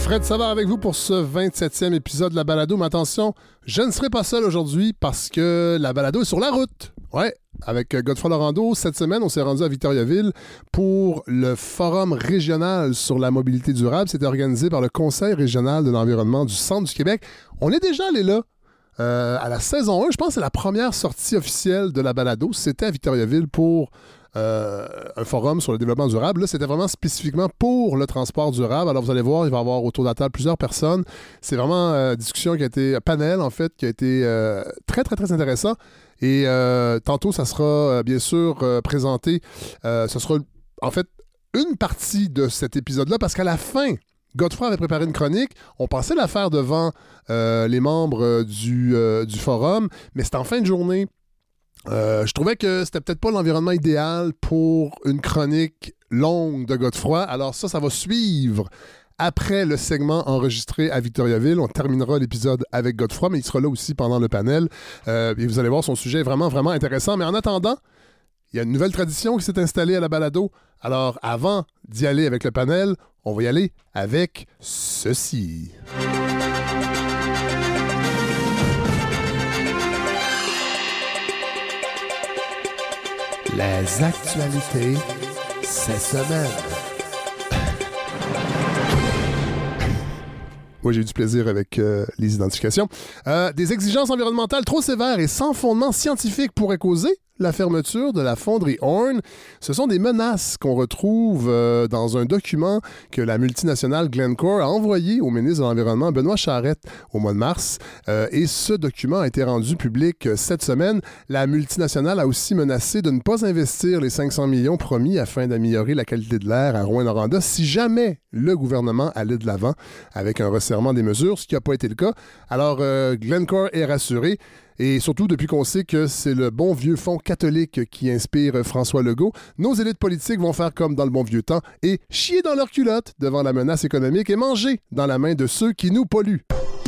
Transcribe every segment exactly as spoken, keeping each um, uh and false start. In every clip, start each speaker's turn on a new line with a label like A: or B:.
A: Fred Savard avec vous pour ce vingt-septième épisode de la balado. Mais attention, je ne serai pas seul aujourd'hui parce que la balado est sur la route. Ouais, avec Godefroy Lorando, cette semaine, on s'est rendu à Victoriaville pour le Forum régional sur la mobilité durable. C'était organisé par le Conseil régional de l'environnement du Centre du Québec. On est déjà allé là. Euh, à la saison un, je pense que c'est la première sortie officielle de la balado. C'était à Victoriaville pour euh, un forum sur le développement durable. Là, c'était vraiment spécifiquement pour le transport durable. Alors, vous allez voir, il va y avoir autour de la table plusieurs personnes. C'est vraiment euh, une discussion qui a été, un panel, en fait, qui a été euh, très, très, très intéressant. Et euh, tantôt, ça sera, euh, bien sûr, euh, présenté. Euh, ce sera, en fait, une partie de cet épisode-là, parce qu'à la fin, Godefroy avait préparé une chronique. On pensait la faire devant euh, les membres euh, du, euh, du forum, mais c'était en fin de journée. Euh, je trouvais que c'était peut-être pas l'environnement idéal pour une chronique longue de Godefroy. Alors ça, ça va suivre après le segment enregistré à Victoriaville. On terminera l'épisode avec Godefroy, mais il sera là aussi pendant le panel. Euh, et vous allez voir, son sujet est vraiment, vraiment intéressant. Mais en attendant, il y a une nouvelle tradition qui s'est installée à la balado. Alors, avant d'y aller avec le panel, on va y aller avec ceci. Les actualités cette semaine. Oui, j'ai eu du plaisir avec euh, les identifications. Euh, des exigences environnementales trop sévères et sans fondement scientifique pourraient causer la fermeture de la fonderie Horn. Ce sont des menaces qu'on retrouve euh, dans un document que la multinationale Glencore a envoyé au ministre de l'Environnement, Benoît Charette, au mois de mars. Euh, et ce document a été rendu public cette semaine. La multinationale a aussi menacé de ne pas investir les cinq cents millions promis afin d'améliorer la qualité de l'air à Rouyn-Noranda si jamais le gouvernement allait de l'avant avec un resserrement des mesures, ce qui n'a pas été le cas. Alors, euh, Glencore est rassuré. Et surtout, depuis qu'on sait que c'est le bon vieux fonds catholique qui inspire François Legault, nos élites politiques vont faire comme dans le bon vieux temps et chier dans leur culotte devant la menace économique et manger dans la main de ceux qui nous polluent.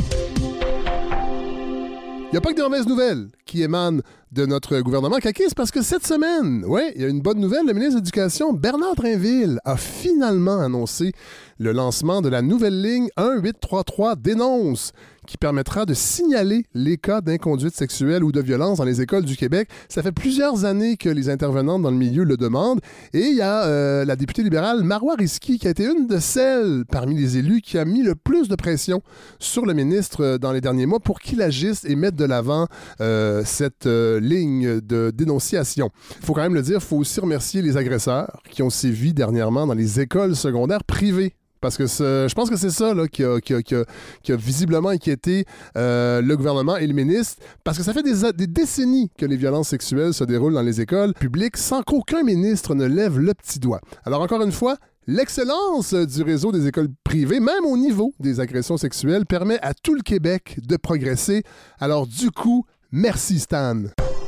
A: Il n'y a pas que de mauvaises nouvelles qui émanent de notre gouvernement caquiste parce que cette semaine, oui, il y a une bonne nouvelle. Le ministre de l'Éducation, Bernard Drinville, a finalement annoncé le lancement de la nouvelle ligne un huit trois trois dénonce qui permettra de signaler les cas d'inconduite sexuelle ou de violence dans les écoles du Québec. Ça fait plusieurs années que les intervenantes dans le milieu le demandent. Et il y a euh, la députée libérale Marois Risky qui a été une de celles parmi les élus qui a mis le plus de pression sur le ministre dans les derniers mois pour qu'il agisse et mette de l'avant euh, cette euh, ligne de dénonciation. Il faut quand même le dire, il faut aussi remercier les agresseurs qui ont sévi dernièrement dans les écoles secondaires privées. Parce que je pense que c'est ça là, qui, a, qui, a, qui, a, qui a visiblement inquiété euh, le gouvernement et le ministre, parce que ça fait des, des décennies que les violences sexuelles se déroulent dans les écoles publiques sans qu'aucun ministre ne lève le petit doigt. Alors encore une fois, l'excellence du réseau des écoles privées, même au niveau des agressions sexuelles, permet à tout le Québec de progresser. Alors du coup, merci Stan.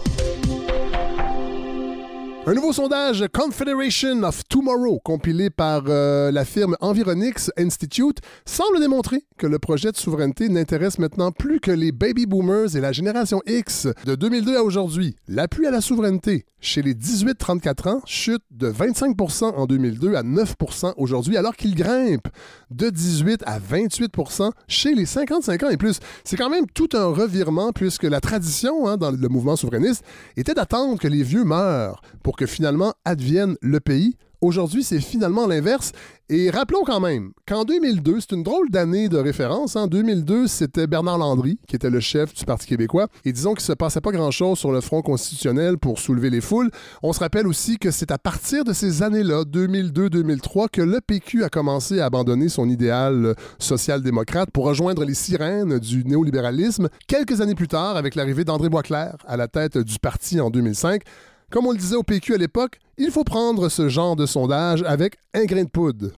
A: Un nouveau sondage Confederation of Tomorrow, compilé par euh, la firme Environix Institute, semble démontrer que le projet de souveraineté n'intéresse maintenant plus que les baby boomers et la génération X. De deux mille deux à aujourd'hui, l'appui à la souveraineté chez les dix-huit trente-quatre ans chute de vingt-cinq pour cent en deux mille deux à neuf pour cent aujourd'hui, alors qu'il grimpe de dix-huit à vingt-huit pour cent chez les cinquante-cinq ans et plus. C'est quand même tout un revirement puisque la tradition hein, dans le mouvement souverainiste était d'attendre que les vieux meurent pour que finalement advienne le pays. Aujourd'hui, c'est finalement l'inverse. Et rappelons quand même qu'en deux mille deux, c'est une drôle d'année de référence. En deux mille deux, c'était Bernard Landry qui était le chef du Parti québécois. Et disons qu'il ne se passait pas grand-chose sur le front constitutionnel pour soulever les foules. On se rappelle aussi que c'est à partir de ces années-là, deux mille deux deux mille trois, que le P Q a commencé à abandonner son idéal social-démocrate pour rejoindre les sirènes du néolibéralisme. Quelques années plus tard, avec l'arrivée d'André Boisclair à la tête du parti en deux mille cinq, comme on le disait au P Q à l'époque, il faut prendre ce genre de sondage avec un grain de poudre.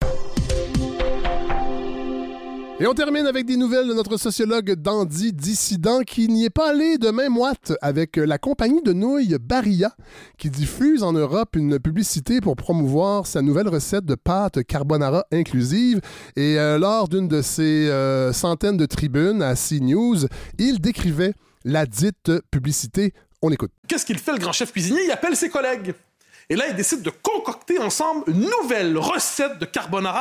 A: Et on termine avec des nouvelles de notre sociologue dandy dissident qui n'y est pas allé de main moite avec la compagnie de nouilles Barilla qui diffuse en Europe une publicité pour promouvoir sa nouvelle recette de pâte carbonara inclusive. Et euh, lors d'une de ses euh, centaines de tribunes à C-News, il décrivait la dite publicité. On écoute.
B: Qu'est-ce qu'il fait, le grand chef cuisinier? Il appelle ses collègues. Et là, il décide de concocter ensemble une nouvelle recette de carbonara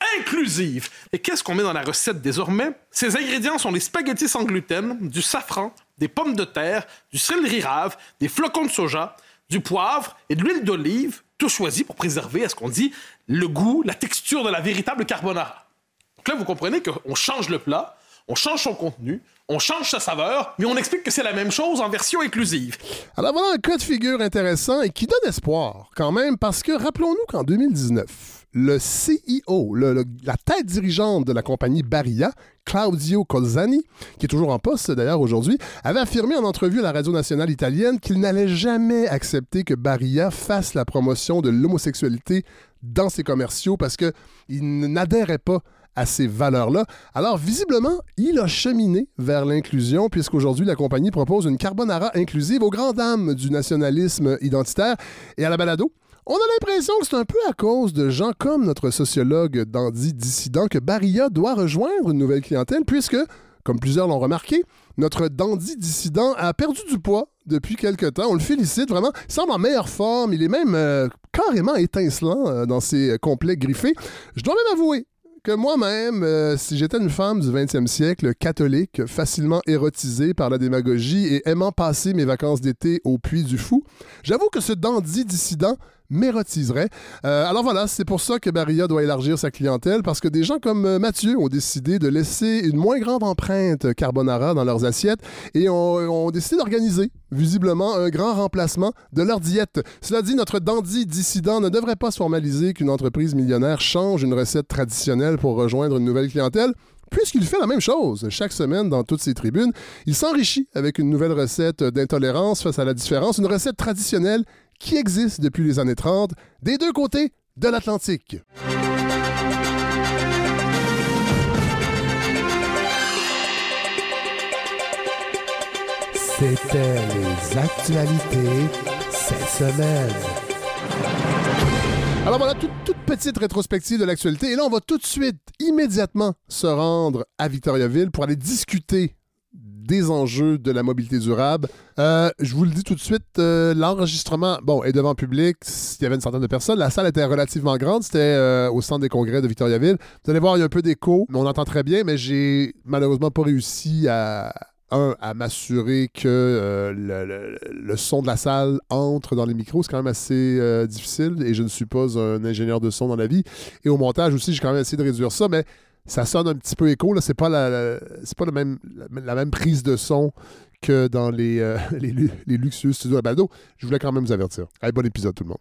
B: inclusive. Et qu'est-ce qu'on met dans la recette désormais? Ces ingrédients sont des spaghettis sans gluten, du safran, des pommes de terre, du céleri rave, des flocons de soja, du poivre et de l'huile d'olive, tout choisi pour préserver, à ce qu'on dit, le goût, la texture de la véritable carbonara. Donc là, vous comprenez qu'on change le plat, on change son contenu, on change sa saveur, mais on explique que c'est la même chose en version inclusive.
A: Alors voilà un cas de figure intéressant et qui donne espoir quand même, parce que rappelons-nous qu'en deux mille dix-neuf, le C E O, le, le, la tête dirigeante de la compagnie Barilla, Claudio Colzani, qui est toujours en poste d'ailleurs aujourd'hui, avait affirmé en entrevue à la radio nationale italienne qu'il n'allait jamais accepter que Barilla fasse la promotion de l'homosexualité dans ses commerciaux parce qu'il n'adhérait pas à ces valeurs-là. Alors, visiblement, il a cheminé vers l'inclusion, puisqu'aujourd'hui, la compagnie propose une carbonara inclusive aux grandes dames du nationalisme identitaire. Et à la balado, on a l'impression que c'est un peu à cause de gens comme notre sociologue dandy dissident que Barilla doit rejoindre une nouvelle clientèle, puisque, comme plusieurs l'ont remarqué, notre dandy dissident a perdu du poids depuis quelque temps. On le félicite vraiment. Il semble en meilleure forme. Il est même euh, carrément étincelant euh, dans ses complets griffés. Je dois même avouer que moi-même, euh, si j'étais une femme du vingtième siècle, catholique, facilement érotisée par la démagogie et aimant passer mes vacances d'été au Puy du Fou, j'avoue que ce dandy dissident m'érotiserait. Euh, alors voilà, c'est pour ça que Barilla doit élargir sa clientèle, parce que des gens comme euh, Mathieu ont décidé de laisser une moins grande empreinte carbonara dans leurs assiettes et ont, ont décidé d'organiser, visiblement, un grand remplacement de leur diète. Cela dit, notre dandy dissident ne devrait pas se formaliser qu'une entreprise millionnaire change une recette traditionnelle pour rejoindre une nouvelle clientèle, puisqu'il fait la même chose chaque semaine dans toutes ses tribunes. Il s'enrichit avec une nouvelle recette d'intolérance face à la différence, une recette traditionnelle qui existe depuis les années trente, des deux côtés de l'Atlantique.
C: C'était les actualités cette semaine.
A: Alors voilà, toute, toute petite rétrospective de l'actualité. Et là, on va tout de suite, immédiatement, se rendre à Victoriaville pour aller discuter des enjeux de la mobilité durable. Euh, je vous le dis tout de suite, euh, l'enregistrement, bon, est devant public. Il y avait une centaine de personnes. La salle était relativement grande. C'était euh, au centre des congrès de Victoriaville. Vous allez voir, il y a un peu d'écho, mais on entend très bien, mais j'ai malheureusement pas réussi à... Un, à m'assurer que euh, le, le, le son de la salle entre dans les micros. C'est quand même assez euh, difficile et je ne suis pas un ingénieur de son dans la vie. Et au montage aussi, j'ai quand même essayé de réduire ça, mais ça sonne un petit peu écho. Là. C'est pas la, la c'est pas le même, la, la même prise de son que dans les, euh, les, les luxueux studios à balado. Je voulais quand même vous avertir. Allez, bon épisode tout le monde.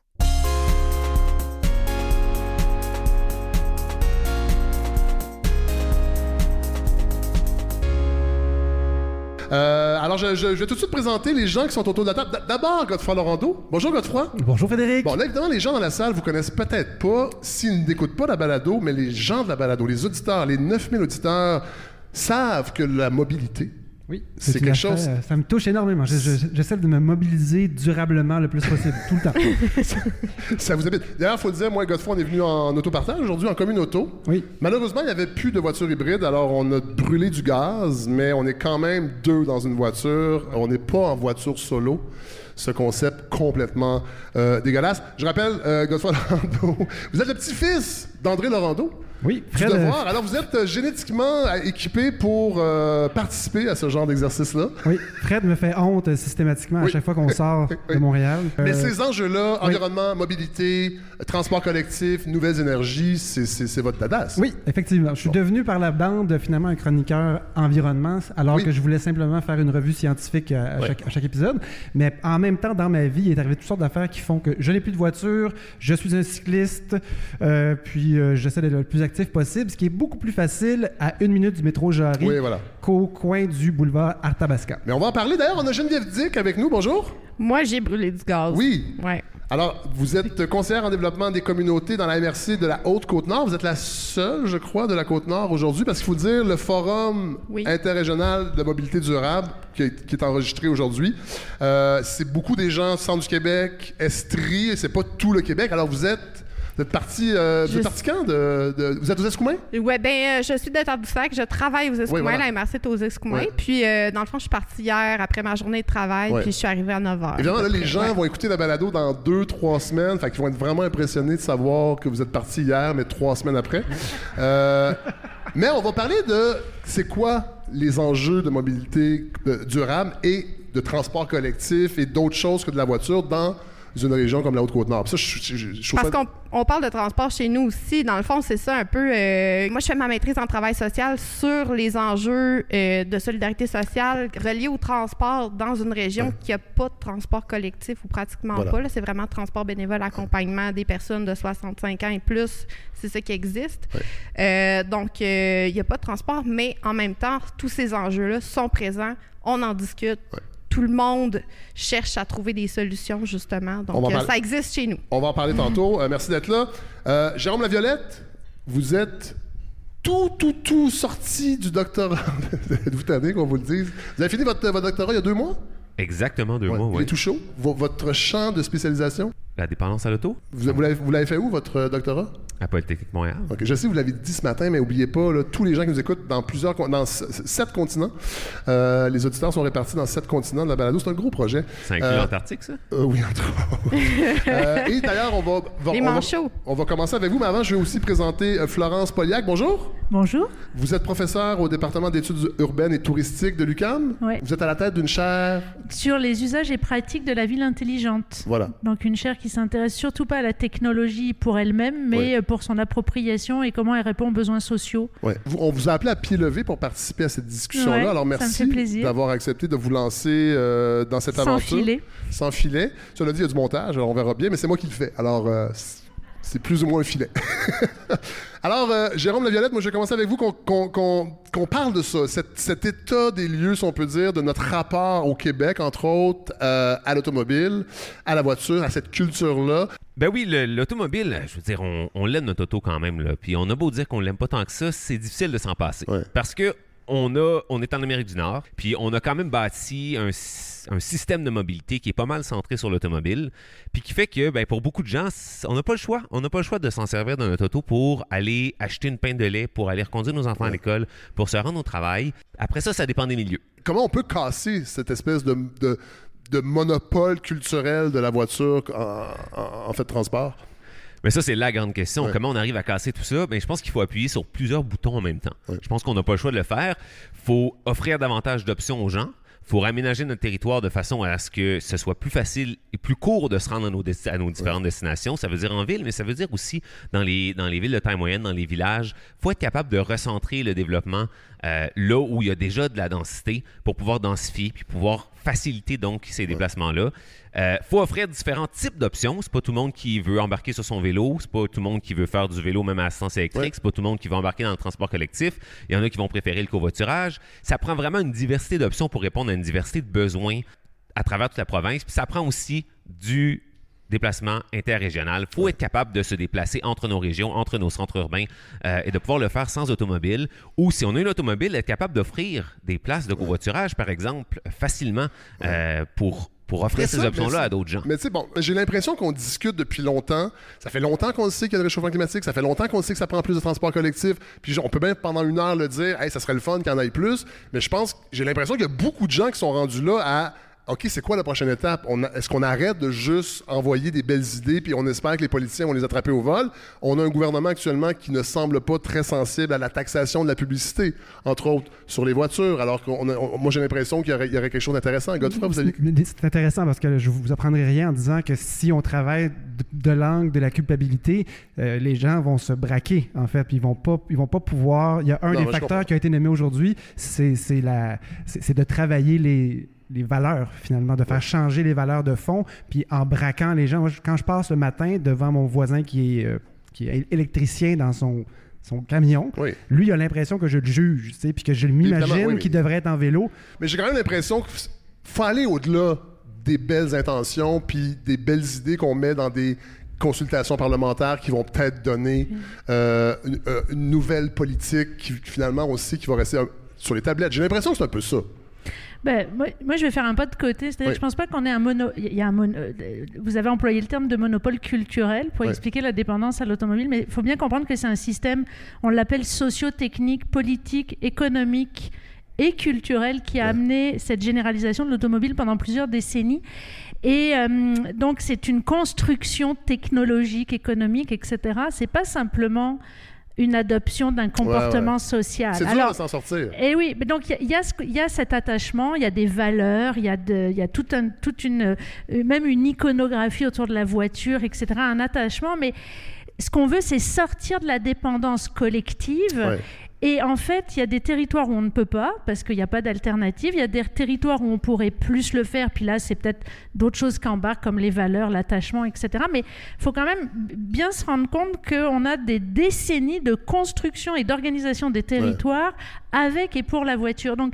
A: Euh, alors, je, je, je vais tout de suite présenter les gens qui sont autour de la table. D'abord, Godefroy Laurando. Bonjour, Godefroy.
D: Bonjour, Frédéric.
A: Bon, là, évidemment, les gens dans la salle vous connaissent peut-être pas s'ils n'écoutent pas la balado, mais les gens de la balado, les auditeurs, les neuf mille auditeurs savent que la mobilité,
D: oui,
A: c'est quelque chose...
D: Fait, ça me touche énormément. Je, je, j'essaie de me mobiliser durablement le plus possible, tout le temps.
A: ça, ça vous habite. D'ailleurs, il faut dire, moi et Godefroy, on est venus en autopartage aujourd'hui, en commune auto.
D: Oui.
A: Malheureusement, il n'y avait plus de voiture hybride, alors on a brûlé du gaz, mais on est quand même deux dans une voiture. On n'est pas en voiture solo. Ce concept complètement euh, dégueulasse. Je rappelle, euh, Godefroy Laurando, vous êtes le petit-fils d'André Laurando.
D: Oui, Fred.
A: Du devoir. Alors, vous êtes euh, génétiquement euh, équipé pour euh, participer à ce genre d'exercice-là.
D: Oui, Fred me fait honte euh, systématiquement oui. à chaque fois qu'on sort
A: oui.
D: de Montréal.
A: Mais
D: euh...
A: ces enjeux-là,
D: oui.
A: environnement, mobilité, transport collectif, nouvelles énergies, c'est, c'est, c'est votre dadasse.
D: Oui, effectivement. Je suis bon. devenu par la bande finalement un chroniqueur environnement, alors oui. que je voulais simplement faire une revue scientifique à, à, oui. chaque, à chaque épisode. Mais en même temps, dans ma vie, il est arrivé toutes sortes d'affaires qui font que je n'ai plus de voiture, je suis un cycliste, euh, puis euh, j'essaie d'être le plus actif possible, ce qui est beaucoup plus facile à une minute du métro Jarry
A: oui, voilà.
D: qu'au coin du boulevard Arthabasca.
A: Mais on va en parler. D'ailleurs, on a Geneviève Dick avec nous. Bonjour.
E: Moi, j'ai brûlé du gaz.
A: Oui.
E: Ouais.
A: Alors, vous êtes conseillère en développement des communautés dans la M R C de la Haute-Côte-Nord. Vous êtes la seule, je crois, de la Côte-Nord aujourd'hui, parce qu'il faut dire, le Forum oui. interrégional de mobilité durable, qui est, qui est enregistré aujourd'hui, euh, c'est beaucoup des gens du centre du Québec, Estrie, et c'est pas tout le Québec. Alors, vous êtes... Vous êtes parti, euh, vous êtes parti quand? De, de, vous êtes aux Escoumins?
E: Oui, bien, euh, je suis de Tadoussac. Je travaille aux Escoumins. Oui, voilà. La M R C est aux Escoumins. Ouais. Puis, euh, dans le fond, je suis partie hier après ma journée de travail. Ouais. Puis, je suis arrivée à neuf heures.
A: Évidemment, là, les gens ouais. vont écouter la balado dans deux, trois semaines. Fait qu'ils vont être vraiment impressionnés de savoir que vous êtes parti hier, mais trois semaines après. euh, mais on va parler de c'est quoi les enjeux de mobilité euh, durable et de transport collectif et d'autres choses que de la voiture dans une région comme la Haute-Côte-Nord. Ça, je, je, je, je
E: Parce
A: ça...
E: qu'on on parle de transport chez nous aussi. Dans le fond, c'est ça un peu... Euh, moi, je fais ma maîtrise en travail social sur les enjeux euh, de solidarité sociale reliés au transport dans une région ouais. qui n'a pas de transport collectif ou pratiquement voilà. pas. Là, c'est vraiment transport bénévole, accompagnement des personnes de soixante-cinq ans et plus. C'est ça qui existe. Ouais. Euh, donc, il euh, n'y a pas de transport, mais en même temps, tous ces enjeux-là sont présents. On en discute. Ouais. Tout le monde cherche à trouver des solutions, justement. Donc, euh, ça existe chez nous.
A: On va en parler tantôt. Euh, merci d'être là. Euh, Jérôme Laviolette, vous êtes tout, tout, tout sorti du doctorat. Êtes-vous tanné qu'on vous le dise? Vous avez fini votre, votre doctorat il y a deux mois?
F: Exactement, deux ouais. mois, oui.
A: Il est tout chaud. V- votre champ de spécialisation?
F: La dépendance à l'auto.
A: Vous, vous, l'avez, vous l'avez fait où, votre doctorat?
F: À Polytechnique Montréal.
A: OK. Je sais, vous l'avez dit ce matin, mais n'oubliez pas, là, tous les gens qui nous écoutent dans plusieurs, dans sept continents, euh, les auditeurs sont répartis dans sept continents de la balado. C'est un gros projet.
F: Ça inclut euh, l'Antarctique, ça?
A: Euh, oui, entre autres. euh, et d'ailleurs, on va, va,
E: les
A: on, va, on va commencer avec vous, mais avant, je vais aussi présenter euh, Florence Poliac. Bonjour.
G: Bonjour.
A: Vous êtes professeure au département d'études urbaines et touristiques de l'U Q A M.
G: Oui.
A: Vous êtes à la tête d'une chaire...
G: Sur les usages et pratiques de la ville intelligente.
A: Voilà.
G: Donc, une chaire qui s'intéresse surtout pas à la technologie pour elle-même, mais oui. pour son appropriation et comment elle répond aux besoins sociaux.
A: Ouais. Vous, on vous a appelé à pied levé pour participer à cette discussion-là.
G: Ouais,
A: alors, merci d'avoir accepté de vous lancer euh, dans cette
G: Sans
A: aventure.
G: Sans filet.
A: Sans filet. Cela dit, il y a du montage, alors on verra bien, mais c'est moi qui le fais. Alors, euh, c'est plus ou moins un filet. Alors, euh, Jérôme Laviolette, moi, je vais commencer avec vous qu'on, qu'on, qu'on, qu'on parle de ça, cet, cet état des lieux, si on peut dire, de notre rapport au Québec, entre autres, euh, à l'automobile, à la voiture, à cette culture-là.
F: Ben oui, le, l'automobile, je veux dire, on, on l'aime notre auto quand même, là. Puis on a beau dire qu'on l'aime pas tant que ça, c'est difficile de s'en passer. Ouais. Parce que on, a, on est en Amérique du Nord, puis on a quand même bâti un, un système de mobilité qui est pas mal centré sur l'automobile, puis qui fait que, ben, pour beaucoup de gens, on n'a pas le choix. On n'a pas le choix de s'en servir de notre auto pour aller acheter une pinte de lait, pour aller reconduire nos enfants ouais. à l'école, pour se rendre au travail. Après ça, ça dépend des milieux.
A: Comment on peut casser cette espèce de... de... de monopole culturel de la voiture en, en, en fait de transport?
F: Mais ça, c'est la grande question.
A: Ouais.
F: Comment on arrive à casser tout ça? Bien, je pense qu'il faut appuyer sur plusieurs boutons en même temps. Ouais. Je pense qu'on n'a pas le choix de le faire. Il faut offrir davantage d'options aux gens. Il faut réaménager notre territoire de façon à ce que ce soit plus facile et plus court de se rendre à nos, desti- à nos différentes ouais. destinations. Ça veut dire en ville, mais ça veut dire aussi dans les, dans les villes de taille moyenne, dans les villages. Il faut être capable de recentrer le développement euh, là où il y a déjà de la densité pour pouvoir densifier puis pouvoir faciliter donc ces déplacements-là. Il euh, faut offrir différents types d'options. C'est pas tout le monde qui veut embarquer sur son vélo. C'est pas tout le monde qui veut faire du vélo même à assistance électrique. Ouais. C'est pas tout le monde qui veut embarquer dans le transport collectif. Il y en a qui vont préférer le covoiturage. Ça prend vraiment une diversité d'options pour répondre à une diversité de besoins à travers toute la province. Puis ça prend aussi du déplacement interrégional. Il faut être capable de se déplacer entre nos régions, entre nos centres urbains euh, et de pouvoir le faire sans automobile. Ou si on a une automobile, être capable d'offrir des places de covoiturage, par exemple, facilement euh, pour... pour offrir ça, ces options-là à d'autres gens.
A: Mais tu sais, bon, j'ai l'impression qu'on discute depuis longtemps. Ça fait longtemps qu'on sait qu'il y a le réchauffement climatique. Ça fait longtemps qu'on sait que ça prend plus de transport collectif. Puis on peut bien pendant une heure le dire, hey, ça serait le fun qu'il y en ait plus. Mais je pense, j'ai l'impression qu'il y a beaucoup de gens qui sont rendus là à OK, c'est quoi la prochaine étape? On a, est-ce qu'on arrête de juste envoyer des belles idées puis on espère que les politiciens vont les attraper au vol? On a un gouvernement actuellement qui ne semble pas très sensible à la taxation de la publicité, entre autres, sur les voitures, alors que moi, j'ai l'impression qu'il y aurait, il y aurait quelque chose d'intéressant. Godefroy, vous avez...
D: C'est intéressant parce que je vous apprendrai rien en disant que si on travaille de, de l'angle de la culpabilité, euh, les gens vont se braquer, en fait, puis ils vont pas, ils vont pas pouvoir... Il y a un non, des facteurs qui a été nommé aujourd'hui, c'est, c'est, la, c'est, c'est de travailler les... les valeurs, finalement, de faire ouais. changer les valeurs de fond, puis en braquant les gens. Moi, quand je passe le matin devant mon voisin qui est, euh, qui est électricien dans son, son camion, oui. lui, il a l'impression que je le juge, tu sais, puis que je m'imagine oui, qu'il mais... devrait être en vélo.
A: Mais j'ai quand même l'impression qu'il faut aller au-delà des belles intentions puis des belles idées qu'on met dans des consultations parlementaires qui vont peut-être donner mmh. euh, une, une nouvelle politique qui, finalement, aussi, qui va rester sur les tablettes. J'ai l'impression que c'est un peu ça.
G: Ben, moi, moi, je vais faire un pas de côté. C'est-à-dire
A: Oui.
G: que je pense pas qu'on ait un mono... Il y a un mono... Vous avez employé le terme de monopole culturel pour
A: Oui.
G: expliquer la dépendance à l'automobile, mais il faut bien comprendre que c'est un système, on l'appelle socio-technique, politique, économique et culturel qui a
A: Oui.
G: amené cette généralisation de l'automobile pendant plusieurs décennies. Et euh, donc, c'est une construction technologique, économique, et cetera. C'est pas simplement une adoption d'un comportement
A: ouais.
G: social.
A: C'est dur
G: Alors,
A: de s'en sortir.
G: et oui, mais donc il y, y, y a cet attachement, il y a des valeurs, il y a, de, y a tout un, toute une, euh, même une iconographie autour de la voiture, et cetera, un attachement, mais ce qu'on veut, c'est sortir de la dépendance collective.
A: Ouais.
G: Et en fait, il y a des territoires où on ne peut pas, parce qu'il n'y a pas d'alternative. Il y a des territoires où on pourrait plus le faire, puis là, c'est peut-être d'autres choses qu'embarquent, comme les valeurs, l'attachement, et cetera. Mais il faut quand même bien se rendre compte qu'on a des décennies de construction et d'organisation des territoires ouais. avec et pour la voiture. Donc,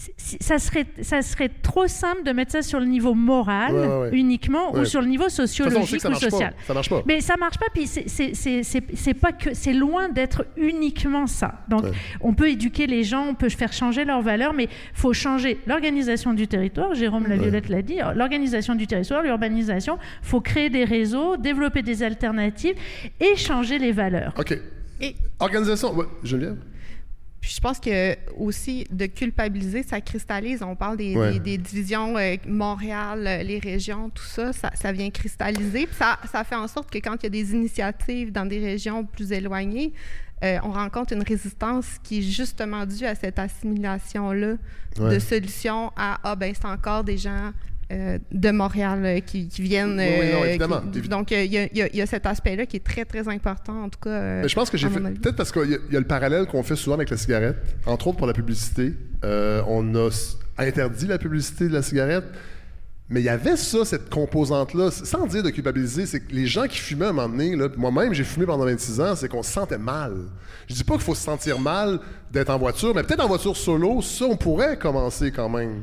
G: ça serait, ça serait trop simple de mettre ça sur le niveau moral
A: ouais, ouais, ouais.
G: uniquement
A: ouais.
G: ou sur le niveau sociologique
A: façon,
G: ou social.
A: Pas. Ça marche pas.
G: Mais ça marche pas, puis c'est, c'est, c'est, c'est, c'est pas que, c'est loin d'être uniquement ça. Donc, ouais. on peut éduquer les gens, on peut faire changer leurs valeurs, mais il faut changer l'organisation du territoire. Jérôme ouais. Laviolette l'a dit, l'organisation du territoire, l'urbanisation. Il faut créer des réseaux, développer des alternatives et changer les valeurs.
A: OK.
E: Et...
A: Organisation, ouais, Geneviève?
E: Puis je pense que aussi de culpabiliser, ça cristallise. On parle des, ouais. des, des divisions euh, Montréal, euh, les régions, tout ça, ça, ça vient cristalliser. Puis ça, ça fait en sorte que quand il y a des initiatives dans des régions plus éloignées, euh, on rencontre une résistance qui est justement due à cette assimilation-là ouais. de solutions à « Ah, ben c'est encore des gens... » Euh, de Montréal euh, qui, qui viennent.
A: Euh, oui, non, évidemment.
E: Qui, donc, il euh, y, y, y a cet aspect-là qui est très, très important, en tout cas. Euh,
A: Mais je pense que j'ai fait. Peut-être parce qu'il y, y a le parallèle qu'on fait souvent avec la cigarette, entre autres pour la publicité. Euh, on a interdit la publicité de la cigarette, mais il y avait ça, cette composante-là, sans dire de culpabiliser, c'est que les gens qui fumaient à un moment donné, là, moi-même, j'ai fumé pendant vingt-six ans, c'est qu'on se sentait mal. Je dis pas qu'il faut se sentir mal d'être en voiture, mais peut-être en voiture solo, ça, on pourrait commencer quand même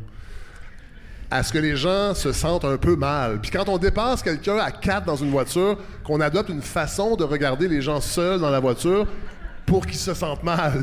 A: à ce que les gens se sentent un peu mal. Puis quand on dépasse quelqu'un à quatre dans une voiture, qu'on adopte une façon de regarder les gens seuls dans la voiture pour qu'ils se sentent mal.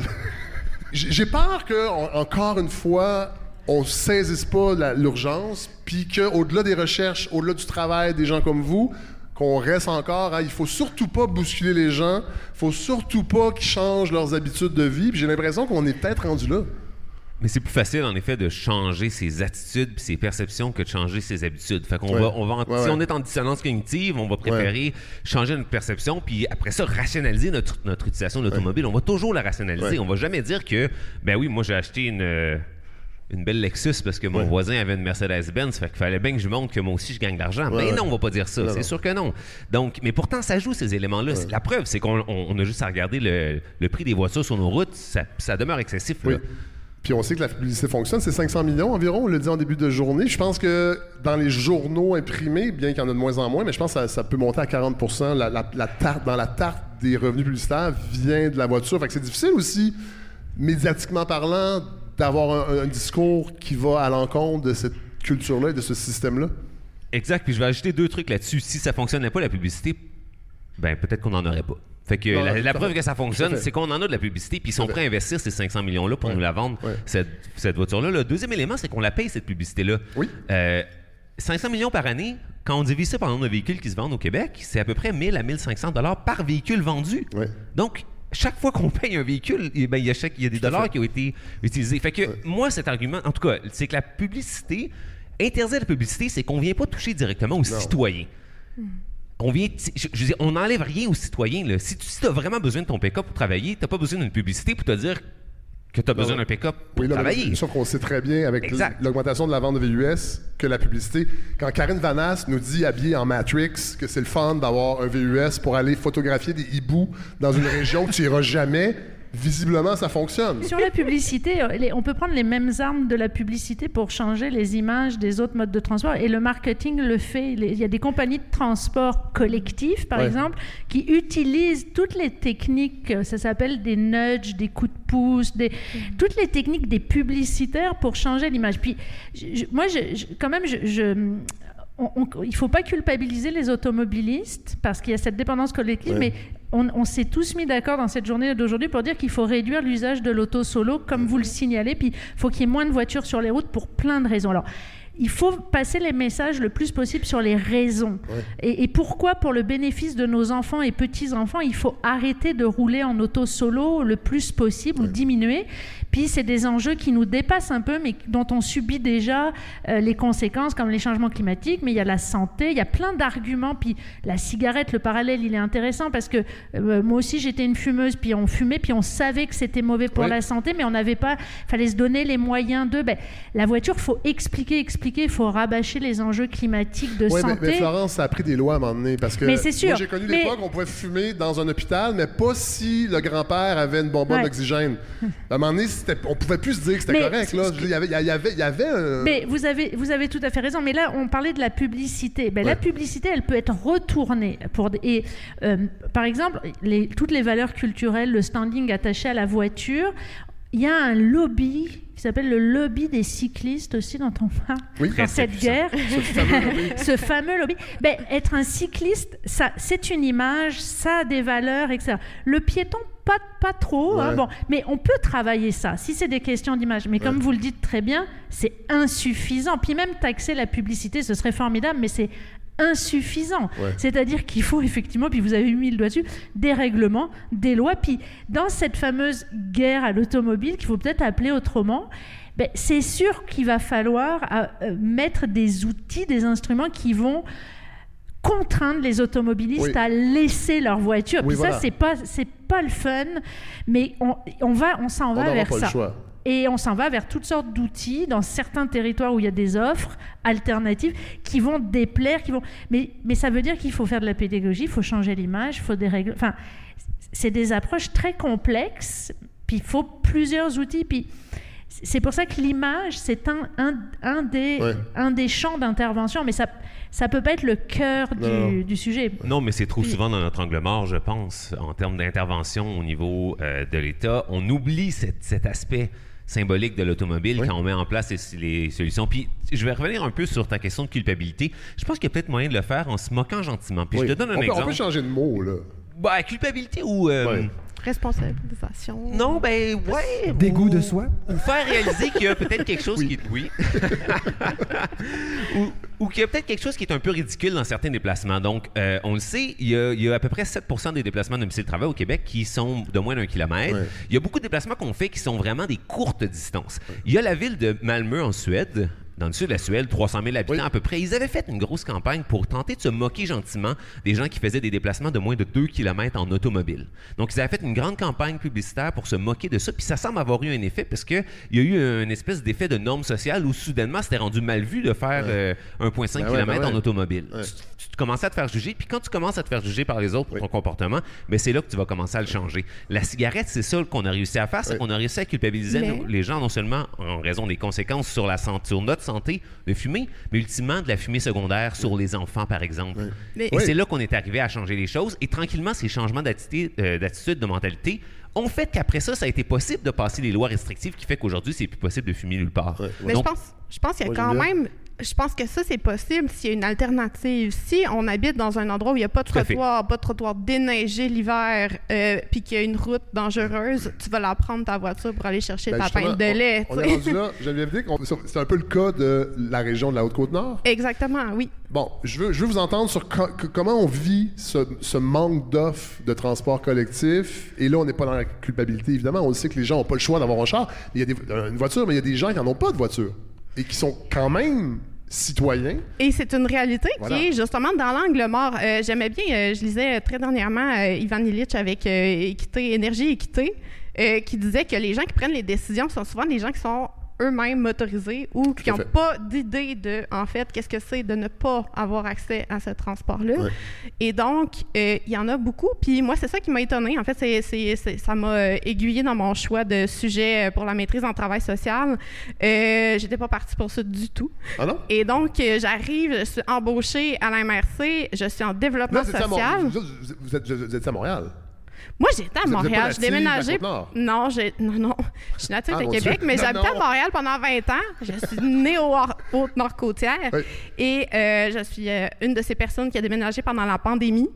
A: J'ai peur que, on, encore une fois, on ne saisisse pas la, l'urgence, puis qu'au-delà des recherches, au-delà du travail des gens comme vous, qu'on reste encore, hein, il faut surtout pas bousculer les gens, il faut surtout pas qu'ils changent leurs habitudes de vie, puis j'ai l'impression qu'on est peut-être rendu là.
F: Mais c'est plus facile, en effet, de changer ses attitudes et ses perceptions que de changer ses habitudes. Fait qu'on ouais. va, on va en, ouais, si ouais. on est en dissonance cognitive, on va préférer ouais. changer notre perception, puis après ça, rationaliser notre, notre utilisation de l'automobile. Ouais. On va toujours la rationaliser. Ouais. On va jamais dire que, ben oui, moi, j'ai acheté une, une belle Lexus parce que mon ouais. voisin avait une Mercedes-Benz, fait qu'il fallait bien que je montre que moi aussi, je gagne de l'argent. Ouais, mais ouais. non, on va pas dire ça. Non, c'est non. sûr que non. Donc, mais pourtant, ça joue, ces éléments-là. Ouais. La preuve, c'est qu'on on, on a juste à regarder le, le prix des voitures sur nos routes. Ça, ça demeure excessif,
A: oui.
F: là.
A: Puis on sait que la publicité fonctionne, c'est cinq cents millions environ, on l'a dit en début de journée. Je pense que dans les journaux imprimés, bien qu'il y en a de moins en moins, mais je pense que ça, ça peut monter à quarante pour cent. La, la, la tarte, dans la tarte des revenus publicitaires vient de la voiture. Fait que c'est difficile aussi, médiatiquement parlant, d'avoir un, un discours qui va à l'encontre de cette culture-là et de ce système-là.
F: Exact. Puis je vais ajouter deux trucs là-dessus. Si ça ne fonctionnait pas, la publicité, ben peut-être qu'on n'en aurait pas. Fait que non, la, la preuve que ça fonctionne, c'est qu'on en a de la publicité, puis ils sont prêts à investir ces cinq cents millions-là pour ouais. nous la vendre, ouais. cette, cette voiture-là. Le deuxième élément, c'est qu'on la paye, cette publicité-là.
A: Oui.
F: Euh, cinq cents millions par année, quand on divise ça par le nombre de véhicules qui se vendent au Québec, c'est à peu près mille à mille cinq cents dollars par véhicule vendu.
A: Ouais.
F: Donc, chaque fois qu'on paye un véhicule, eh ben, il, y a chaque, il y a des tout dollars qui ont été utilisés. Fait que ouais. moi, cet argument, en tout cas, c'est que la publicité, interdire la publicité, c'est qu'on ne vient pas toucher directement aux non. citoyens. Mm. On vient, je, je dis, on n'enlève rien aux citoyens. Là. Si tu si as vraiment besoin de ton pick-up pour travailler, tu n'as pas besoin d'une publicité pour te dire que tu as besoin d'un pick-up pour
A: oui, là,
F: travailler.
A: Sauf qu'on sait très bien, avec exact. l'augmentation de la vente de V U S, que la publicité... Quand Karine Vanasse nous dit, habillée en Matrix, que c'est le fun d'avoir un V U S pour aller photographier des hiboux dans une région où tu n'iras jamais... Visiblement, ça fonctionne.
G: Sur la publicité, on peut prendre les mêmes armes de la publicité pour changer les images des autres modes de transport. Et le marketing le fait. Il y a des compagnies de transport collectif, par ouais. exemple, qui utilisent toutes les techniques, ça s'appelle des nudges, des coups de pouce, des, mmh. toutes les techniques des publicitaires pour changer l'image. Puis, je, moi, je, je, quand même, je... je On, on, il ne faut pas culpabiliser les automobilistes parce qu'il y a cette dépendance collective, ouais. mais on, on s'est tous mis d'accord dans cette journée d'aujourd'hui pour dire qu'il faut réduire l'usage de l'auto solo, comme vous le signalez, puis il faut qu'il y ait moins de voitures sur les routes pour plein de raisons. Alors, il faut passer les messages le plus possible sur les raisons. Ouais. Et, et pourquoi, pour le bénéfice de nos enfants et petits-enfants, il faut arrêter de rouler en auto solo le plus possible ouais. ou diminuer. Puis c'est des enjeux qui nous dépassent un peu, mais dont on subit déjà euh, les conséquences, comme les changements climatiques, mais il y a la santé, il y a plein d'arguments. Puis la cigarette, le parallèle, il est intéressant parce que euh, moi aussi, j'étais une fumeuse, puis on fumait, puis on savait que c'était mauvais pour ouais. la santé, mais on n'avait pas... Il fallait se donner les moyens de... Ben, la voiture, il faut expliquer, expliquer, il faut rabâcher les enjeux climatiques de
A: ouais,
G: santé.
A: Mais, mais Florence, ça a pris des lois à un moment donné, parce que
G: mais c'est sûr,
A: moi, j'ai connu
G: mais...
A: l'époque où on pouvait fumer dans un hôpital, mais pas si le grand-père avait une bonbonne ouais. d'oxygène. À un moment donné, on pouvait plus se dire que c'était mais correct. Là. Il y avait, il y avait, il y avait un...
G: Mais vous avez, vous avez tout à fait raison. Mais là, on parlait de la publicité. Ben, ouais. La publicité, elle peut être retournée. Pour, et, euh, par exemple, les, toutes les valeurs culturelles, le standing attaché à la voiture, il y a un lobby qui s'appelle le lobby des cyclistes aussi, dont on parle
A: oui,
G: dans cette guerre.
A: Ce fameux lobby.
G: Ce fameux lobby. Ben, être un cycliste, ça, c'est une image, ça a des valeurs, et cetera. Le piéton, pas, pas trop, ouais. hein, bon, mais on peut travailler ça, si c'est des questions d'image. Mais ouais. comme vous le dites très bien, c'est insuffisant. Puis même taxer la publicité, ce serait formidable, mais c'est insuffisant. Ouais. C'est-à-dire qu'il faut effectivement, puis vous avez mis le doigt dessus, des règlements, des lois. Puis dans cette fameuse guerre à l'automobile, qu'il faut peut-être appeler autrement, ben, c'est sûr qu'il va falloir euh, mettre des outils, des instruments qui vont contraindre les automobilistes oui. à laisser leur voiture. Oui, Puis voilà. ça, c'est pas, c'est pas le fun, mais on, on, va, on s'en va
A: on
G: vers
A: pas
G: ça.
A: Le choix.
G: Et on s'en va vers toutes sortes d'outils dans certains territoires où il y a des offres alternatives qui vont déplaire, qui vont... Mais, mais ça veut dire qu'il faut faire de la pédagogie, il faut changer l'image, il faut des règles... Enfin, c'est des approches très complexes, puis il faut plusieurs outils. Puis c'est pour ça que l'image, c'est un, un, un, des, ouais. un des champs d'intervention, mais ça ça peut pas être le cœur du, du sujet.
F: Non, mais c'est trop puis, souvent dans notre angle mort, je pense, en termes d'intervention au niveau euh, de l'État. On oublie cet, cet aspect symbolique de l'automobile oui. quand on met en place les, les solutions. Puis je vais revenir un peu sur ta question de culpabilité. Je pense qu'il y a peut-être moyen de le faire en se moquant gentiment. Puis oui. je te donne un
A: on
F: exemple.
A: Peut, on peut changer de mot, là.
F: Bah, culpabilité ou... Euh,
E: oui. Responsabilisation.
F: Non, ben, ouais.
D: Dégoût
F: ou,
D: de soi.
F: Ou faire réaliser qu'il y a peut-être quelque chose
A: oui.
F: qui est... Oui. ou, ou qu'il y a peut-être quelque chose qui est un peu ridicule dans certains déplacements. Donc, euh, on le sait, il y, a, il y a à peu près sept pour cent des déplacements de domicile-travail au Québec qui sont de moins d'un kilomètre. Ouais. Il y a beaucoup de déplacements qu'on fait qui sont vraiment des courtes distances. Ouais. Il y a la ville de Malmö en Suède, dans le sud de la Suède, trois cent mille habitants oui. à peu près. Ils avaient fait une grosse campagne pour tenter de se moquer gentiment des gens qui faisaient des déplacements de moins de deux kilomètres en automobile. Donc, ils avaient fait une grande campagne publicitaire pour se moquer de ça. Puis ça semble avoir eu un effet parce qu'il y a eu une espèce d'effet de norme sociale où soudainement, c'était rendu mal vu de faire ouais. euh, un virgule cinq ben kilomètres ouais, ben ouais. en automobile. Ouais. Tu, tu commençais à te faire juger. Puis quand tu commences à te faire juger par les autres pour oui. ton comportement, ben c'est là que tu vas commencer à le changer. La cigarette, c'est ça qu'on a réussi à faire. C'est oui. qu'on a réussi à culpabiliser mais... nous, les gens, non seulement en raison des conséquences sur, la santé, sur notre santé de fumée, mais ultimement de la fumée secondaire sur les enfants, par exemple. Oui. Mais... Et oui. c'est là qu'on est arrivé à changer les choses. Et tranquillement, ces changements d'attitude, euh, d'attitude de mentalité, ont fait qu'après ça, ça a été possible de passer les lois restrictives qui fait qu'aujourd'hui, c'est plus possible de fumer nulle part.
A: Oui.
E: Mais Donc, je pense, je pense qu'il y a quand même... Je pense que ça, c'est possible s'il y a une alternative. Si on habite dans un endroit où il n'y a pas de trottoir, pas de trottoir déneigé l'hiver, euh, puis qu'il y a une route dangereuse, tu vas la prendre ta voiture pour aller chercher ben ta pinte de lait.
A: On, on est rendu là, je viens de dire que c'est un peu le cas de la région de la Haute-Côte-Nord.
E: Exactement, oui.
A: Bon, je veux, je veux vous entendre sur co- comment on vit ce, ce manque d'offres de transport collectif. Et là, on n'est pas dans la culpabilité, évidemment. On sait que les gens n'ont pas le choix d'avoir un char. Il y a des, une voiture, mais il y a des gens qui n'en ont pas de voiture. Et qui sont quand même citoyens.
E: Et c'est une réalité
A: voilà.
E: qui est justement dans l'angle mort. Euh, j'aimais bien, euh, je lisais très dernièrement euh, Ivan Illich avec euh, Équité, Énergie Équité, euh, qui disait que les gens qui prennent les décisions sont souvent des gens qui sont eux-mêmes motorisés ou qui n'ont pas d'idée de, en fait, qu'est-ce que c'est de ne pas avoir accès à ce transport-là. Ouais. Et donc, euh, il y en a beaucoup. Puis moi, c'est ça qui m'a étonnée. En fait, c'est, c'est, c'est, ça m'a euh, aiguillée dans mon choix de sujet pour la maîtrise en travail social. Euh, j'étais pas partie pour ça du tout.
A: Ah non?
E: Et donc, euh, j'arrive, je suis embauchée à la M R C, je suis en développement
A: là,
E: social.
A: Vous, vous, vous, êtes, vous êtes à Montréal?
E: Moi, j'étais à Montréal. J'ai déménagé.
A: Non,
E: j'ai... non, non. Je suis native
A: ah,
E: de Québec, Dieu. mais non, j'habitais non. à Montréal pendant vingt ans. Je suis née au Haute-Nord-Côtière. Oui. Et euh, je suis euh, une de ces personnes qui a déménagé pendant la pandémie.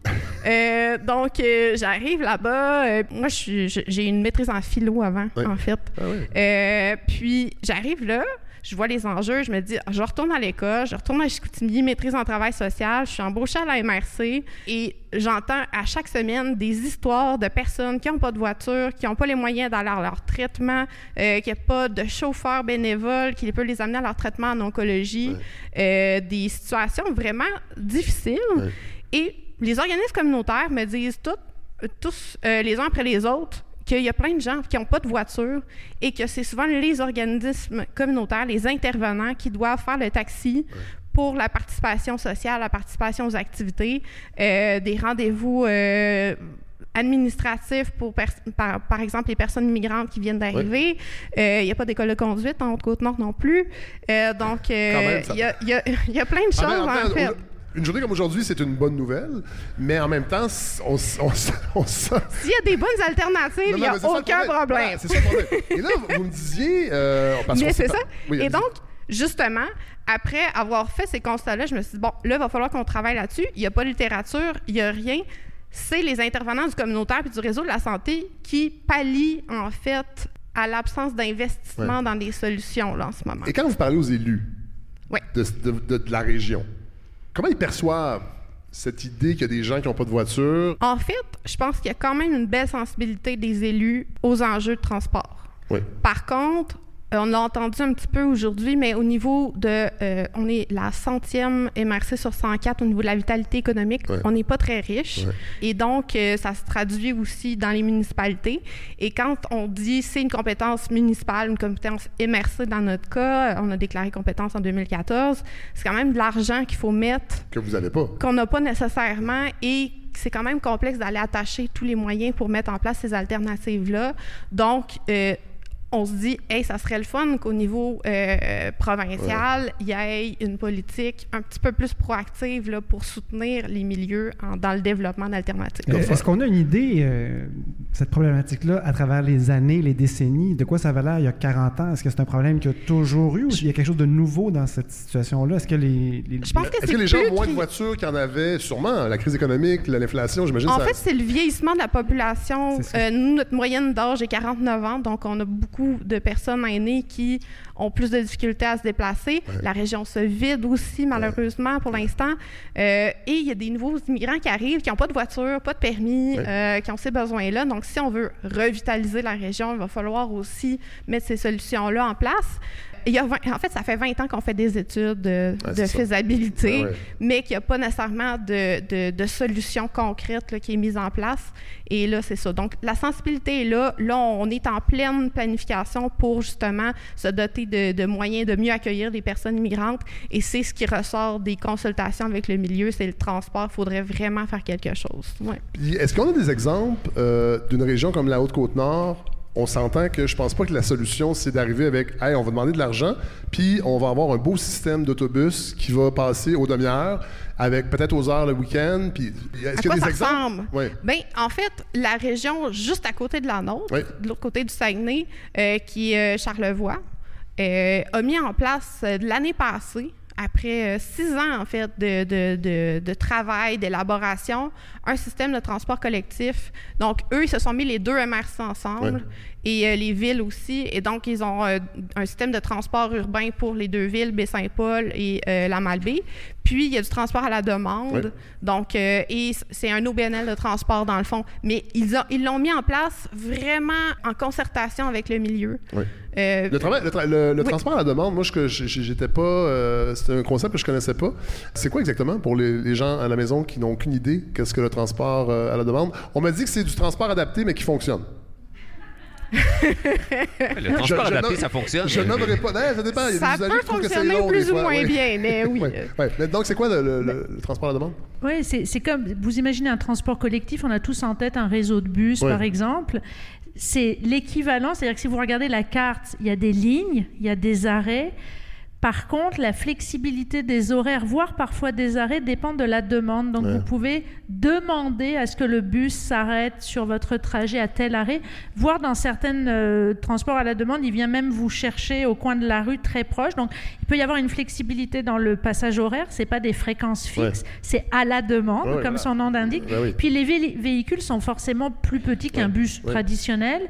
E: Euh, donc, euh, j'arrive là-bas. Euh, moi, je suis, je- j'ai une maîtrise en philo avant,
A: Ouais.
E: en fait.
A: Ah ouais.
E: Euh, puis, j'arrive là, je vois les enjeux, je me dis, je retourne à l'école, je retourne à Chicoutimi, maîtrise en travail social, je suis embauchée à la M R C et j'entends à chaque semaine des histoires de personnes qui n'ont pas de voiture, qui n'ont pas les moyens d'aller à leur traitement, euh, qui n'ont pas de chauffeur bénévole qui peut les amener à leur traitement en oncologie, euh, des situations vraiment difficiles.
A: Ouais.
E: Et les organismes communautaires me disent toutes, tous euh, les uns après les autres, qu'il y a plein de gens qui n'ont pas de voiture et que c'est souvent les organismes communautaires, les intervenants qui doivent faire le taxi ouais. pour la participation sociale, la participation aux activités, euh, des rendez-vous euh, administratifs pour, pers- par, par exemple, les personnes immigrantes qui viennent d'arriver. Il ouais. n'y euh, a pas d'école de conduite en Haute-Côte-Nord non plus. Euh, donc, il euh, y, a, y, a, y a plein de choses, ah ben, en, en fait.
A: Une journée comme aujourd'hui, c'est une bonne nouvelle, mais en même temps, on, on, on, on
E: s'il y a des bonnes alternatives, il n'y a aucun problème. problème.
A: Voilà, c'est ça le problème. Et là, vous me disiez... Euh, parce
E: mais c'est
A: ça.
E: Oui, et donc, justement, après avoir fait ces constats-là, je me suis dit, bon, là, il va falloir qu'on travaille là-dessus. Il n'y a pas de littérature, il n'y a rien. C'est les intervenants du communautaire et du réseau de la santé qui pallient, en fait, à l'absence d'investissement ouais. dans des solutions, là, en ce moment.
A: Et quand vous parlez aux élus
E: ouais.
A: de, de, de, de la région, comment ils perçoivent cette idée qu'il y a des gens qui n'ont pas de voiture?
E: En fait, je pense qu'il y a quand même une belle sensibilité des élus aux enjeux de transport.
A: Oui.
E: Par contre, on l'a entendu un petit peu aujourd'hui, mais au niveau de... Euh, on est la centième M R C sur cent quatre au niveau de la vitalité économique. Ouais. On n'est pas très riche. Ouais. Et donc, euh, ça se traduit aussi dans les municipalités. Et quand on dit c'est une compétence municipale, une compétence M R C dans notre cas, on a déclaré compétence en deux mille quatorze, c'est quand même de l'argent qu'il faut mettre...
A: Que vous n'avez pas.
E: Qu'on n'a pas nécessairement et... c'est quand même complexe d'aller attacher tous les moyens pour mettre en place ces alternatives-là. Donc, euh, on se dit, hey, ça serait le fun qu'au niveau euh, provincial, il ouais. y ait une politique un petit peu plus proactive là, pour soutenir les milieux en, dans le développement d'alternatives.
D: Euh, est-ce qu'on a une idée, euh, cette problématique-là, à travers les années, les décennies, de quoi ça avait l'air il y a quarante ans? Est-ce que c'est un problème qu'il y a toujours eu ou il y a quelque chose de nouveau dans cette situation-là? Est-ce que les, les...
E: Je pense que
A: Est-ce
E: c'est
A: que les gens ont moins
E: cri...
A: de voitures qu'il y en avait? Sûrement. La crise économique, l'inflation, j'imagine.
E: En
A: ça...
E: fait, c'est le vieillissement de la population. Euh, nous, notre moyenne d'âge est quarante-neuf ans, donc on a beaucoup de personnes aînées qui ont plus de difficultés à se déplacer. Ouais. La région se vide aussi, malheureusement, ouais. pour l'instant. Euh, et il y a des nouveaux immigrants qui arrivent, qui n'ont pas de voiture, pas de permis, ouais. euh, qui ont ces besoins-là. Donc, si on veut revitaliser la région, il va falloir aussi mettre ces solutions-là en place. Il y a vingt, en fait, ça fait vingt ans qu'on fait des études de, ouais, de faisabilité, ouais, ouais. mais qu'il n'y a pas nécessairement de, de, de solution concrète là, qui est mise en place. Et là, c'est ça. Donc, la sensibilité est là. Là, on est en pleine planification pour justement se doter de, de moyens de mieux accueillir des personnes immigrantes. Et c'est ce qui ressort des consultations avec le milieu, c'est le transport. Il faudrait vraiment faire quelque chose. Ouais.
A: Est-ce qu'on a des exemples euh, d'une région comme la Haute-Côte-Nord? On s'entend que je pense pas que la solution, c'est d'arriver avec « Hey, on va demander de l'argent, puis on va avoir un beau système d'autobus qui va passer aux demi-heures, avec peut-être aux heures le week-end. » Puis est-ce qu'il y a des exemples?
E: Oui. Bien, en fait, la région juste à côté de la nôtre, oui. de l'autre côté du Saguenay, euh, qui est euh, Charlevoix, euh, a mis en place euh, l'année passée, après euh, six ans, en fait, de, de, de, de travail, d'élaboration, un système de transport collectif. Donc, eux, ils se sont mis les deux M R C ensemble ouais. et euh, les villes aussi. Et donc, ils ont euh, un système de transport urbain pour les deux villes, Baie-Saint-Paul et euh, la Malbaie. Puis, il y a du transport à la demande. Ouais. Donc, euh, et c'est un O B N L de transport, dans le fond. Mais ils, ont, ils l'ont mis en place vraiment en concertation avec le milieu.
A: Ouais. Euh, le, travail, le, tra- le, le oui. transport à la demande, moi, je, j'étais pas... Euh, c'était un concept que je connaissais pas. C'est quoi exactement pour les, les gens à la maison qui n'ont aucune idée qu'est-ce que le transport euh, à la demande? On m'a dit que c'est du transport adapté, mais qui fonctionne.
F: Le transport je, adapté,
A: je
F: ça fonctionne.
A: Je nommerai pas. Non, ça dépend. Il y a
E: ça
A: des
E: peut fonctionner long, plus ou moins oui. bien, mais oui.
A: ouais. Ouais. Donc, c'est quoi le, le, le, le transport à la demande?
G: Oui, c'est, c'est comme... Vous imaginez un transport collectif, on a tous en tête un réseau de bus, ouais. par exemple. C'est l'équivalent, c'est-à-dire que si vous regardez la carte, il y a des lignes, il y a des arrêts. Par contre, la flexibilité des horaires, voire parfois des arrêts, dépend de la demande. Donc, ouais. vous pouvez demander à ce que le bus s'arrête sur votre trajet à tel arrêt, voire dans certains euh, transports à la demande, il vient même vous chercher au coin de la rue très proche. Donc, il peut y avoir une flexibilité dans le passage horaire. C'est pas des fréquences fixes, ouais. c'est à la demande, ouais, comme voilà. son nom l'indique. Ben oui. Puis, les vé- véhicules sont forcément plus petits qu'un ouais. bus ouais. traditionnel.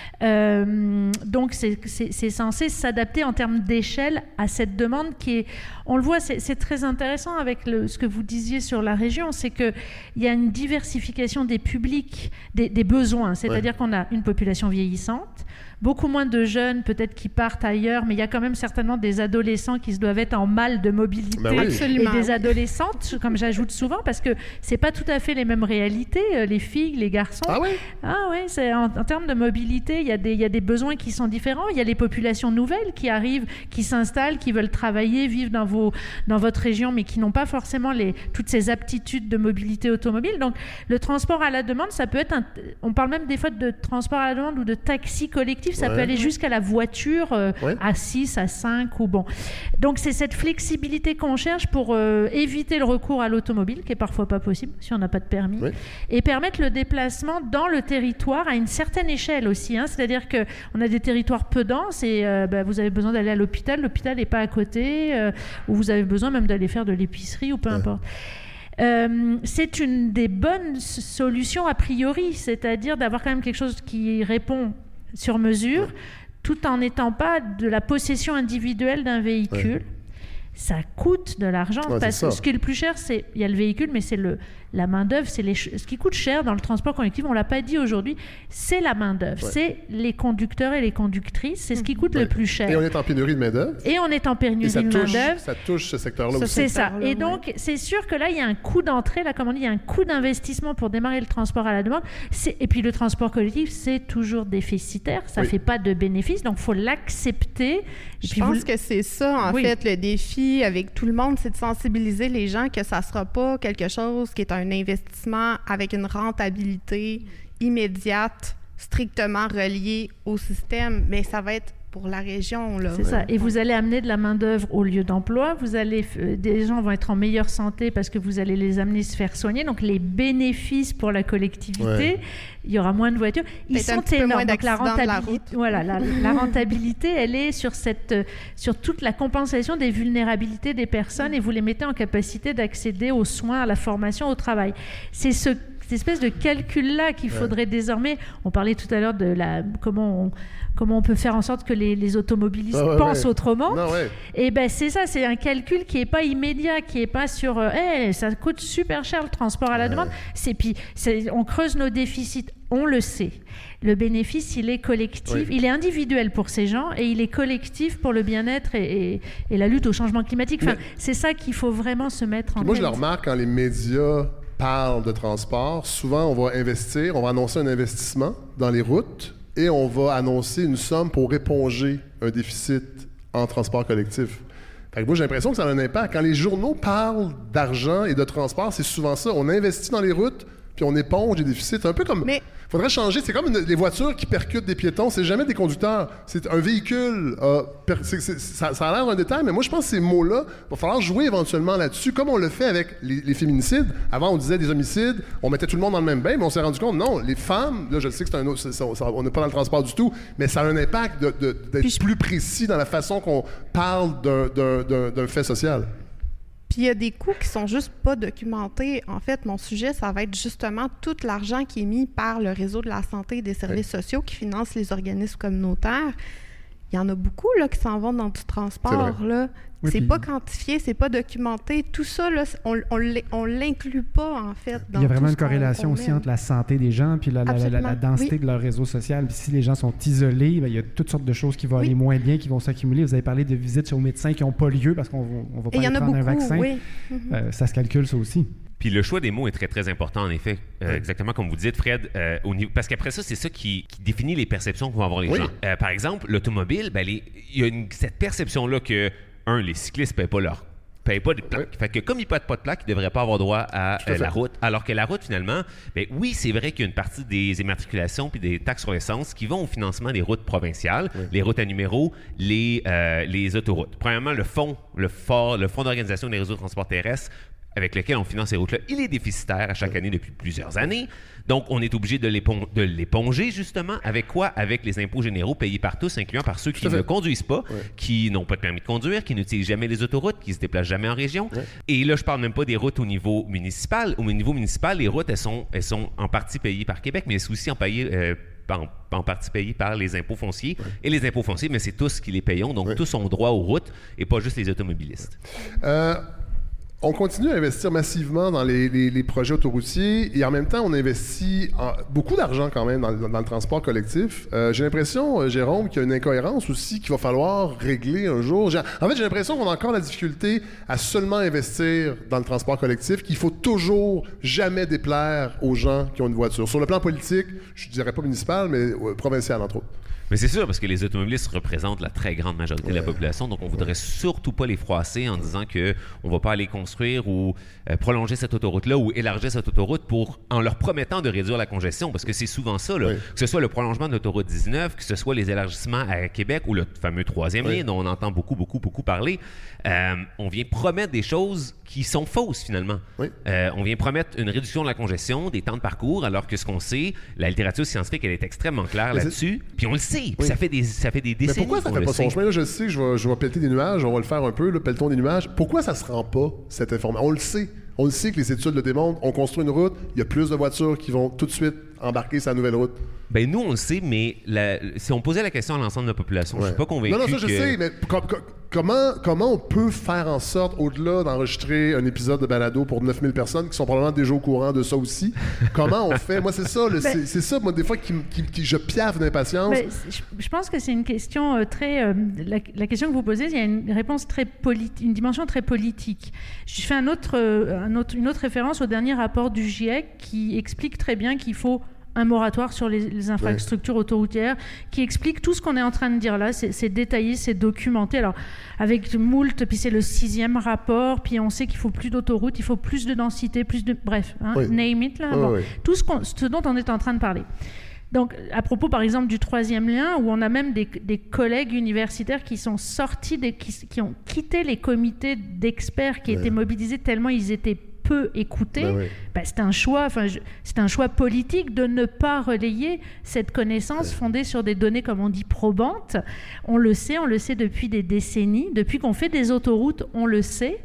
G: Euh, donc, c'est, c'est, c'est censé s'adapter en termes d'échelle à cette demande qui est, on le voit, c'est, c'est très intéressant avec le, ce que vous disiez sur la région, c'est qu'il y a une diversification des publics, des, des besoins, c'est-à-dire ouais. qu'on a une population vieillissante, beaucoup moins de jeunes peut-être qui partent ailleurs, mais il y a quand même certainement des adolescents qui se doivent être en mal de mobilité
A: ben oui.
G: et des adolescentes, comme j'ajoute souvent, parce que c'est pas tout à fait les mêmes réalités, les filles, les garçons.
A: Ah oui?
G: Ah oui, c'est en, en termes de mobilité, il y a des, il y a des besoins qui sont différents, il y a les populations nouvelles qui arrivent, qui s'installent, qui veulent travailler, vivre dans, vos, dans votre région, mais qui n'ont pas forcément les, toutes ces aptitudes de mobilité automobile. Donc, le transport à la demande, ça peut être, un, on parle même des fois de transport à la demande ou de taxi collectif, ça ouais. peut aller jusqu'à la voiture euh, ouais. à six, à cinq ou bon. Donc, c'est cette flexibilité qu'on cherche pour euh, éviter le recours à l'automobile, qui est parfois pas possible si on n'a pas de permis, ouais. et permettre le déplacement dans le territoire à une certaine échelle aussi. Hein. C'est-à-dire qu'on a des territoires peu denses et euh, ben, vous avez besoin d'aller à l'hôpital, l'hôpital n'est pas à côté, euh, ou vous avez besoin même d'aller faire de l'épicerie ou peu ouais. importe. Euh, c'est une des bonnes solutions a priori, c'est-à-dire d'avoir quand même quelque chose qui répond sur mesure, ouais. tout en n'étant pas de la possession individuelle d'un véhicule. Ouais. Ça coûte de l'argent, ouais, parce que ce qui est le plus cher, c'est, il y a le véhicule, mais c'est le, la main-d'œuvre, c'est les, ce qui coûte cher dans le transport collectif, on ne l'a pas dit aujourd'hui, c'est la main-d'œuvre, ouais. c'est les conducteurs et les conductrices, c'est ce qui coûte ouais. le plus cher.
A: Et on est en pénurie de main-d'œuvre.
G: Et on est en pénurie de main-d'œuvre.
A: Ça touche ce secteur-là
G: ça,
A: aussi.
G: C'est ça. Et donc, c'est sûr que là, il y a un coût d'entrée, là, comme on dit, il y a un coût d'investissement pour démarrer le transport à la demande. C'est, et puis, le transport collectif, c'est toujours déficitaire, ça ne oui. fait pas de bénéfices, donc il faut l'accepter.
E: Je puis pense vous... que c'est ça, en oui. fait, le défi avec tout le monde, c'est de sensibiliser les gens que ça ne sera pas quelque chose qui est un investissement avec une rentabilité immédiate, strictement reliée au système, mais ça va être pour la région. Là.
G: C'est ça. Et vous allez amener de la main-d'œuvre au lieu d'emploi. Vous allez, euh, des gens vont être en meilleure santé parce que vous allez les amener se faire soigner. Donc, les bénéfices pour la collectivité, ouais. il y aura moins de voitures. Ils sont énormes. Donc, la rentabilité, la voilà, la, la rentabilité, elle est sur, cette, sur toute la compensation des vulnérabilités des personnes et vous les mettez en capacité d'accéder aux soins, à la formation, au travail. C'est ce cette espèce de calcul-là qu'il ouais. faudrait désormais... On parlait tout à l'heure de la, comment, on, comment on peut faire en sorte que les, les automobilistes ah ouais, pensent ouais. autrement. Non, ouais. Et bien, c'est ça, c'est un calcul qui n'est pas immédiat, qui n'est pas sur... Euh, hey, ça coûte super cher le transport à la ouais. demande. C'est, puis, c'est, on creuse nos déficits, on le sait. Le bénéfice, il est collectif, oui. il est individuel pour ces gens et il est collectif pour le bien-être et, et, et la lutte au changement climatique. Enfin, mais, c'est ça qu'il faut vraiment se mettre en
A: moi, tête. Moi, je le remarque quand les médias parle de transport, souvent on va investir, on va annoncer un investissement dans les routes et on va annoncer une somme pour éponger un déficit en transport collectif. Fait que moi, j'ai l'impression que ça a un impact. Quand les journaux parlent d'argent et de transport, c'est souvent ça. On investit dans les routes, puis on éponge les déficits. C'est un peu comme... Mais... faudrait changer. C'est comme une, les voitures qui percutent des piétons. C'est jamais des conducteurs. C'est un véhicule. Euh, per, c'est, c'est, ça, ça a l'air un détail, mais moi, je pense que ces mots-là, il va falloir jouer éventuellement là-dessus, comme on le fait avec les, les féminicides. Avant, on disait des homicides, on mettait tout le monde dans le même bain, mais on s'est rendu compte, non, les femmes, là, je sais que c'est un autre... C'est, ça, on n'est pas dans le transport du tout, mais ça a un impact de, de, d'être je... plus précis dans la façon qu'on parle d'un, d'un, d'un, d'un fait social.
E: Puis il y a des coûts qui sont juste pas documentés. En fait, mon sujet, ça va être justement tout l'argent qui est mis par le réseau de la santé et des services oui. sociaux qui financent les organismes communautaires. Il y en a beaucoup là, qui s'en vont dans du transport. C'est, là. Oui, c'est puis... pas quantifié, c'est pas documenté. Tout ça, là, on, on, on l'inclut pas, en fait, dans
D: il y a vraiment
E: tout
D: une corrélation aussi entre la santé des gens puis la, la, la, la, la densité oui. de leur réseau social. Puis si les gens sont isolés, bien, il y a toutes sortes de choses qui vont oui. aller moins bien, qui vont s'accumuler. Vous avez parlé de visites aux médecins qui n'ont pas lieu parce qu'on ne va pas aller prendre beaucoup, un vaccin. Oui. Mm-hmm. Euh, ça se calcule, ça aussi.
F: Puis le choix des mots est très, très important, en effet. Euh, oui. Exactement comme vous dites, Fred. Euh, au niveau... Parce qu'après ça, c'est ça qui, qui définit les perceptions que vont avoir les oui. gens. Euh, par exemple, l'automobile, ben, les... il y a une... cette perception-là que, un, les cyclistes ne paient pas leur paye pas de plaque.
A: Oui.
F: Fait que comme ils ne payent pas de plaque, ils ne devraient pas avoir droit à,
A: à
F: euh, la route. Alors que la route, finalement, ben, oui, c'est vrai qu'il y a une partie des immatriculations puis des taxes sur l'essence qui vont au financement des routes provinciales, oui. les routes à numéro, les, euh, les autoroutes. Premièrement, le fonds, le, fort, le fonds d'organisation des réseaux de transport terrestre avec lequel on finance ces routes-là, il est déficitaire à chaque oui. année depuis plusieurs années. Donc, on est obligé de, l'épon- de l'éponger, justement. Avec quoi? Avec les impôts généraux payés par tous, incluant par ceux qui ne conduisent pas, oui. qui n'ont pas de permis de conduire, qui n'utilisent jamais les autoroutes, qui ne se déplacent jamais en région. Oui. Et là, je parle même pas des routes au niveau municipal. Au niveau municipal, les routes, elles sont, elles sont en partie payées par Québec, mais elles sont aussi en, payées, euh, en, en partie payées par les impôts fonciers. Oui. Et les impôts fonciers, mais c'est tous qui les payons. Donc, oui. tous ont droit aux routes et pas juste les automobilistes.
A: Euh... On continue à investir massivement dans les, les, les projets autoroutiers et en même temps, on investit en, beaucoup d'argent quand même dans, dans, dans le transport collectif. Euh, j'ai l'impression, euh, Jérôme, qu'il y a une incohérence aussi qu'il va falloir régler un jour. J'ai, en fait, j'ai l'impression qu'on a encore la difficulté à seulement investir dans le transport collectif, qu'il faut toujours jamais déplaire aux gens qui ont une voiture. Sur le plan politique, je ne dirais pas municipal, mais euh, provincial, entre autres.
F: Mais c'est sûr, parce que les automobilistes représentent la très grande majorité ouais. de la population, donc on ne voudrait surtout pas les froisser en disant qu'on ne va pas aller construire ou euh, prolonger cette autoroute-là ou élargir cette autoroute pour, en leur promettant de réduire la congestion, parce que c'est souvent ça, là, oui. que ce soit le prolongement de l'autoroute dix-neuf, que ce soit les élargissements à Québec ou le fameux troisième oui. lien dont on entend beaucoup, beaucoup, beaucoup parler. Euh, on vient promettre des choses qui sont fausses, finalement. Oui. Euh, on vient promettre une réduction de la congestion, des temps de parcours, alors que ce qu'on sait, la littérature scientifique, elle est extrêmement claire mais là-dessus, c'est... puis on le sait. Oui. Ça, fait des, ça fait des décennies.
A: Mais pourquoi ça ne fait pas son chemin? Là, je sais que je vais, je vais pelleter des nuages, on va le faire un peu, le pelleton des nuages. Pourquoi ça ne se rend pas, cette information? On le sait. On le sait que les études le démontrent. On construit une route, il y a plus de voitures qui vont tout de suite embarquer sur la nouvelle route.
F: Ben nous, on le sait, mais la, si on posait la question à l'ensemble de la population, ouais. je ne suis pas convaincu que...
A: Non, non, ça, je
F: que...
A: sais, mais com- com- comment, comment on peut faire en sorte, au-delà d'enregistrer un épisode de balado pour neuf mille personnes qui sont probablement déjà au courant de ça aussi, comment on fait... Moi, c'est ça, le, ben, c'est, c'est ça, moi, des fois, qui, qui, qui je piaffe d'impatience.
G: Ben, je, je pense que c'est une question euh, très... Euh, la, la question que vous posez, il y a une réponse très politique, une dimension très politique. Je fais un autre, euh, un autre, une autre référence au dernier rapport du GIEC qui explique très bien qu'il faut un moratoire sur les, les infrastructures ouais. autoroutières, qui explique tout ce qu'on est en train de dire là. C'est, c'est détaillé, c'est documenté. Alors, avec moult, puis c'est le sixième rapport, puis on sait qu'il faut plus d'autoroutes, il faut plus de densité, plus de... Bref, hein, oui. name it, là. Oui, bon. oui. Tout ce, qu'on, ce dont on est en train de parler. Donc, à propos, par exemple, du troisième lien, où on a même des, des collègues universitaires qui sont sortis, des, qui, qui ont quitté les comités d'experts qui ouais. étaient mobilisés tellement ils étaient peu écoutés, ben oui. ben c'est un choix, enfin, je, c'est un choix politique de ne pas relayer cette connaissance ouais. fondée sur des données, comme on dit, probantes. On le sait, on le sait depuis des décennies, depuis qu'on fait des autoroutes, on le sait.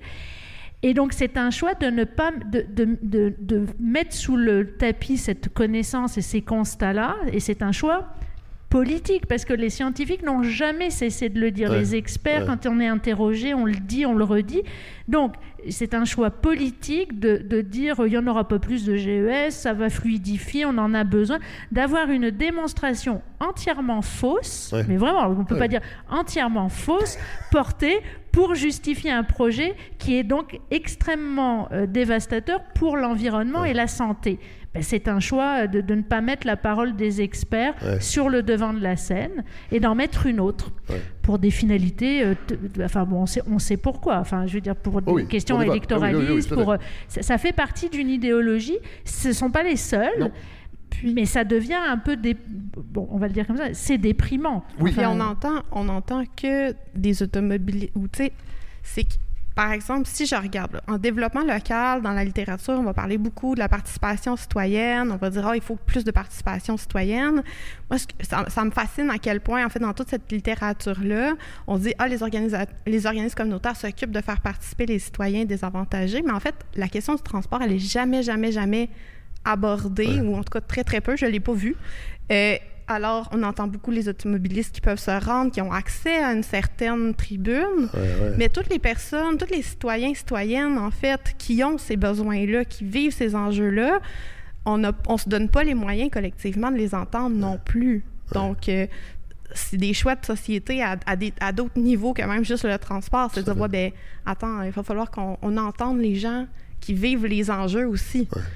G: Et donc, c'est un choix de ne pas de, de, de, de mettre sous le tapis cette connaissance et ces constats-là, et c'est un choix politique, parce que les scientifiques n'ont jamais cessé de le dire. Ouais. Les experts, ouais. quand on est interrogé, on le dit, on le redit. Donc, c'est un choix politique de, de dire il n'y en aura pas plus de G E S, ça va fluidifier, on en a besoin, d'avoir une démonstration entièrement fausse, ouais. mais vraiment, on ne peut ouais. pas dire entièrement fausse, portée pour justifier un projet qui est donc extrêmement euh, dévastateur pour l'environnement ouais. et la santé. Ben, c'est un choix de, de ne pas mettre la parole des experts ouais. sur le devant de la scène et d'en mettre une autre ouais. pour des finalités. Euh, t- enfin bon, on sait, on sait pourquoi. Enfin, je veux dire pour des oh oui, questions pour électoralistes. Oui, oui, oui, pour euh, ça, ça fait partie d'une idéologie. Ce ne sont pas les seuls. Non. Puis, mais ça devient un peu dé... bon, on va le dire comme ça. C'est déprimant.
E: Oui. Enfin, on entend, on entend que des automobilistes. Ou tu sais, c'est que par exemple, si je regarde, là, en développement local, dans la littérature, on va parler beaucoup de la participation citoyenne. On va dire, ah, oh, il faut plus de participation citoyenne. Moi, ça, ça me fascine à quel point, en fait, dans toute cette littérature-là, on dit, ah, les, organisa- les organismes communautaires s'occupent de faire participer les citoyens désavantagés. Mais en fait, la question du transport, elle n'est jamais, jamais, jamais abordée, ouais. ou en tout cas très, très peu. Je ne l'ai pas vue. Euh, Alors, on entend beaucoup les automobilistes qui peuvent se rendre, qui ont accès à une certaine tribune, ouais, ouais. mais toutes les personnes, tous les citoyens, citoyennes, en fait, qui ont ces besoins-là, qui vivent ces enjeux-là, on ne se donne pas les moyens collectivement de les entendre ouais. non plus. Ouais. Donc, euh, c'est des choix de société à, à, des, à d'autres niveaux que même juste le transport. C'est de dire, ouais, ben, attends, il va falloir qu'on on entende les gens qui vivent les enjeux aussi. Ouais.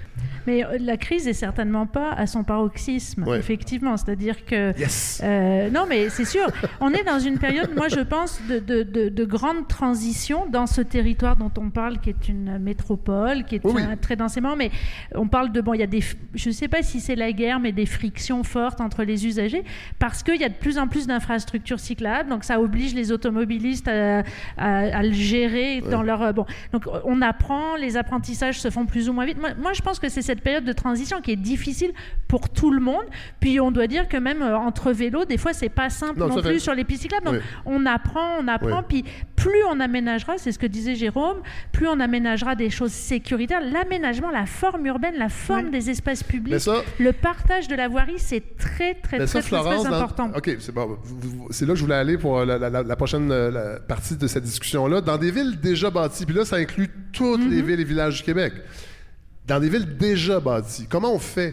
G: Mais euh, la crise est certainement pas à son paroxysme,
A: ouais.
G: effectivement. C'est-à-dire que...
A: Yes.
G: Euh, non, mais c'est sûr. On est dans une période, moi, je pense, de, de, de, de grande transition dans ce territoire dont on parle, qui est une métropole, qui est
A: oui,
G: un,
A: oui.
G: très densément, mais on parle de... Bon, il y a des... Je ne sais pas si c'est la guerre, mais des frictions fortes entre les usagers, parce qu'il y a de plus en plus d'infrastructures cyclables, donc ça oblige les automobilistes à, à, à le gérer ouais. dans leur... Bon, donc on apprend, les apprentissages se font plus ou moins vite. Moi, moi, je pense que c'est cette période de transition qui est difficile pour tout le monde, puis on doit dire que même euh, entre vélos, des fois, c'est pas simple non, non plus fait. Sur les pistes cyclables, donc oui. on apprend, on apprend, oui. puis plus on aménagera, c'est ce que disait Jérôme, plus on aménagera des choses sécuritaires, l'aménagement, la forme urbaine, la forme oui. des espaces publics, ça, le partage de la voirie, c'est très, très, très, ça, très, Florence, très, très important.
A: Dans... OK, c'est bon. C'est là que je voulais aller pour la, la, la prochaine la partie de cette discussion-là. Dans des villes déjà bâties, puis là, ça inclut toutes mm-hmm. les villes et villages du Québec. Dans des villes déjà bâties, comment on fait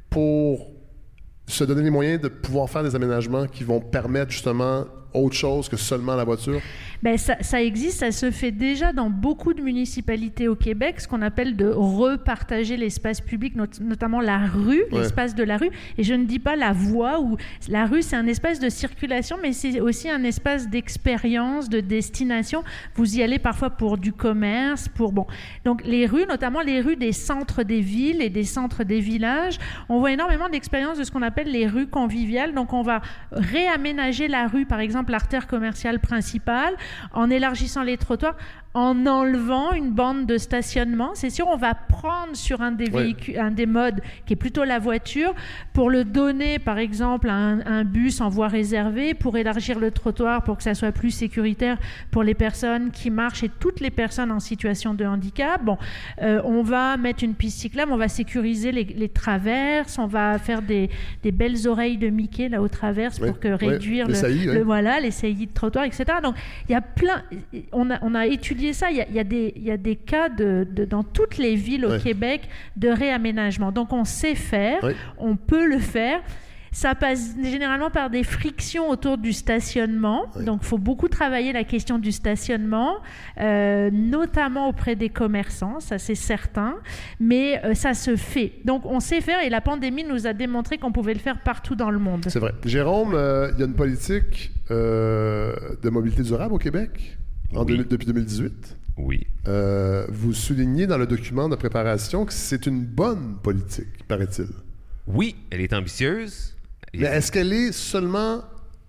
A: pour se donner les moyens de pouvoir faire des aménagements qui vont permettre justement autre chose que seulement la voiture?
G: Bien, ça, ça existe, ça se fait déjà dans beaucoup de municipalités au Québec, ce qu'on appelle de repartager l'espace public, not- notamment la rue, ouais. l'espace de la rue. Et je ne dis pas la voie, où la rue, c'est un espace de circulation, mais c'est aussi un espace d'expérience, de destination. Vous y allez parfois pour du commerce, pour... Bon. Donc, les rues, notamment les rues des centres des villes et des centres des villages, on voit énormément d'expériences de ce qu'on appelle les rues conviviales. Donc, on va réaménager la rue, par exemple, l'artère commerciale principale, en élargissant les trottoirs, en enlevant une bande de stationnement. C'est sûr, on va prendre sur un des, véhicules, ouais. un des modes qui est plutôt la voiture pour le donner, par exemple, à un, un bus en voie réservée, pour élargir le trottoir, pour que ça soit plus sécuritaire pour les personnes qui marchent et toutes les personnes en situation de handicap. Bon, euh, on va mettre une piste cyclable, on va sécuriser les, les traverses, on va faire des, des belles oreilles de Mickey là aux traverses ouais. pour que réduire ouais. le, saillies, le ouais. voilà, les saillies de trottoir, et cetera. Donc, il y a plein... On a, on a étudié ça, il y a, il y a, des, il y a des cas de, de, dans toutes les villes au ouais. Québec de réaménagement. Donc, on sait faire, ouais. on peut le faire. Ça passe généralement par des frictions autour du stationnement. Oui. Donc, il faut beaucoup travailler la question du stationnement, euh, notamment auprès des commerçants, ça c'est certain, mais euh, ça se fait. Donc, on sait faire et la pandémie nous a démontré qu'on pouvait le faire partout dans le monde.
A: C'est vrai. Jérôme, euh, il y a une politique euh, de mobilité durable au Québec en oui. de, depuis deux mille dix-huit.
F: Oui.
A: Euh, vous soulignez dans le document de préparation que c'est une bonne politique, paraît-il.
F: Oui, elle est ambitieuse.
A: Mais est-ce qu'elle est seulement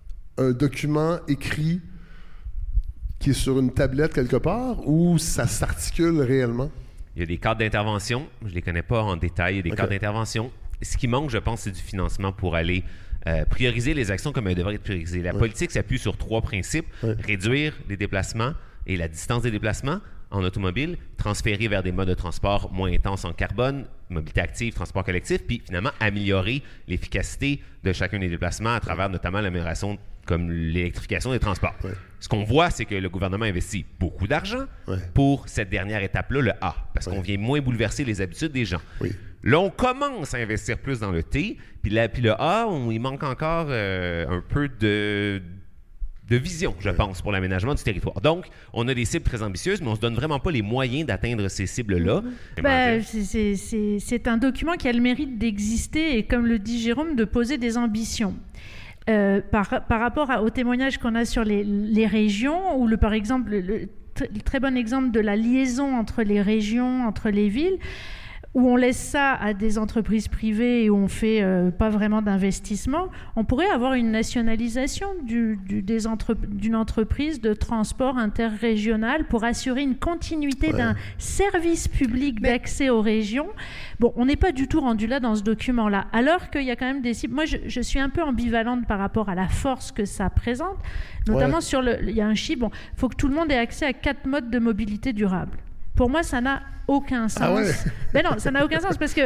A: un document écrit qui est sur une tablette quelque part ou ça s'articule réellement?
F: Il y a des cadres d'intervention. Je ne les connais pas en détail. Il y a des okay. cadres d'intervention. Ce qui manque, je pense, c'est du financement pour aller euh, prioriser les actions comme elles devraient être priorisées. La ouais. politique s'appuie sur trois principes. Ouais. Réduire les déplacements et la distance des déplacements en automobile, transférer vers des modes de transport moins intenses en carbone, mobilité active, transport collectif, puis finalement améliorer l'efficacité de chacun des déplacements à travers notamment l'amélioration comme l'électrification des transports. Ouais. Ce qu'on voit, c'est que le gouvernement investit beaucoup d'argent ouais. pour cette dernière étape-là, le A, parce ouais. qu'on vient moins bouleverser les habitudes des gens. Oui. Là, on commence à investir plus dans le T, puis, la, puis le A, on, il manque encore euh, un peu de... de vision, je pense, pour l'aménagement du territoire. Donc, on a des cibles très ambitieuses, mais on ne se donne vraiment pas les moyens d'atteindre ces cibles-là.
G: Ben, c'est, c'est, c'est un document qui a le mérite d'exister et, comme le dit Jérôme, de poser des ambitions. Euh, par, par rapport à, au témoignage qu'on a sur les, les régions, ou le, par exemple, le, le, le très bon exemple de la liaison entre les régions, entre les villes, où on laisse ça à des entreprises privées et où on ne fait euh, pas vraiment d'investissement, on pourrait avoir une nationalisation du, du, des entre, d'une entreprise de transport interrégional pour assurer une continuité ouais. d'un service public Mais... d'accès aux régions. Bon, on n'est pas du tout rendu là dans ce document-là, alors qu'il y a quand même des cibles. Moi, je, je suis un peu ambivalente par rapport à la force que ça présente, notamment ouais. sur le... Il y a un chiffre, bon, il faut que tout le monde ait accès à quatre modes de mobilité durable. Pour moi, ça n'a aucun sens.
A: Ah ouais.
G: Ben non, ça n'a aucun sens parce que,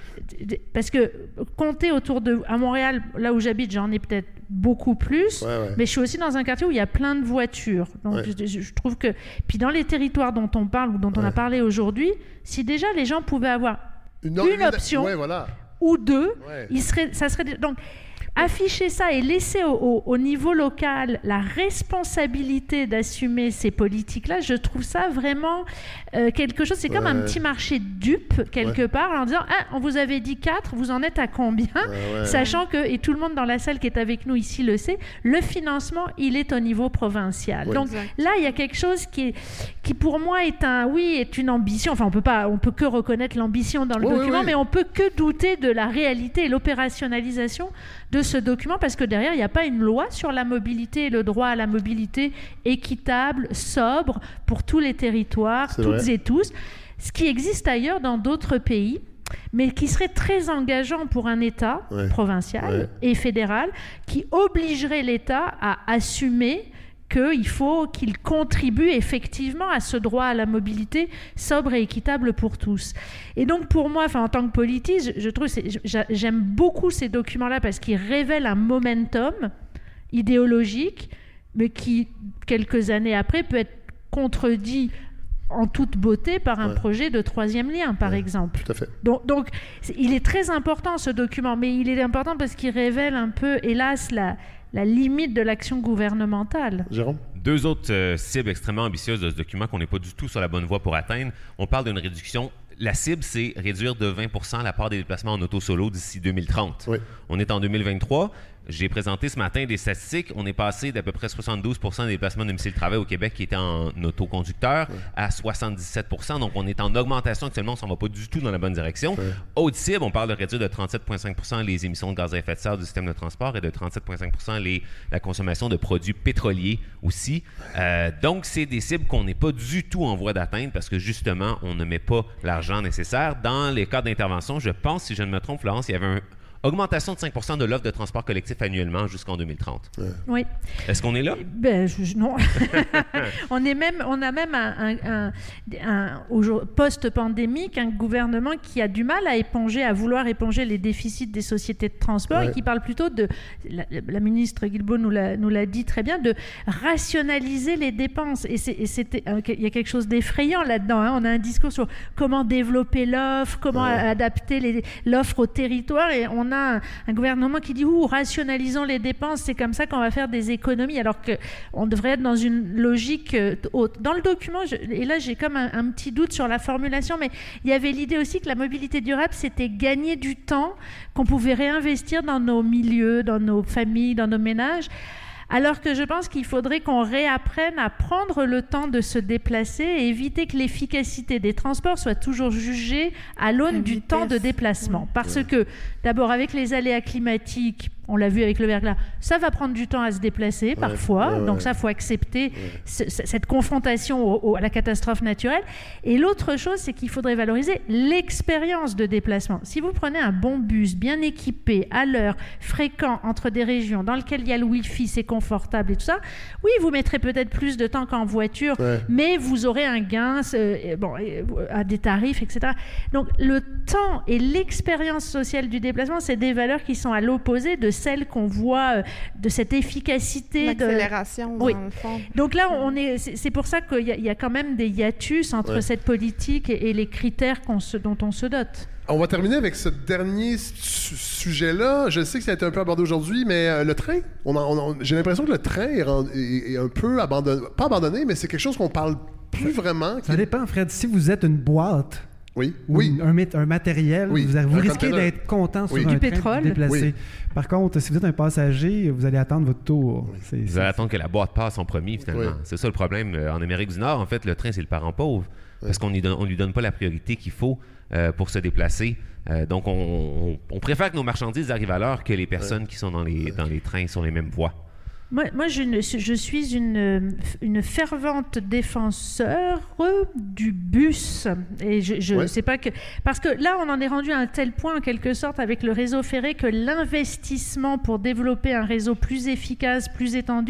G: parce que compter autour de... À Montréal, là où j'habite, j'en ai peut-être beaucoup plus, ouais, ouais. mais je suis aussi dans un quartier où il y a plein de voitures. Donc, ouais. je, je trouve que... Puis dans les territoires dont on parle ou dont on ouais. a parlé aujourd'hui, si déjà les gens pouvaient avoir une, une option
A: ouais, voilà.
G: ou deux, ouais. il serait, ça serait... Donc, afficher ça et laisser au, au, au niveau local la responsabilité d'assumer ces politiques-là, je trouve ça vraiment euh, quelque chose. C'est ouais. comme un petit marché de dupes, quelque ouais. part, en disant ah, on vous avait dit quatre, vous en êtes à combien ouais, ouais. Sachant que, et tout le monde dans la salle qui est avec nous ici le sait, le financement, il est au niveau provincial. Ouais. Donc exact. Là, il y a quelque chose qui, est, qui pour moi, est un, oui, est une ambition. Enfin, on peut pas, on peut que reconnaître l'ambition dans le ouais, document, ouais, ouais. mais on peut que douter de la réalité et l'opérationnalisation de ce document, parce que derrière, il n'y a pas une loi sur la mobilité et le droit à la mobilité équitable, sobre, pour tous les territoires, c'est toutes vrai. Et tous, ce qui existe ailleurs dans d'autres pays, mais qui serait très engageant pour un État ouais. provincial ouais. et fédéral, qui obligerait l'État à assumer qu'il faut qu'il contribue effectivement à ce droit à la mobilité sobre et équitable pour tous. Et donc pour moi, enfin, en tant que politiste, je, je trouve c'est, j'aime beaucoup ces documents-là parce qu'ils révèlent un momentum idéologique, mais qui, quelques années après, peut être contredit en toute beauté par un ouais. projet de troisième lien, par ouais, exemple.
A: Tout à fait.
G: Donc, donc, il est très important, ce document, mais il est important parce qu'il révèle un peu, hélas, la, la limite de l'action gouvernementale.
A: Jérôme?
F: Deux autres euh, cibles extrêmement ambitieuses de ce document qu'on n'est pas du tout sur la bonne voie pour atteindre. On parle d'une réduction. La cible, c'est réduire de vingt pour cent la part des déplacements en auto solo d'ici deux mille trente. Oui. On est en deux mille vingt-trois. J'ai présenté ce matin des statistiques. On est passé d'à peu près soixante-douze pour cent des déplacements de domicile-travail au Québec qui étaient en autoconducteur oui. à soixante-dix-sept pour cent. Donc, on est en augmentation actuellement. On ne s'en va pas du tout dans la bonne direction. Oui. Autre cible, on parle de réduire de trente-sept virgule cinq pour cent les émissions de gaz à effet de serre du système de transport et de trente-sept virgule cinq pour cent les, la consommation de produits pétroliers aussi. Euh, donc, c'est des cibles qu'on n'est pas du tout en voie d'atteindre parce que, justement, on ne met pas l'argent nécessaire. Dans les cas d'intervention, je pense, si je ne me trompe, Florence, il y avait un augmentation de cinq pour cent de l'offre de transport collectif annuellement jusqu'en deux mille trente. Ouais.
G: Oui.
F: Est-ce qu'on est là?
G: Ben, je, non. on, est même, on a même, un, un, un, un, post-pandémique, un gouvernement qui a du mal à éponger, à vouloir éponger les déficits des sociétés de transport ouais. et qui parle plutôt de, la, la ministre Guilbeault nous l'a, nous l'a dit très bien, de rationaliser les dépenses. Et, c'est, et c'était, il y a quelque chose d'effrayant là-dedans. Hein. On a un discours sur comment développer l'offre, comment ouais. adapter les, l'offre au territoire, et on a Un, un gouvernement qui dit ouh, rationalisons les dépenses, c'est comme ça qu'on va faire des économies, alors qu'on devrait être dans une logique euh, haute. Dans le document, je, et là j'ai comme un, un petit doute sur la formulation, mais il y avait l'idée aussi que la mobilité durable, c'était gagner du temps qu'on pouvait réinvestir dans nos milieux, dans nos familles, dans nos ménages. Alors que je pense qu'il faudrait qu'on réapprenne à prendre le temps de se déplacer et éviter que l'efficacité des transports soit toujours jugée à l'aune du temps de déplacement. Oui. Parce que, d'abord, avec les aléas climatiques, on l'a vu avec le verglas, ça va prendre du temps à se déplacer, ouais, parfois. Ouais, ouais. Donc ça, il faut accepter ouais. ce, cette confrontation au, au, à la catastrophe naturelle. Et l'autre chose, c'est qu'il faudrait valoriser l'expérience de déplacement. Si vous prenez un bon bus, bien équipé, à l'heure, fréquent, entre des régions, dans lequel il y a le Wi-Fi, c'est confortable et tout ça, oui, vous mettrez peut-être plus de temps qu'en voiture, ouais. mais vous aurez un gain euh, bon, à des tarifs, et cetera. Donc le temps et l'expérience sociale du déplacement, c'est des valeurs qui sont à l'opposé de celle qu'on voit, euh, de cette efficacité.
E: L'accélération,
G: de... oui.
E: dans le fond.
G: Donc là, on est, c'est, c'est pour ça qu'il y a, il y a quand même des hiatus entre ouais. cette politique et, et les critères qu'on se, dont on se dote.
A: On va terminer avec ce dernier su- sujet-là. Je sais que ça a été un peu abordé aujourd'hui, mais euh, le train, on a, on a, j'ai l'impression que le train est, rend, est, est un peu abandonné. Pas abandonné, mais c'est quelque chose qu'on parle plus vraiment.
D: Ça qui... dépend, Fred. Si vous êtes une boîte,
A: oui,
D: ou
A: oui.
D: Un, un matériel, oui. vous, vous risquez conteneur. D'être content sur
G: oui.
D: un
G: du
D: train
G: pétrole.
D: déplacé.
A: Oui.
D: Par contre, si vous êtes un passager, vous allez attendre votre tour.
F: Oui.
D: C'est,
F: vous
D: c'est...
F: allez attendre que la boîte passe en premier, finalement. Oui. C'est ça le problème. En Amérique du Nord, en fait, le train, c'est le parent pauvre. Oui. Parce qu'on ne lui donne pas la priorité qu'il faut euh, pour se déplacer. Euh, donc, on, on, on préfère que nos marchandises arrivent à l'heure que les personnes oui. qui sont dans les, oui. dans les trains sur les mêmes voies.
G: Moi, moi je, ne, je suis une, une fervente défenseur du bus. Et je, je ouais. sais pas que... Parce que là, on en est rendu à un tel point, en quelque sorte, avec le réseau ferré, que l'investissement pour développer un réseau plus efficace, plus étendu,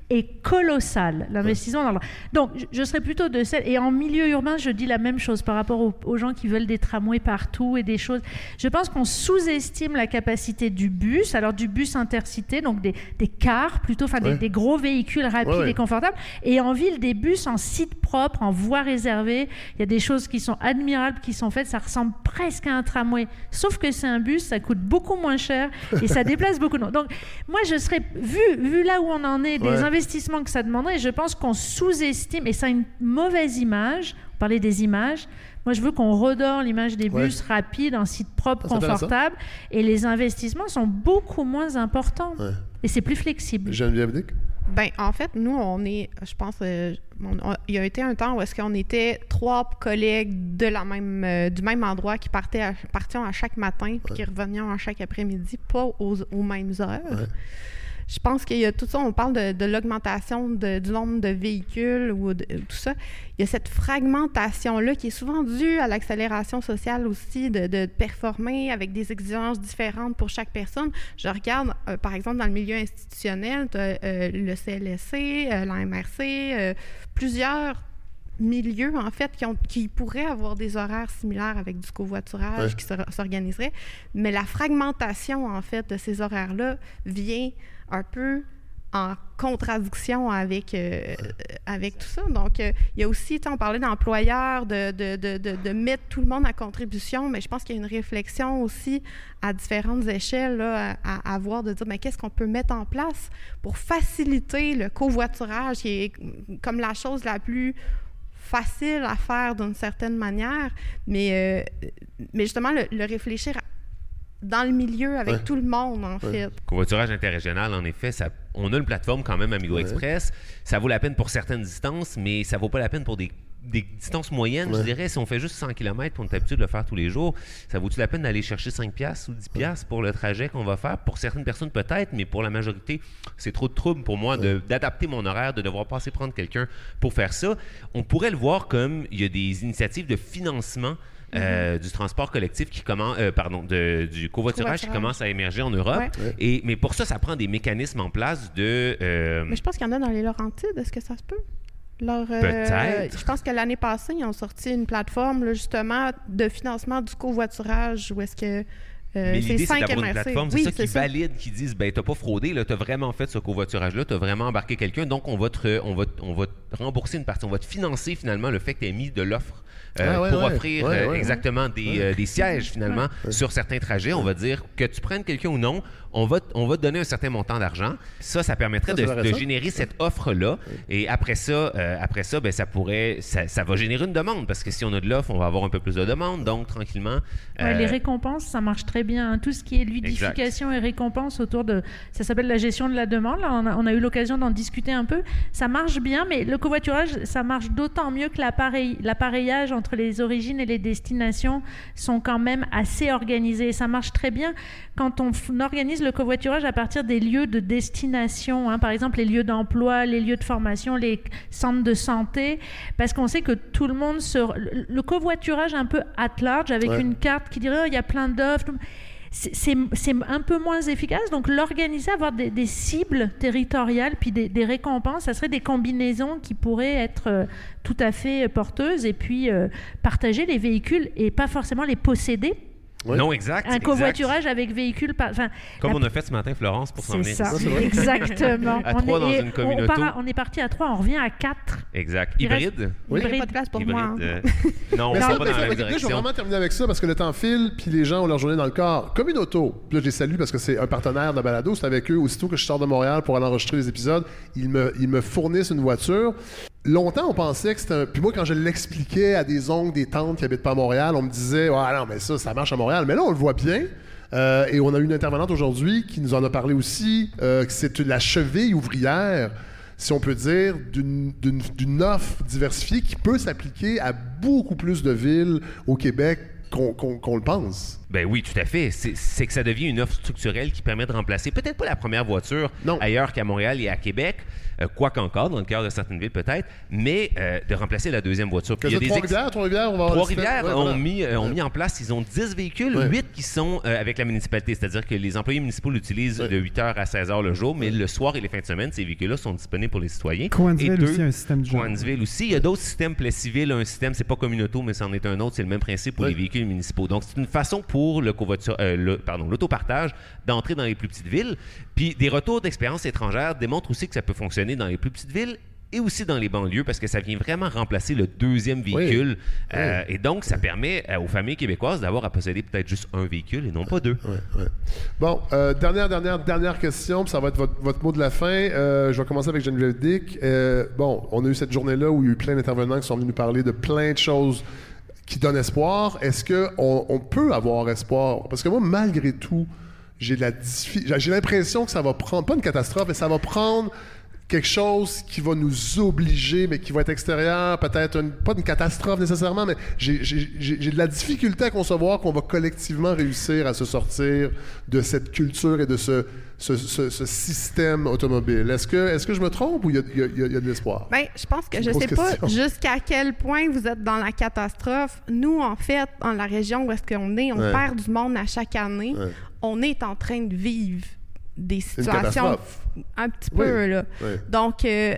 G: est colossal, l'investissement dans le... Donc, je, je serais plutôt de celle... Et en milieu urbain, je dis la même chose par rapport aux, aux gens qui veulent des tramways partout et des choses. Je pense qu'on sous-estime la capacité du bus, alors du bus intercité, donc des, des cars plutôt, enfin ouais. des, des gros véhicules rapides ouais, ouais. et confortables, et en ville, des bus en site propre, en voie réservée. Il y a des choses qui sont admirables, qui sont faites, ça ressemble presque à un tramway, sauf que c'est un bus, ça coûte beaucoup moins cher et ça déplace beaucoup de monde. Donc, moi, je serais, vu, vu là où on en est, des ouais. investissements que ça demanderait, je pense qu'on sous-estime, et ça a une mauvaise image, on parlait des images, moi, je veux qu'on redore l'image des bus ouais. rapides, en site propre, confortable, et les investissements sont beaucoup moins importants. Ouais. Et c'est plus flexible.
A: Geneviève Dick?
E: Ben, en fait, nous, on est, je pense, euh, on, on, il y a été un temps où est-ce qu'on était trois collègues de la même, euh, du même endroit qui partaient à, partions à chaque matin puis ouais. qui revenions à chaque après-midi, pas aux, aux mêmes heures. Ouais. Je pense qu'il y a tout ça, on parle de, de l'augmentation de, du nombre de véhicules ou de, tout ça. Il y a cette fragmentation-là qui est souvent due à l'accélération sociale aussi, de, de performer avec des exigences différentes pour chaque personne. Je regarde, euh, par exemple, dans le milieu institutionnel, euh, le C L S C, euh, l'A M R C, euh, plusieurs milieux, en fait, qui, ont, qui pourraient avoir des horaires similaires avec du covoiturage ouais. qui s'organiserait. Mais la fragmentation, en fait, de ces horaires-là vient un peu en contradiction avec, euh, avec tout ça. Donc, euh, il y a aussi, on parlait d'employeurs, de, de, de, de, de mettre tout le monde à contribution, mais je pense qu'il y a une réflexion aussi à différentes échelles là, à, à avoir, de dire, mais qu'est-ce qu'on peut mettre en place pour faciliter le covoiturage, qui est comme la chose la plus facile à faire d'une certaine manière, mais, euh, mais justement, le, le réfléchir à dans le milieu, avec ouais. tout le monde, en ouais. fait.
F: Covoiturage interrégional, en effet, ça, on a une plateforme quand même, Amigo ouais. Express. Ça vaut la peine pour certaines distances, mais ça vaut pas la peine pour des, des distances moyennes, ouais. je dirais. Si on fait juste cent kilomètres, on est habitué de le faire tous les jours, ça vaut-tu la peine d'aller chercher cinq piastres ou dix piastres ouais. pour le trajet qu'on va faire? Pour certaines personnes, peut-être, mais pour la majorité, c'est trop de trouble pour moi ouais. de, d'adapter mon horaire, de devoir passer prendre quelqu'un pour faire ça. On pourrait le voir comme il y a des initiatives de financement Euh, mm-hmm. du transport collectif qui commence, euh, pardon, de, du covoiturage qui commence à émerger en Europe. Ouais. Et, mais pour ça, ça prend des mécanismes en place de... Euh...
E: Mais je pense qu'il y en a dans les Laurentides. Est-ce que ça se peut? Leur, euh,
F: Peut-être.
E: Je pense que l'année passée, ils ont sorti une plateforme, là, justement, de financement du covoiturage où est-ce que... Euh,
F: mais l'idée, c'est d'avoir une plateforme, c'est
E: oui,
F: ça
E: c'est
F: qui
E: ça.
F: valide, qui disent, ben t'as pas fraudé, là, t'as vraiment fait ce covoiturage-là, t'as vraiment embarqué quelqu'un, donc on va te, on va, on va te rembourser une partie, on va te financer finalement le fait que t'aies mis de l'offre euh, ah ouais, pour ouais. offrir ouais, euh, ouais, exactement ouais. Des, ouais. Euh, des sièges finalement ouais. sur certains trajets. On va dire que tu prennes quelqu'un ou non, on va, on va te donner un certain montant d'argent. Ça, ça permettrait ça, de, de générer cette offre-là. Oui. Et après ça, euh, après ça, ben, ça pourrait, ça, ça va générer une demande parce que si on a de l'offre, on va avoir un peu plus de demande. Donc, tranquillement.
G: Euh... Ouais, les récompenses, ça marche très bien. Hein. Tout ce qui est ludification exact. Et récompense autour de, ça s'appelle la gestion de la demande. Là, on a, on a eu l'occasion d'en discuter un peu. Ça marche bien, mais le covoiturage, ça marche d'autant mieux que l'appareil, l'appareillage entre les origines et les destinations sont quand même assez organisés. Ça marche très bien quand on, f- on organise le covoiturage à partir des lieux de destination, hein, par exemple les lieux d'emploi, les lieux de formation, les centres de santé, parce qu'on sait que tout le monde se... Le, le covoiturage un peu at large, avec ouais. une carte qui dirait oh, il y a plein d'offres, c'est, c'est, c'est un peu moins efficace. Donc l'organiser, avoir des, des cibles territoriales, puis des, des récompenses, ça serait des combinaisons qui pourraient être euh, tout à fait porteuses, et puis euh, partager les véhicules et pas forcément les posséder.
F: Ouais. Non, exact.
G: Un covoiturage exact. Avec véhicule. Par... Enfin,
F: Comme
G: la...
F: on a fait ce matin, Florence, pour s'en venir.
G: C'est ça, exactement.
F: À trois dans une communauté.
G: On, on est parti à trois, on revient à quatre.
F: Exact. Il Hybride.
E: Reste... Oui. Il n'y a pas de place pour
F: Hybride,
E: moi.
F: Euh... non, on ne va pas dans la même direction.
A: Je vais vraiment terminer avec ça parce que le temps file, puis les gens ont leur journée dans le corps. Communauto, puis là, je les salue parce que c'est un partenaire de la balado. C'est avec eux, aussitôt que je sors de Montréal pour aller enregistrer les épisodes, ils me, ils me fournissent une voiture. Longtemps, on pensait que c'était un... Puis moi, quand je l'expliquais à des oncles, des tantes qui habitent pas à Montréal, on me disait « Ah non, mais ça, ça marche à Montréal. » Mais là, on le voit bien. Euh, et on a eu une intervenante aujourd'hui qui nous en a parlé aussi, euh, que c'est la cheville ouvrière, si on peut dire, d'une, d'une, d'une offre diversifiée qui peut s'appliquer à beaucoup plus de villes au Québec qu'on, qu'on, qu'on le pense.
F: Ben oui, tout à fait. C'est, c'est que ça devient une offre structurelle qui permet de remplacer peut-être pas la première voiture
A: non.
F: ailleurs qu'à Montréal et à Québec, euh, quoi qu'encore, dans le cœur de certaines villes peut-être, mais euh, de remplacer la deuxième voiture.
A: Puis il y a des Trois-Rivières, ex... Trois-Rivières, on va
F: Trois-Rivières
A: ouais,
F: ont,
A: voilà.
F: mis, euh, ont
A: ouais.
F: mis en place, ils ont dix véhicules,
A: ouais.
F: huit qui sont euh, avec la municipalité, c'est-à-dire que les employés municipaux l'utilisent ouais. de huit heures à seize heures le jour, mais ouais. le soir et les fins de semaine, ces véhicules-là sont disponibles pour les citoyens.
D: Coansville aussi, un système du genre.
F: Coansville aussi. Il y a d'autres systèmes, Plessisville, un système, c'est pas comme une auto, mais c'en est un autre, c'est le même principe pour ouais. les véhicules municipaux. Donc, c'est une façon pour le covoiture, euh, le, pardon, l'autopartage d'entrer dans les plus petites villes. Puis, des retours d'expérience étrangère démontrent aussi que ça peut fonctionner dans les plus petites villes et aussi dans les banlieues parce que ça vient vraiment remplacer le deuxième véhicule. Oui. Euh, oui. Et donc, ça permet euh, aux familles québécoises d'avoir à posséder peut-être juste un véhicule et non pas deux.
A: Oui, oui. Bon, euh, dernière, dernière, dernière question, puis ça va être votre, votre mot de la fin. Euh, je vais commencer avec Geneviève Dick. Euh, bon, on a eu cette journée-là où il y a eu plein d'intervenants qui sont venus nous parler de plein de choses qui donnent espoir. Est-ce qu'on on peut avoir espoir? Parce que moi, malgré tout, j'ai, de la diffi- j'ai l'impression que ça va prendre, pas une catastrophe, mais ça va prendre quelque chose qui va nous obliger, mais qui va être extérieur, peut-être une, pas une catastrophe nécessairement, mais j'ai, j'ai, j'ai, j'ai de la difficulté à concevoir qu'on va collectivement réussir à se sortir de cette culture et de ce, ce, ce, ce système automobile. Est-ce que, est-ce que je me trompe ou il y a, il y a, il y a de l'espoir?
E: Bien, je pense que je ne sais question. pas jusqu'à quel point vous êtes dans la catastrophe. Nous, en fait, dans la région où est-ce qu'on est, on ouais. perd du monde à chaque année. Ouais. On est en train de vivre des situations un petit
A: oui.
E: peu, là.
A: Oui.
E: Donc, euh,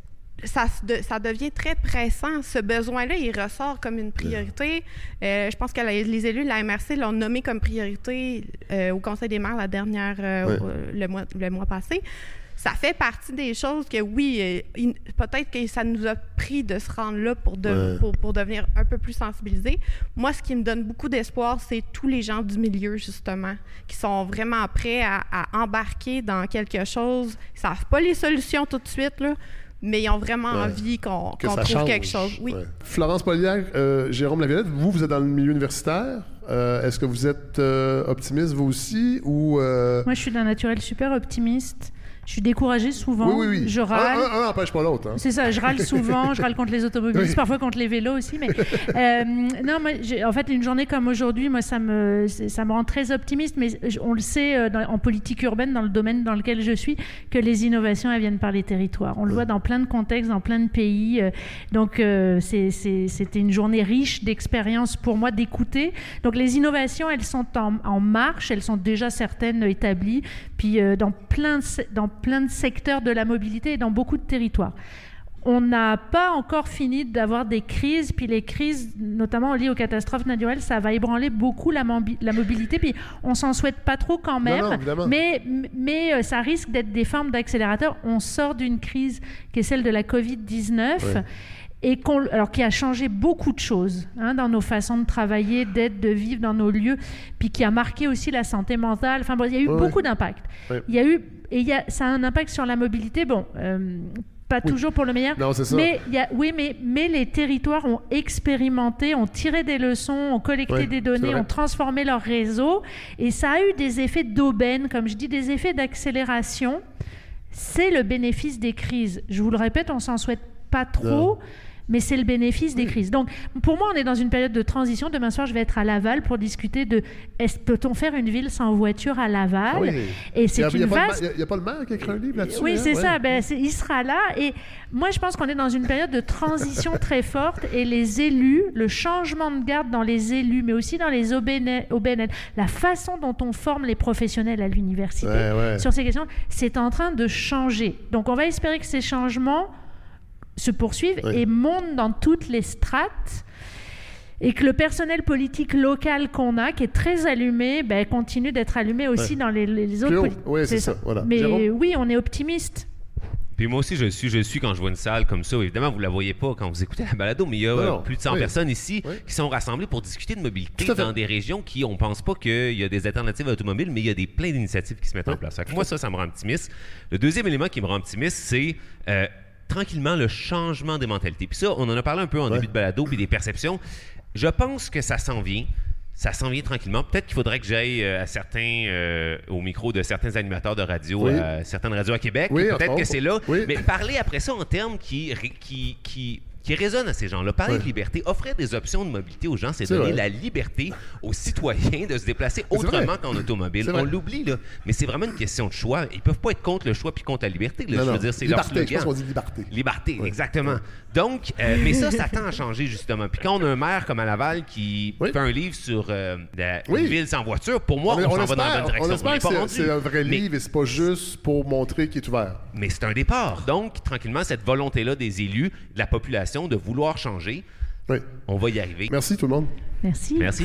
E: ça, de, ça devient très pressant. Ce besoin-là, il ressort comme une priorité. Euh, je pense que la, les élus de la M R C l'ont nommé comme priorité euh, au Conseil des maires la dernière, euh, oui. le, mois, le mois passé. Ça fait partie des choses que, oui, euh, il, peut-être que ça nous a pris de se rendre là pour, de, ouais. pour, pour devenir un peu plus sensibilisés. Moi, ce qui me donne beaucoup d'espoir, c'est tous les gens du milieu, justement, qui sont vraiment prêts à, à embarquer dans quelque chose. Ils ne savent pas les solutions tout de suite, là, mais ils ont vraiment ouais. envie qu'on, qu'on trouve change. quelque chose. Oui.
A: Ouais. Florence Poilievre, euh, Jérôme Laviolette, vous, vous êtes dans le milieu universitaire. Euh, est-ce que vous êtes euh, optimiste, vous aussi? Ou, euh...
G: Moi, je suis d'un naturel super optimiste. Je suis découragée souvent.
A: Oui, oui, oui.
G: Je râle.
A: Un n'empêche pas l'autre. Hein.
G: C'est ça, je râle souvent. Je râle contre les automobilistes, oui. parfois contre les vélos aussi. Mais euh, non, moi, j'ai, en fait, une journée comme aujourd'hui, moi, ça me, ça me rend très optimiste. Mais on le sait euh, dans, en politique urbaine, dans le domaine dans lequel je suis, que les innovations, elles viennent par les territoires. On le oui. voit dans plein de contextes, dans plein de pays. Euh, donc, euh, c'est, c'est, c'était une journée riche d'expériences pour moi d'écouter. Donc, les innovations, elles sont en, en marche. Elles sont déjà certaines établies. Puis, euh, dans plein de, dans plein de secteurs de la mobilité et dans beaucoup de territoires. On n'a pas encore fini d'avoir des crises, puis les crises, notamment liées aux catastrophes naturelles, ça va ébranler beaucoup la, mobi- la mobilité, puis on s'en souhaite pas trop quand même,
A: non, non,
G: mais, mais euh, ça risque d'être des formes d'accélérateur. On sort d'une crise qui est celle de la covid dix-neuf, ouais. et qu'on, alors qui a changé beaucoup de choses hein, dans nos façons de travailler, d'être, de vivre dans nos lieux, puis qui a marqué aussi la santé mentale. Enfin bon, il y a eu
A: oui,
G: beaucoup
A: oui.
G: d'impact.
A: Oui.
G: Il y a eu, et il y a, ça a un impact sur la mobilité. Bon, euh, pas oui. toujours pour le meilleur.
A: Non, c'est ça.
G: Mais il y a, oui, mais mais les territoires ont expérimenté, ont tiré des leçons, ont collecté oui, des données, ont transformé leur réseau, et ça a eu des effets d'aubaine, comme je dis, des effets d'accélération. C'est le bénéfice des crises. Je vous le répète, on s'en souhaite pas trop. Non. Mais c'est le bénéfice des crises. Donc, pour moi, on est dans une période de transition. Demain soir, je vais être à Laval pour discuter de est-ce peut-on faire une ville sans voiture à Laval?
A: Ah oui.
G: Et c'est
A: il y a,
G: une vaste...
A: Il n'y a, a pas le maire qui a écrit un livre là-dessus?
G: Oui,
A: hein?
G: c'est
A: ouais.
G: ça. Ben, c'est, il sera là. Et moi, je pense qu'on est dans une période de transition très forte. Et les élus, le changement de garde dans les élus, mais aussi dans les O B N L, la façon dont on forme les professionnels à l'université
A: ouais, ouais.
G: sur ces questions, c'est en train de changer. Donc, on va espérer que ces changements se poursuivent oui. et montent dans toutes les strates, et que le personnel politique local qu'on a, qui est très allumé, ben, continue d'être allumé aussi ouais. dans les, les autres politiques.
A: Oui, c'est, c'est ça. ça. Voilà.
G: Mais
A: Jérôme?
G: Oui, on est optimiste.
F: Puis moi aussi, je suis, je suis quand je vois une salle comme ça. Évidemment, vous ne la voyez pas quand vous écoutez la balado, mais il y a euh, plus de cent oui. personnes ici oui. qui sont rassemblées pour discuter de mobilité dans des régions qui, on ne pense pas qu'il y a des alternatives automobiles, mais il y a des, plein d'initiatives qui se mettent oui. en place. Donc, moi, ça, ça me rend optimiste. Le deuxième élément qui me rend optimiste, c'est... Euh, tranquillement le changement des mentalités. Puis ça, on en a parlé un peu en ouais. début de balado, puis des perceptions. Je pense que ça s'en vient. Ça s'en vient tranquillement. Peut-être qu'il faudrait que j'aille euh, à certains, euh, au micro de certains animateurs de radio,
A: oui.
F: à certaines radios à Québec.
A: Oui,
F: peut-être que c'est là.
A: Oui.
F: Mais parler après ça en termes qui, qui, qui qui résonne à ces gens-là. Parler
A: Ouais.
F: de liberté, offrir des options de mobilité aux gens, c'est
A: C'est
F: donner
A: vrai.
F: la liberté aux citoyens de se déplacer
A: C'est
F: autrement
A: vrai.
F: qu'en automobile.
A: C'est vrai.
F: On l'oublie, là. Mais c'est vraiment une question de choix. Ils peuvent pas être contre le choix puis contre la liberté. Là.
A: Non,
F: Je veux
A: non.
F: dire, c'est leur
A: Liberté, je
F: slogan.
A: pense qu'on dit liberté.
F: Liberté,
A: Oui.
F: exactement. Donc, euh, mais ça, ça tend à changer, justement. Puis quand on a un maire comme à Laval qui
A: Oui.
F: fait un livre sur euh, la,
A: Oui.
F: une ville sans voiture, pour moi, on,
A: on,
F: s'en va dans la bonne
A: espère,
F: direction.
A: on espère
F: est
A: que
F: pas
A: c'est,
F: rendu.
A: c'est un vrai
F: Mais-
A: livre et c'est pas juste pour montrer qu'il est ouvert.
F: Mais c'est un départ. Donc, tranquillement, cette volonté-là des élus, de la population, de vouloir changer,
A: Oui.
F: on va y arriver.
A: Merci tout le monde.
G: Merci.
F: Merci.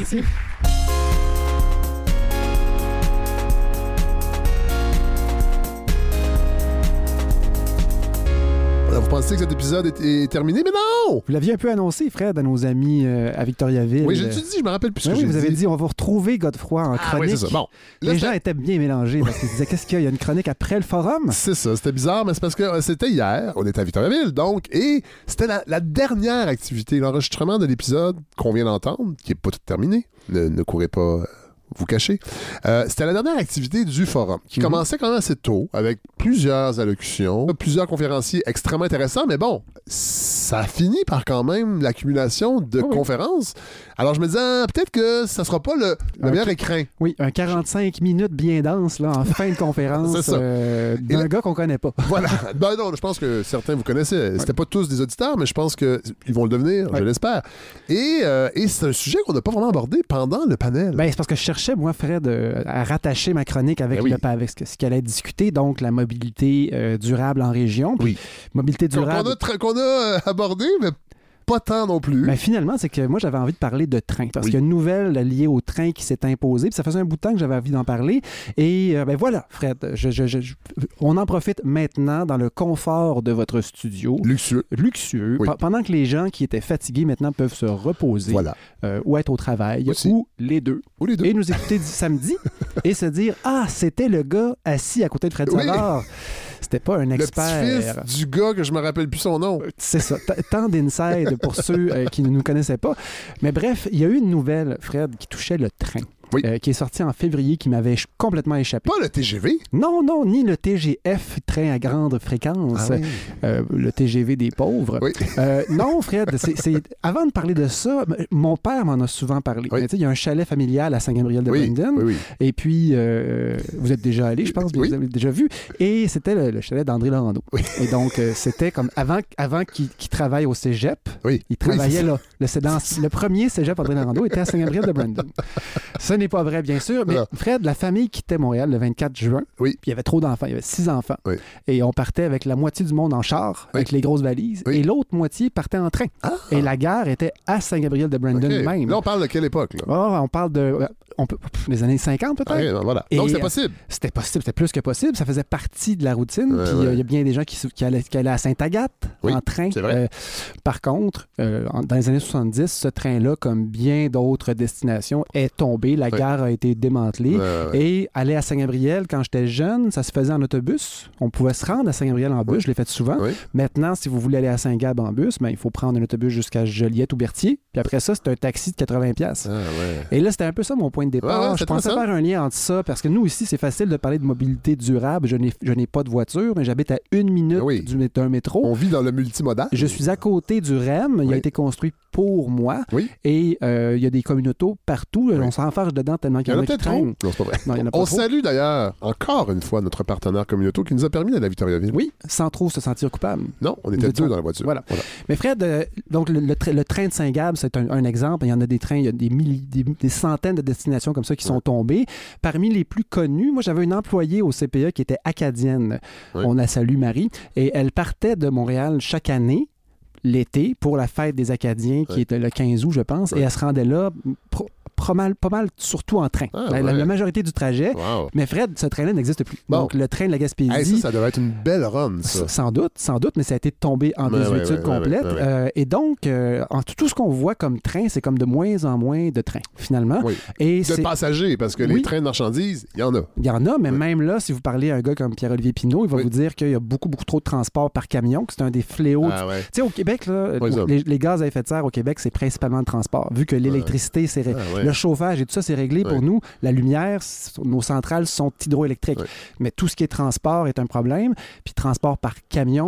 A: Alors, vous pensez que cet épisode est, est terminé, mais non!
H: Vous l'aviez un peu annoncé, Fred, à nos amis euh, à Victoriaville.
A: Oui, j'ai dit, je me rappelle plus ce
H: Oui,
A: que
H: oui,
A: j'ai
H: vous avez
A: dit.
H: dit, on va retrouver Godefroy en
A: Ah
H: chronique.
A: oui, c'est ça. Bon. Là,
H: Les
A: c'était-
H: gens étaient bien mélangés parce qu'ils disaient, qu'est-ce qu'il y a? Il y a une chronique après le forum?
A: C'est ça, c'était bizarre, mais c'est parce que euh, c'était hier, on était à Victoriaville, donc, et c'était la, la dernière activité, l'enregistrement de l'épisode qu'on vient d'entendre, qui n'est pas tout terminé, ne, ne courez pas euh, vous cacher. Euh, c'était la dernière activité du forum, qui
H: Mhm.
A: commençait quand même assez tôt, avec plusieurs allocutions, plusieurs conférenciers extrêmement intéressants, mais bon, ça a fini par quand même l'accumulation de
H: Oh oui.
A: conférences. Alors je me disais, ah, peut-être que ça sera pas le, le
H: Ok.
A: meilleur écran.
H: Oui, un quarante-cinq minutes bien dense là, en fin de conférence
A: C'est ça.
H: euh,
A: Et
H: d'un
A: là-
H: gars qu'on connaît pas.
A: Voilà. Ben non, je pense que certains vous connaissez. C'était pas tous des auditeurs, mais je pense qu'ils vont le devenir,
H: Ouais.
A: je l'espère. Et, euh, et c'est un sujet qu'on n'a pas vraiment abordé pendant le panel.
H: Ben, c'est parce que je cherchais, moi, Fred, euh, à rattacher ma chronique avec,
A: Ben oui.
H: le, avec ce, que- ce qui allait être discuté, donc la mobilité euh, durable en région. Puis,
A: Oui.
H: mobilité
A: Qu'on qu'on
H: durable.
A: a, tra- qu'on a euh, abordé, mais pas tant non plus.
H: Ben, finalement, c'est que moi, j'avais envie de parler de train. Parce
A: Oui.
H: qu'il y a une nouvelle liée au train qui s'est imposée. Puis ça faisait un bout de temps que j'avais envie d'en parler. Et euh, ben voilà, Fred, je- je- je- je- on en profite maintenant dans le confort de votre studio.
A: Luxueux.
H: Luxueux,
A: Oui.
H: pe- pendant que les gens qui étaient fatigués maintenant peuvent se reposer
A: Voilà.
H: euh, ou être au travail
A: Aussi.
H: ou les deux.
A: Ou les deux.
H: Et nous écouter du samedi et se dire ah, c'était le gars assis à côté de Fred
A: Oui.
H: Savard. C'était pas un
A: Le
H: expert.
A: petit-fils du gars que je me rappelle plus son nom.
H: C'est ça. T- Tant d'inside pour ceux euh, qui ne nous connaissaient pas. Mais bref, il y a eu une nouvelle, Fred, qui touchait le train.
A: Oui.
H: euh, qui est sortie en février, qui m'avait ch- complètement échappé.
A: Pas le T G V.
H: Non, non, ni le T G F, train à grande fréquence,
A: Ah oui.
H: euh, le T G V des pauvres.
A: Oui.
H: Euh, non, Fred, c'est, c'est- avant de parler de ça, m- mon père m'en a souvent parlé.
A: Oui.
H: Mais tu sais, il y a un chalet familial à Saint-Gabriel-de-Brendan.
A: Oui, oui, oui.
H: Et puis, euh, vous êtes déjà allé, je pense,
A: Oui.
H: vous avez déjà vu. Et c'était le, le chalet d'André Laurando.
A: Oui.
H: Et donc, euh, c'était comme avant, avant qu'il, qu'il travaille au cégep,
A: Oui.
H: il
A: Oui,
H: travaillait
A: c'est
H: là. Le, c'est dans- le premier cégep André Laurando était à Saint-Gabriel-de-Brendan. Ce n'est pas vrai, bien sûr, mais
A: Non.
H: Fred, la famille quittait Montréal le vingt-quatre juin.
A: Oui.
H: Puis il y avait trop d'enfants, il y avait six enfants.
A: Oui.
H: Et on partait avec la moitié du monde en char,
A: Oui.
H: avec les grosses valises,
A: Oui.
H: et l'autre moitié partait en train.
A: Ah.
H: Et la gare était à Saint-Gabriel-de-Brendan
A: OK.
H: même.
A: Là, on parle de quelle époque, là?
H: Oh, on parle de euh, on peut, pff, les années cinquante peut-être.
A: OK, ben voilà.
H: Et,
A: Donc, c'est
H: euh,
A: possible.
H: C'était possible, c'était plus que possible. Ça faisait partie de la routine.
A: Ouais,
H: Puis euh, il
A: ouais.
H: y a bien des gens qui, se- qui, allaient, qui allaient à Sainte-Agathe
A: Oui,
H: en train.
A: c'est vrai.
H: Euh, par contre, euh, en- dans les années soixante-dix, ce train-là, comme bien d'autres destinations, est tombé. La
A: Ouais.
H: gare a été démantelée.
A: Ouais, ouais, ouais.
H: Et aller à Saint-Gabriel, quand j'étais jeune, ça se faisait en autobus. On pouvait se rendre à Saint-Gabriel en bus.
A: Oui.
H: Je l'ai fait souvent.
A: Oui.
H: Maintenant, si vous voulez aller à Saint-Gab en bus, ben, il faut prendre un autobus jusqu'à Joliette ou Berthier. Puis après ça, c'est un taxi de quatre-vingts piastres.
A: Ah, ouais.
H: Et là, c'était un peu ça mon point de départ.
A: Ouais, ouais,
H: je
A: c'est
H: pensais
A: intéressant.
H: faire un lien entre ça, parce que nous ici, c'est facile de parler de mobilité durable. Je n'ai, je n'ai pas de voiture, mais j'habite à une minute
A: Oui.
H: du, mé- d'un métro.
A: On vit dans le multimodal.
H: Je suis à côté du R E M. Il a
A: Oui.
H: été construit pour moi.
A: Oui.
H: Et euh, il y a des communautos partout.
A: Oui.
H: On s'enfarge dedans tellement
A: Il
H: qu'il
A: y en a
H: qui
A: peut-être trop.
H: traînent.
A: Non, c'est pas vrai.
H: Non, il y en a pas
A: On
H: trop.
A: salue d'ailleurs encore une fois notre partenaire communauto qui nous a permis d'aller à Victoriaville.
H: Oui, sans trop se sentir coupable.
A: Non, on
H: Nous
A: était
H: étions-
A: deux dans la voiture.
H: Voilà. Mais Fred, euh, donc le, le tra- le train de Saint-Gab, c'est un, un exemple. Il y en a des trains, il y a des, milli- des, des centaines de destinations comme ça qui sont tombées. Parmi les plus connus, moi j'avais une employée au C P E qui était acadienne.
A: Oui.
H: On la salue, Marie. Et elle partait de Montréal chaque année, l'été, pour la fête des Acadiens, qui
A: Oui.
H: était le quinze août, je pense.
A: Oui.
H: Et elle se rendait là pro- pas mal, pas mal, surtout en train.
A: Ah,
H: la, la-
A: ouais.
H: la majorité du trajet.
A: Wow.
H: Mais Fred, ce train-là n'existe plus.
A: Bon.
H: Donc le train de la Gaspésie.
A: Hey, ça, ça devrait être une belle run, ça.
H: S- Sans doute, sans doute, mais ça a été tombé en
A: Ouais,
H: désuétude
A: ouais, ouais,
H: complète.
A: ouais, ouais, ouais.
H: Euh, et donc, euh, en tout, tout ce qu'on voit comme train, c'est comme de moins en moins de trains, finalement.
A: Oui.
H: Et
A: De
H: c'est-
A: passagers, parce que les
H: Oui.
A: trains de marchandises, il y en a.
H: il y en a, mais
A: Oui.
H: même là, si vous parlez à un gars comme Pierre-Olivier Pinault, il va
A: Oui.
H: vous dire qu'il y a beaucoup, beaucoup trop de transport par camion, que c'est un des fléaux.
A: Ah ouais.
H: Tu sais, au Québec, là,
A: Oui, ça.
H: les, les gaz à effet de serre au Québec, c'est principalement le transport. Vu que l'électricité, c'est ré-
A: Ah ouais.
H: le chauffage et tout ça, c'est réglé
A: Ouais.
H: pour nous. La lumière, c- nos centrales sont hydroélectriques.
A: Ouais.
H: Mais tout ce qui est transport est un problème. Puis transport par camion,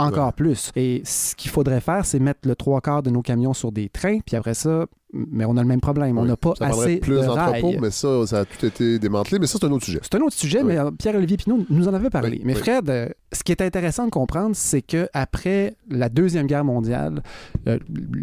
H: encore
A: Ouais.
H: plus. Et ce qu'il faudrait faire, c'est mettre le trois quarts de nos camions sur des trains, puis après ça, mais on a le même problème. On
A: Oui.
H: n'a pas
A: Ça prendrait
H: assez
A: plus
H: de
A: d'entrepôts,
H: rails.
A: mais ça, ça a tout été démantelé. Mais ça, c'est un autre sujet.
H: C'est un autre sujet,
A: Oui.
H: mais euh, Pierre-Olivier Pinault nous en avait parlé.
A: Oui,
H: Mais
A: oui.
H: Fred, euh, ce qui est intéressant de comprendre, c'est qu'après la Deuxième Guerre mondiale, euh,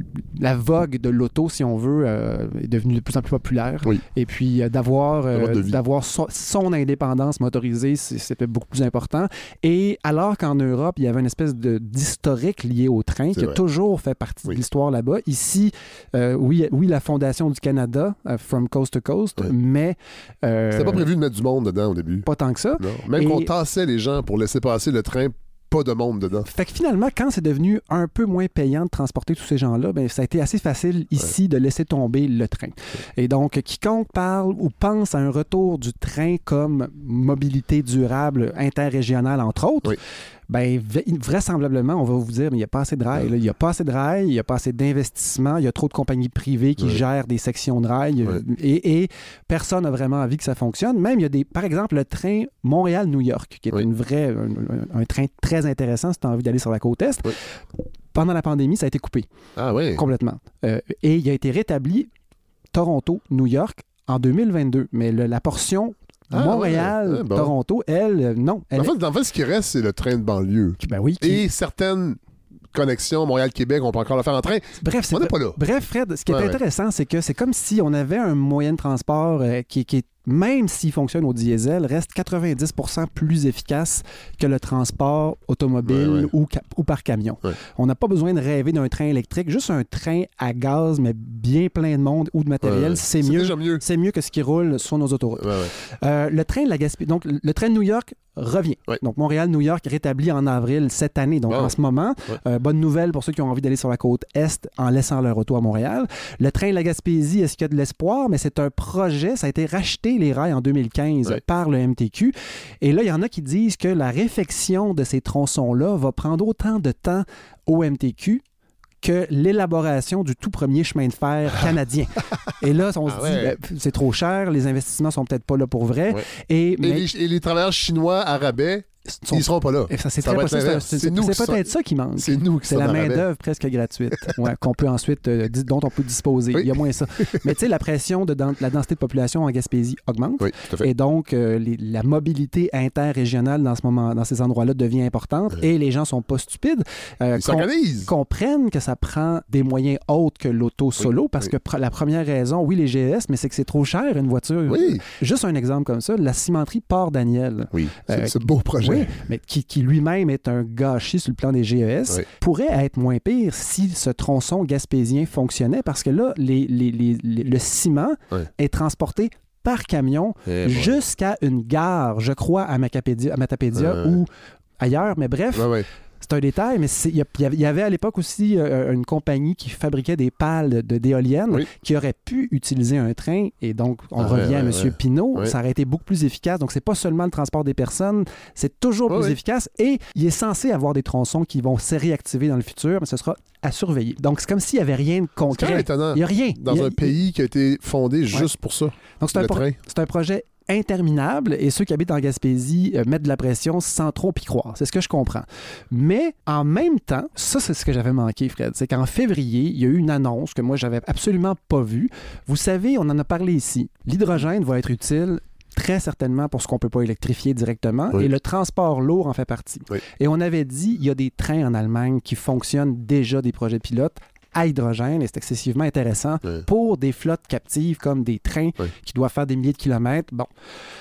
H: la vogue de l'auto, si on veut, euh, est devenue de plus en plus populaire.
A: Oui.
H: Et puis euh, d'avoir, euh,
A: Le mode de vie.
H: d'avoir son, son indépendance motorisée, c'est- c'était beaucoup plus important. Et alors qu'en Europe, il y avait une espèce de, d'historique lié au train
A: C'est
H: qui a
A: vrai.
H: toujours fait partie
A: Oui.
H: de l'histoire là-bas. Ici, euh, oui, oui, la Fondation du Canada, euh, From Coast to Coast,
A: Oui.
H: mais... euh,
A: C'était pas prévu de mettre du monde dedans au début.
H: pas tant que ça.
A: Non. Même
H: Et-
A: qu'on tassait les gens pour laisser passer le train, pas de monde dedans.
H: Fait que finalement, quand c'est devenu un peu moins payant de transporter tous ces gens-là, ben, ça a été assez facile ici de laisser tomber le train. Et donc, quiconque parle ou pense à un retour du train comme mobilité durable interrégionale, entre autres,
A: Oui.
H: ben, v- vraisemblablement, on va vous dire, mais il n'y a pas assez de rails. là. Il n'y a pas assez de rails, il n'y a pas assez d'investissement, il y a trop de compagnies privées qui
A: Oui.
H: gèrent des sections de rails
A: Oui.
H: et, et personne n'a vraiment envie que ça fonctionne. Même, il y a des, par exemple, le train Montréal-New York, qui est
A: Oui.
H: une vraie, un, un- un train très intéressant si tu as envie d'aller sur la côte Est.
A: Oui.
H: Pendant la pandémie, ça a été coupé
A: Ah oui.
H: complètement. Euh, et il a été rétabli Toronto-New York en deux mille vingt-deux. Mais le- la portion
A: Ah,
H: Montréal-Toronto,
A: ouais. Ouais, bon.
H: elle, euh, non. Elle,
A: En fait, en fait, ce qui reste, c'est le train de banlieue.
H: ben oui. qui-
A: Et certaines connexions Montréal-Québec, on peut encore le faire en train.
H: Bref, c'est
A: On n'est pas là.
H: Bref, Fred, ce qui est
A: Ouais, ouais.
H: intéressant, c'est que c'est comme si on avait un moyen de transport euh, qui, qui est, même s'il fonctionne au diesel, reste quatre-vingt-dix pour cent plus efficace que le transport automobile
A: Ouais, ouais.
H: Ou, ca- ou par camion.
A: Ouais.
H: On n'a pas besoin de rêver d'un train électrique, juste un train à gaz, mais bien plein de monde ou de matériel,
A: Ouais.
H: c'est
A: C'est
H: mieux.
A: déjà mieux.
H: C'est mieux que ce qui roule sur nos autoroutes.
A: Ouais, ouais.
H: Euh, le train de la Gaspésie, donc le train de New York revient.
A: Ouais.
H: Donc Montréal-New York rétabli en avril cette année. Donc
A: Wow.
H: en ce moment,
A: Ouais.
H: euh, bonne nouvelle pour ceux qui ont envie d'aller sur la côte Est en laissant leur auto à Montréal. Le train de la Gaspésie, est-ce qu'il y a de l'espoir? Mais c'est un projet, ça a été racheté les rails en deux mille quinze
A: Ouais.
H: par le M T Q. Et là, il y en a qui disent que la réfection de ces tronçons-là va prendre autant de temps au M T Q que l'élaboration du tout premier chemin de fer canadien. Et là, on se
A: Ah
H: dit,
A: ouais.
H: ben, c'est trop cher, les investissements sont peut-être pas là pour vrai.
A: Ouais.
H: Et,
A: Et,
H: mais-
A: les, et les travailleurs chinois, arabais,
H: sont-
A: ils seront pas là.
H: et ça, c'est
A: Ça
H: très
A: va être
H: possible.
A: l'inverse.
H: C'est,
A: C'est
H: c'est-
A: nous
H: c'est
A: qui
H: peut-être
A: sommes-
H: ça qui manque.
A: C'est nous qui
H: C'est
A: sommes
H: la
A: en rabais.
H: main-d'œuvre presque gratuite, ouais, qu'on peut ensuite, euh, dis- dont on peut disposer.
A: Oui.
H: Il y a moins ça. Mais tu sais, la pression de den- la densité de population en Gaspésie augmente.
A: Oui, tout à fait.
H: Et donc, euh, les- la mobilité interrégionale dans, ce moment, dans ces endroits-là devient importante et les gens sont pas stupides. Euh,
A: Ils
H: qu'on-
A: s'organisent.
H: comprennent que ça prend des moyens autres que l'auto solo parce
A: oui.
H: que pr- la première raison, oui, les G S, mais c'est que c'est trop cher une voiture.
A: Oui.
H: Juste un exemple comme ça, la cimenterie Port-Daniel.
A: Oui, c'est
H: Euh,
A: ce beau projet.
H: Oui, mais qui, qui lui-même est un gâchis sur le plan des G E S,
A: Oui.
H: pourrait être moins pire si ce tronçon gaspésien fonctionnait parce que là, les, les- les- les- le ciment
A: Oui.
H: est transporté par camion
A: Eh boy.
H: jusqu'à une gare, je crois, à Matapédia, à Matapédia
A: Ouais.
H: ou ailleurs, mais bref,
A: Ouais, ouais.
H: c'est un détail, mais c'est- il y, a- il y avait- il y avait à l'époque aussi euh, une compagnie qui fabriquait des pales de, de- d'éoliennes
A: Oui.
H: qui aurait pu utiliser un train. Et donc, on
A: Ah,
H: revient
A: ouais,
H: à
A: ouais,
H: M.
A: ouais.
H: Pinault,
A: Ouais.
H: ça aurait été beaucoup plus efficace. Donc, c'est pas seulement le transport des personnes, c'est toujours
A: Ouais,
H: plus
A: ouais.
H: efficace. Et il est censé avoir des tronçons qui vont se réactiver dans le futur, mais ce sera à surveiller. Donc, c'est comme s'il n'y avait rien de
A: C'est quand même
H: concret.
A: étonnant.
H: Il n'y a rien.
A: Dans
H: Il y a-
A: un pays qui a été fondé juste pour ça.
H: Donc, c'est un,
A: le
H: pro-
A: train.
H: c'est un projet interminable et ceux qui habitent en Gaspésie euh, mettent de la pression sans trop y croire. C'est ce que je comprends. Mais en même temps, ça, c'est ce que j'avais manqué, Fred. C'est qu'en février, il y a eu une annonce que moi, j'avais absolument pas vue. Vous savez, on en a parlé ici. L'hydrogène va être utile très certainement pour ce qu'on ne peut pas électrifier directement,
A: Oui.
H: et le transport lourd en fait partie.
A: Oui.
H: Et on avait dit, il y a des trains en Allemagne qui fonctionnent déjà, des projets pilotes, à hydrogène, et c'est excessivement intéressant
A: Oui.
H: pour des flottes captives comme des trains
A: Oui.
H: qui doivent faire des milliers de kilomètres. Bon,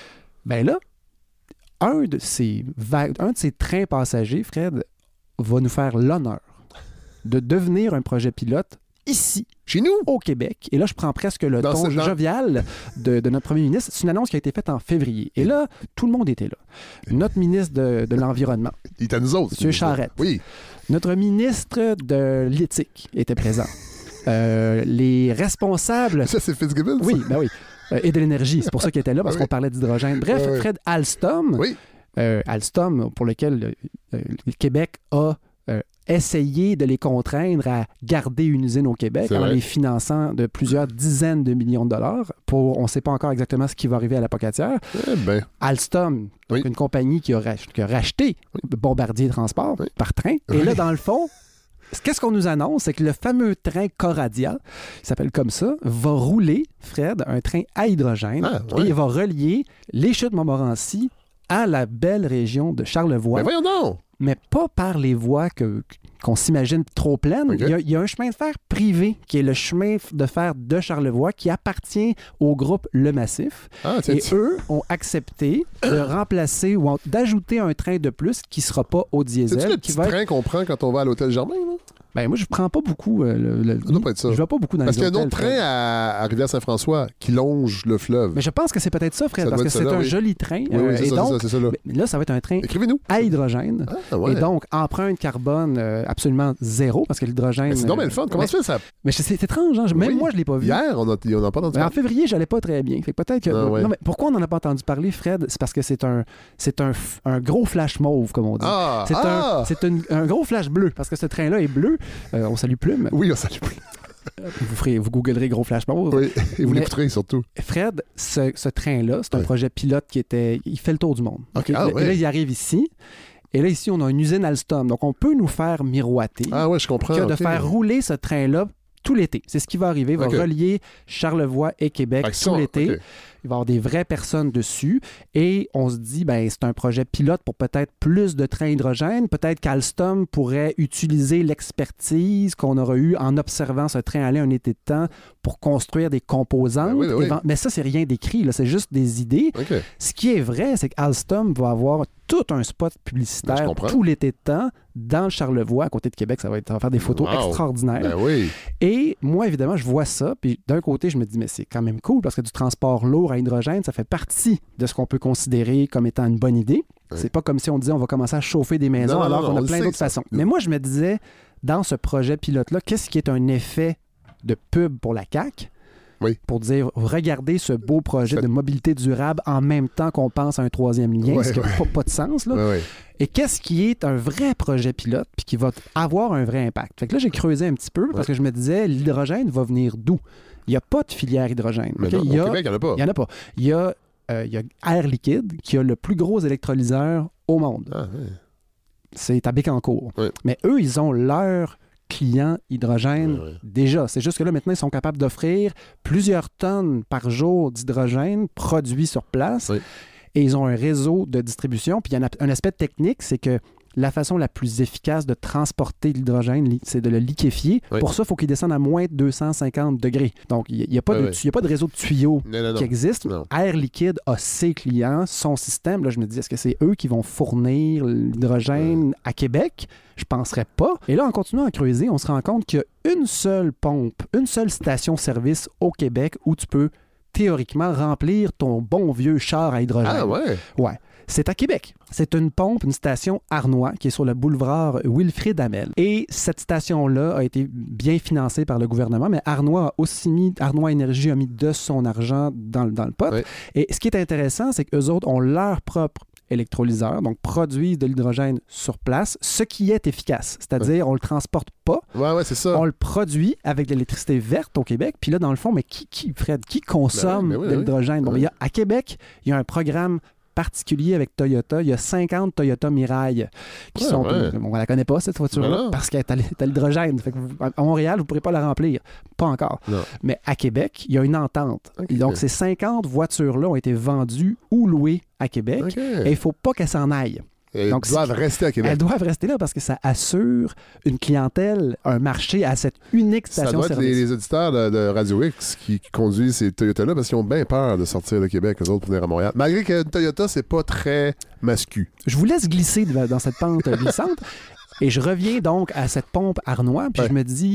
H: ben là, un de ces, va- un de ces trains passagers, Fred, va nous faire l'honneur de devenir un projet pilote ici,
A: Chez nous?
H: au Québec. Et là, je prends presque le
A: Dans
H: ton
A: ce- dans-
H: jovial de, de notre premier ministre. C'est une annonce qui a été faite en février. Et là, tout le monde était là. Notre ministre de, de l'Environnement,
A: Il est à nous autres.
H: Monsieur Charette.
A: Oui.
H: notre ministre de l'Éthique était présent. Euh, les responsables...
A: Ça, c'est Fitzgibbon? ça?
H: Oui, ben oui. Euh, et de l'énergie. C'est pour ça qu'il était là, parce
A: Oui.
H: qu'on parlait d'hydrogène. Bref,
A: Oui, oui.
H: Fred Alstom,
A: Oui.
H: euh, Alstom, pour lequel euh, euh, le Québec a euh, essayer de les contraindre à garder une usine au Québec
A: C'est
H: en
A: vrai.
H: les finançant de plusieurs dizaines de millions de dollars. Pour, on ne sait pas encore exactement ce qui va arriver à la Pocatière.
A: Eh ben,
H: Alstom, donc
A: Oui.
H: une compagnie qui a, rach- qui a racheté Bombardier Transport
A: Oui.
H: par train. Et
A: Oui.
H: là, dans le fond, qu'est-ce qu'on nous annonce? C'est que le fameux train Coradia, il s'appelle comme ça, va rouler, Fred, un train à hydrogène.
A: Ah,
H: Et
A: ouais.
H: il va relier les Chutes Montmorency à la belle région de Charlevoix,
A: ben voyons donc!
H: mais pas par les voies que, qu'on s'imagine trop pleines.
A: OK.
H: Il, y a, il y a un chemin de fer privé qui est le chemin de fer de Charlevoix qui appartient au groupe Le Massif.
A: Ah, tiens,
H: Et
A: tu-
H: eux ont accepté de remplacer ou en- d'ajouter un train de plus qui ne sera pas au diesel.
A: c'est-tu le
H: qui
A: petit
H: va être-
A: train qu'on prend quand on va à l'hôtel Germain, là?
H: Ben, moi, je prends pas beaucoup. euh, le, le-
A: Ça doit pas être ça.
H: Je vais pas beaucoup dans
A: Parce
H: les
A: qu'il y a un
H: hôtels,
A: autre train
H: Fred.
A: à, à Rivière-Saint-François qui longe le fleuve.
H: Mais je pense que c'est peut-être ça, Fred,
A: Ça
H: parce
A: doit
H: que
A: être
H: c'est
A: ça, là,
H: un
A: oui.
H: joli train.
A: Oui,
H: euh,
A: oui, c'est
H: et
A: ça,
H: donc,
A: c'est ça, c'est ça, là.
H: mais là, ça va être un train
A: Écrivez-nous.
H: à hydrogène.
A: Ah, ouais.
H: Et donc, empreinte carbone euh, absolument zéro, parce que l'hydrogène...
A: Mais c'est donc bien
H: euh,
A: le fun. Comment
H: mais-
A: ça fait ça?
H: Mais c'est c'est étrange, hein? Même
A: Oui.
H: moi, je l'ai pas vu.
A: Hier, on a, on a pas entendu
H: Mais en
A: parler.
H: février, j'allais pas très bien. Fait que peut-être que.
A: Ah ouais.
H: Non, mais pourquoi on n'en a pas entendu parler, Fred? C'est parce que c'est un, c'est un, f- un gros flash mauve, comme on dit.
A: Ah!
H: c'est
A: ah!
H: un, c'est une- un gros flash bleu, parce que ce train-là est bleu. Euh, on salue Plume.
A: Oui, on salue plus.
H: Vous, ferez, vous googlerez gros flash mauve.
A: Oui, et vous
H: Mais-
A: l'écouterez surtout.
H: Fred, ce, ce train-là, c'est un
A: Ouais.
H: projet pilote qui était. Il fait le tour du monde.
A: Ok,
H: OK?
A: ah
H: Et
A: ouais.
H: là, il arrive ici. Et là, ici, on a une usine Alstom. Donc, on peut nous faire miroiter
A: Ah ouais, je comprends.
H: que de
A: ok.
H: faire rouler ce train-là tout l'été. C'est ce qui va arriver. Il va
A: Ok.
H: relier Charlevoix et Québec
A: Fait que
H: tout
A: ça,
H: l'été.
A: ok.
H: Il va y avoir des vraies personnes dessus. Et on se dit, ben, c'est un projet pilote pour peut-être plus de trains hydrogène. Peut-être qu'Alstom pourrait utiliser l'expertise qu'on aura eue en observant ce train aller un été de temps pour construire des composantes.
A: Ben oui, ben oui.
H: Éven- Mais ça, c'est rien d'écrit. là. C'est juste des idées.
A: OK.
H: Ce qui est vrai, c'est qu'Alstom va avoir tout un spot
A: Ben, je
H: publicitaire
A: comprends.
H: tout l'été de temps dans le Charlevoix, à côté de Québec. Ça va, être, ça va faire des photos
A: Wow.
H: extraordinaires.
A: Ben oui.
H: Et moi, évidemment, je vois ça, puis d'un côté, je me dis, mais c'est quand même cool, parce que du transport lourd à hydrogène, ça fait partie de ce qu'on peut considérer comme étant une bonne idée.
A: Ouais.
H: C'est pas comme si on disait, on va commencer à chauffer des maisons,
A: Non, non,
H: alors
A: non,
H: qu'on
A: on
H: a
A: le
H: plein
A: sait,
H: d'autres
A: ça.
H: façons. Mais moi, je me disais, dans ce projet pilote-là, qu'est-ce qui est un effet de pub pour la C A Q?
A: Oui.
H: Pour dire, regardez ce beau projet
A: Ça-
H: de mobilité durable en même temps qu'on pense à un troisième lien,
A: Ouais,
H: ce qui n'a
A: ouais.
H: pas, pas de sens. Là.
A: Ouais, ouais.
H: Et qu'est-ce qui est un vrai projet pilote puis qui va t- avoir un vrai impact? Fait que là, j'ai creusé un petit peu parce que je me disais, l'hydrogène va venir d'où? Il n'y a pas de filière hydrogène.
A: Mais
H: OK?
A: non,
H: il y
A: au
H: a,
A: Québec, il n'y en a pas.
H: il y en a pas. Il y a, euh, il y a Air Liquide qui a le plus gros électrolyseur au monde.
A: Ah, ouais.
H: C'est à Bécancour.
A: Ouais.
H: Mais eux, ils ont leur client hydrogène
A: Ouais, ouais.
H: déjà. C'est juste que là, maintenant, ils sont capables d'offrir plusieurs tonnes par jour d'hydrogène produit sur place.
A: Oui.
H: Et ils ont un réseau de distribution. Puis il y en a un aspect technique, c'est que la façon la plus efficace de transporter l'hydrogène, li- c'est de le liquéfier.
A: Oui.
H: Pour ça, il faut qu'il descende à moins de deux cent cinquante degrés. Donc, il n'y a, pas
A: Ouais,
H: de-
A: ouais.
H: il y a pas de réseau de tuyaux
A: Non, non, non.
H: qui existe.
A: Non.
H: Air Liquide a ses clients, son système. Là, je me dis, est-ce que c'est eux qui vont fournir l'hydrogène à Québec? Je penserais pas. Et là, en continuant à creuser, on se rend compte qu'il y a une seule pompe, une seule station-service au Québec où tu peux théoriquement remplir ton bon vieux char à hydrogène.
A: Ah, ouais.
H: Ouais. C'est à Québec. C'est une pompe, une station Arnois qui est sur le boulevard Wilfrid Hamel. Et cette station-là a été bien financée par le gouvernement, mais Arnois a aussi mis, Arnois Énergie a mis de son argent dans, le- dans le pot.
A: Ouais.
H: Et ce qui est intéressant, c'est qu'eux autres ont leur propre électrolyseur, donc produisent de l'hydrogène sur place, ce qui est efficace. C'est-à-dire, on le transporte pas,
A: Ouais, ouais, c'est ça.
H: on le produit avec de l'électricité verte au Québec, puis là, dans le fond, mais qui, qui Fred, qui consomme
A: Ben oui, ben oui,
H: de
A: ben oui.
H: l'hydrogène? Bon,
A: Ouais.
H: il y a, à Québec, il y a un programme particulier avec Toyota. Il y a cinquante Toyota Mirai qui
A: Ouais,
H: sont...
A: ouais.
H: Bon, on la connaît pas, cette voiture-là,
A: Ben non.
H: parce qu'elle est à l- est à l'hydrogène. Fait que vous- à Montréal, vous ne pourrez pas la remplir. Pas encore.
A: Non.
H: Mais à Québec, il y a une entente.
A: Ok.
H: Et donc, ces cinquante voitures-là ont été vendues ou louées à Québec.
A: OK.
H: Et il ne faut pas qu'elles s'en aillent.
A: Elles
H: donc,
A: doivent
H: c'est-
A: rester à Québec.
H: Elles doivent rester là parce que ça assure une clientèle, un marché à cette unique
A: Ça doit être
H: station-service.
A: les, les auditeurs de, de Radio X qui, qui conduisent ces Toyota-là parce qu'ils ont bien peur de sortir de Québec, eux autres, pour venir à Montréal. Malgré que Toyota, c'est pas très mascu.
H: Je vous laisse glisser de- dans cette pente glissante et je reviens donc à cette pompe Arnois, puis
A: Ouais.
H: je me dis...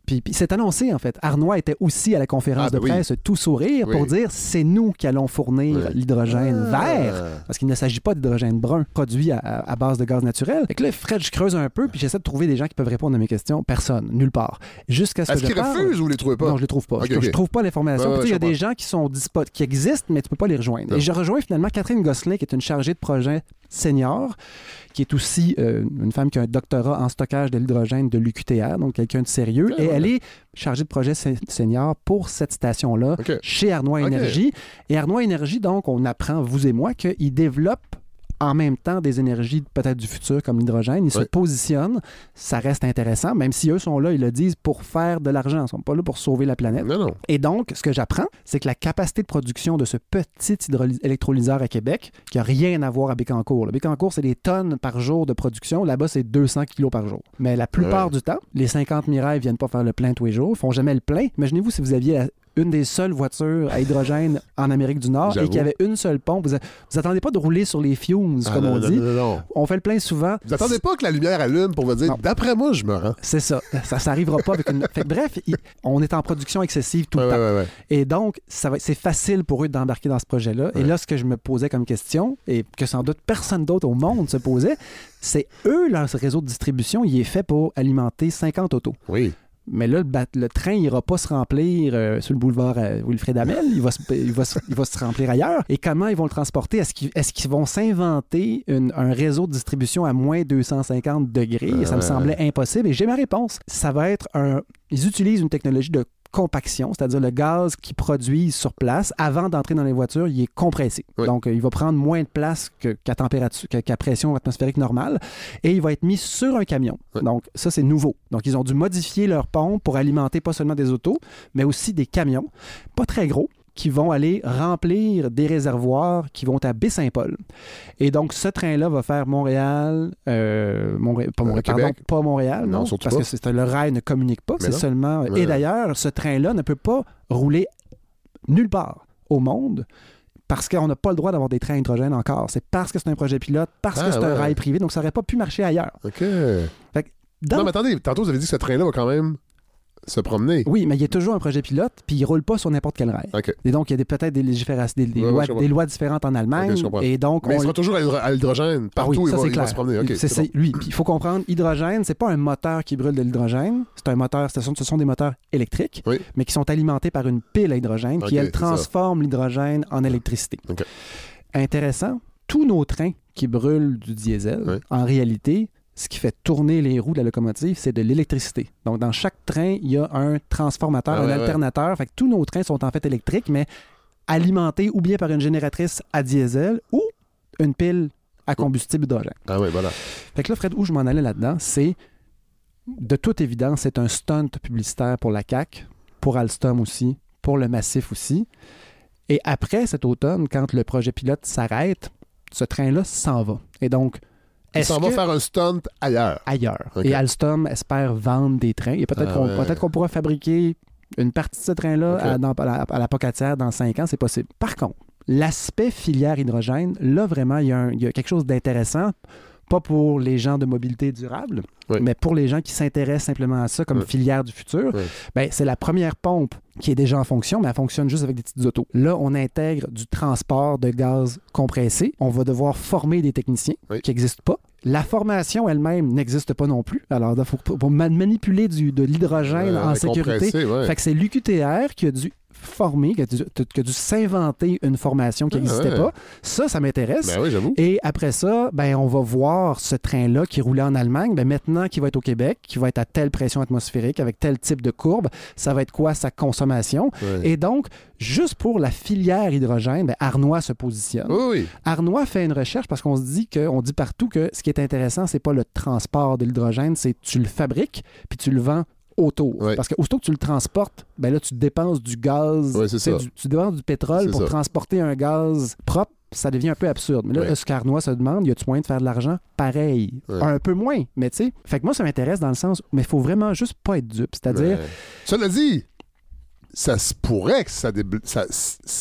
H: Puis, puis c'est annoncé, en fait. Arnois était aussi à la conférence
A: Ah, ben
H: de presse,
A: oui.
H: tout sourire,
A: Oui.
H: pour dire c'est nous qui allons fournir
A: Oui.
H: l'hydrogène
A: Ah.
H: vert, parce qu'il ne s'agit pas d'hydrogène brun, produit à, à base de gaz naturel. Fait que là, Fred, je creuse un peu, puis j'essaie de trouver des gens qui peuvent répondre à mes questions. Personne, nulle part. Jusqu'à ce que
A: Est-ce
H: je
A: qu'ils
H: parle-
A: refusent ou vous les trouvez pas?
H: Non, je les trouve pas.
A: Ok,
H: je, je
A: ok.
H: trouve pas l'information.
A: Ouais, ouais,
H: Tu sais, il y a
A: je
H: des
A: comprends.
H: gens qui sont dispo- qui existent, mais tu peux pas les rejoindre.
A: Non.
H: Et je rejoins finalement Catherine Gosselin, qui est une chargée de projet senior, qui est aussi euh, une femme qui a un doctorat en stockage de l'hydrogène de l'U Q T R, donc quelqu'un de sérieux.
A: Ah,
H: et
A: ouais.
H: elle est chargée de projet se- senior pour cette station-là,
A: OK.
H: chez Arnois
A: OK.
H: Énergie. Et Arnois Énergie, donc, on apprend, vous et moi, qu'ils développent en même temps des énergies peut-être du futur comme l'hydrogène. Ils
A: Oui.
H: se positionnent. Ça reste intéressant, même si eux sont là, ils le disent, pour faire de l'argent. Ils ne sont pas là pour sauver la planète.
A: Non, non.
H: Et donc, ce que j'apprends, c'est que la capacité de production de ce petit hydroly- électrolyseur à Québec, qui n'a rien à voir à Bécancour. Le Bécancour, c'est des tonnes par jour de production. Là-bas, c'est deux cents kilos par jour. Mais la plupart
A: Ouais.
H: du temps, les cinquante Mirai ne viennent pas faire le plein tous les jours. Ils ne font jamais le plein. Imaginez-vous si vous aviez la- une des seules voitures à hydrogène en Amérique du Nord
A: J'avoue.
H: et qu'il y avait une seule pompe. Vous, a- vous attendez pas de rouler sur les fumes,
A: Ah,
H: comme
A: non,
H: on
A: non,
H: dit.
A: non, non, non.
H: On fait le plein souvent.
A: Vous attendez pas que la lumière allume pour vous dire,
H: Non.
A: d'après moi, je me rends.
H: C'est ça. Ça s'arrivera pas avec une. Fait que bref, il- on est en production excessive tout
A: Ouais,
H: le
A: ouais,
H: temps.
A: ouais, ouais.
H: Et donc, ça va, c'est facile pour eux d'embarquer dans ce projet-là. Et
A: Ouais.
H: là, ce que je me posais comme question, et que sans doute personne d'autre au monde se posait, c'est eux, leur réseau de distribution, il est fait pour alimenter cinquante autos.
A: Oui.
H: Mais là, le, bat- le train n'ira pas se remplir euh, sur le boulevard euh, Wilfrid Hamel. Il va, se, il, va se, il va se remplir ailleurs. Et comment ils vont le transporter? Est-ce qu'ils, est-ce qu'ils vont s'inventer une- un réseau de distribution à moins deux cent cinquante degrés? Et ça me
A: Ouais.
H: semblait impossible. Et j'ai ma réponse. Ça va être un... Ils utilisent une technologie de compaction, c'est-à-dire le gaz qu'ils produisent sur place, avant d'entrer dans les voitures, il est compressé.
A: Oui.
H: Donc, euh, il va prendre moins de place que- qu'à température, que- qu'à pression atmosphérique normale, et il va être mis sur un camion.
A: Oui.
H: Donc, ça, c'est nouveau. Donc, ils ont dû modifier leur pompe pour alimenter pas seulement des autos, mais aussi des camions, pas très gros, qui vont aller remplir des réservoirs qui vont à Baie-Saint-Paul. Et donc, ce train-là va faire Montréal, euh, Montré- pas,
A: Euh,
H: Montréal
A: Québec.
H: pardon, pas Montréal,
A: Non,
H: non,
A: surtout
H: parce
A: pas.
H: que c'est, le rail ne communique pas,
A: Mais
H: c'est
A: non.
H: seulement...
A: Ouais.
H: Et d'ailleurs, ce train-là ne peut pas rouler nulle part au monde parce qu'on n'a pas le droit d'avoir des trains à hydrogène encore. C'est parce que c'est un projet pilote, parce
A: Ah,
H: que c'est un
A: ouais.
H: rail privé, donc ça n'aurait pas pu marcher ailleurs.
A: OK.
H: Dans-
A: Non, mais attendez, tantôt, vous avez dit que ce train-là va quand même se promener.
H: Oui, mais il y a toujours un projet pilote, puis il ne roule pas sur n'importe quel rail.
A: OK.
H: Et donc, il y a des- peut-être des, légiférations- des, des
A: Ouais, ouais,
H: lois,
A: je comprends.
H: des lois différentes en Allemagne.
A: Ok, je comprends.
H: Et donc,
A: Mais il
H: on-
A: sera toujours à l'hydro- à l'hydrogène.
H: Ah oui,
A: Partout,
H: ça,
A: il, va,
H: c'est
A: il
H: clair.
A: va se promener. OK,
H: C'est-
A: c'est bon.
H: c'est- lui, puis il faut comprendre, hydrogène, c'est pas un moteur qui brûle de l'hydrogène, c'est un moteur, ce sont, ce sont des moteurs électriques,
A: Oui.
H: mais qui sont alimentés par une pile à hydrogène qui,
A: Ok,
H: elle,
A: c'est ça.
H: transforme l'hydrogène en électricité.
A: Ok.
H: Intéressant, tous nos trains qui brûlent du diesel,
A: Oui.
H: en réalité, ce qui fait tourner les roues de la locomotive, c'est de l'électricité. Donc, dans chaque train, il y a un transformateur,
A: Ah
H: un
A: ouais, ouais.
H: alternateur. Fait que tous nos trains sont en fait électriques, mais alimentés ou bien par une génératrice à diesel ou une pile à combustible hydrogène.
A: Ah oui, voilà.
H: Fait que là, Fred, où je m'en allais là-dedans, c'est, de toute évidence, c'est un stunt publicitaire pour la C A Q, pour Alstom aussi, pour le Massif aussi. Et après cet automne, quand le projet pilote s'arrête, ce train-là s'en va. Et donc,
A: Il
H: est-ce
A: s'en va
H: que...
A: faire un stunt ailleurs.
H: ailleurs.
A: Ok.
H: Et Alstom espère vendre des trains. Et peut-être
A: Ah
H: qu'on,
A: ouais.
H: peut-être qu'on pourra fabriquer une partie de ce train-là
A: Ok.
H: à, dans- à la, à la Pocatière dans cinq ans, c'est possible. Par contre, l'aspect filière hydrogène, là, vraiment, il y, a un- il y a quelque chose d'intéressant, pas pour les gens de mobilité durable,
A: Oui.
H: mais pour les gens qui s'intéressent simplement à ça comme
A: Oui.
H: filière du futur.
A: Oui.
H: Ben, c'est la première pompe qui est déjà en fonction, mais elle fonctionne juste avec des petites autos. Là, on intègre du transport de gaz compressé. On va devoir former des techniciens
A: Oui.
H: qui n'existent pas. La formation elle-même n'existe pas non plus. Alors, il faut pour ma- manipuler du, de l'hydrogène
A: Euh,
H: en sécurité.
A: compressé, ouais.
H: Fait que c'est l'U Q T R qui a dû former, qui a dû, qui a dû s'inventer une formation qui
A: Ah,
H: n'existait
A: ouais.
H: pas. Ça, ça m'intéresse.
A: Ben oui, j'avoue.
H: Et après ça, ben, on va voir ce train-là qui roulait en Allemagne. Ben, maintenant qu'il va être au Québec, qui va être à telle pression atmosphérique, avec tel type de courbe, ça va être quoi sa consommation?
A: Ouais.
H: Et donc, juste pour la filière hydrogène, ben, Arnois se positionne.
A: Oui, oui.
H: Arnois fait une recherche parce qu'on se dit que, on dit partout que ce qui est intéressant, c'est pas le transport de l'hydrogène, c'est tu le fabriques puis tu le vends autour.
A: Ouais.
H: Parce que aussitôt que tu le transportes, ben là, tu dépenses du gaz,
A: Ouais, c'est
H: tu sais,
A: ça.
H: du- tu dépenses du pétrole
A: C'est
H: pour
A: ça.
H: transporter un gaz propre. Ça devient un peu absurde. Mais là,
A: Ouais.
H: ce qu'Arnois se demande, y a-tu moyen de faire de l'argent? Pareil.
A: Ouais.
H: Un peu moins, mais tu sais. Fait que moi, ça m'intéresse dans le sens, mais il faut vraiment juste pas être dupe. C'est-à-dire,
A: Ouais. Cela dit, ça se pourrait que ça, débl- ça, ça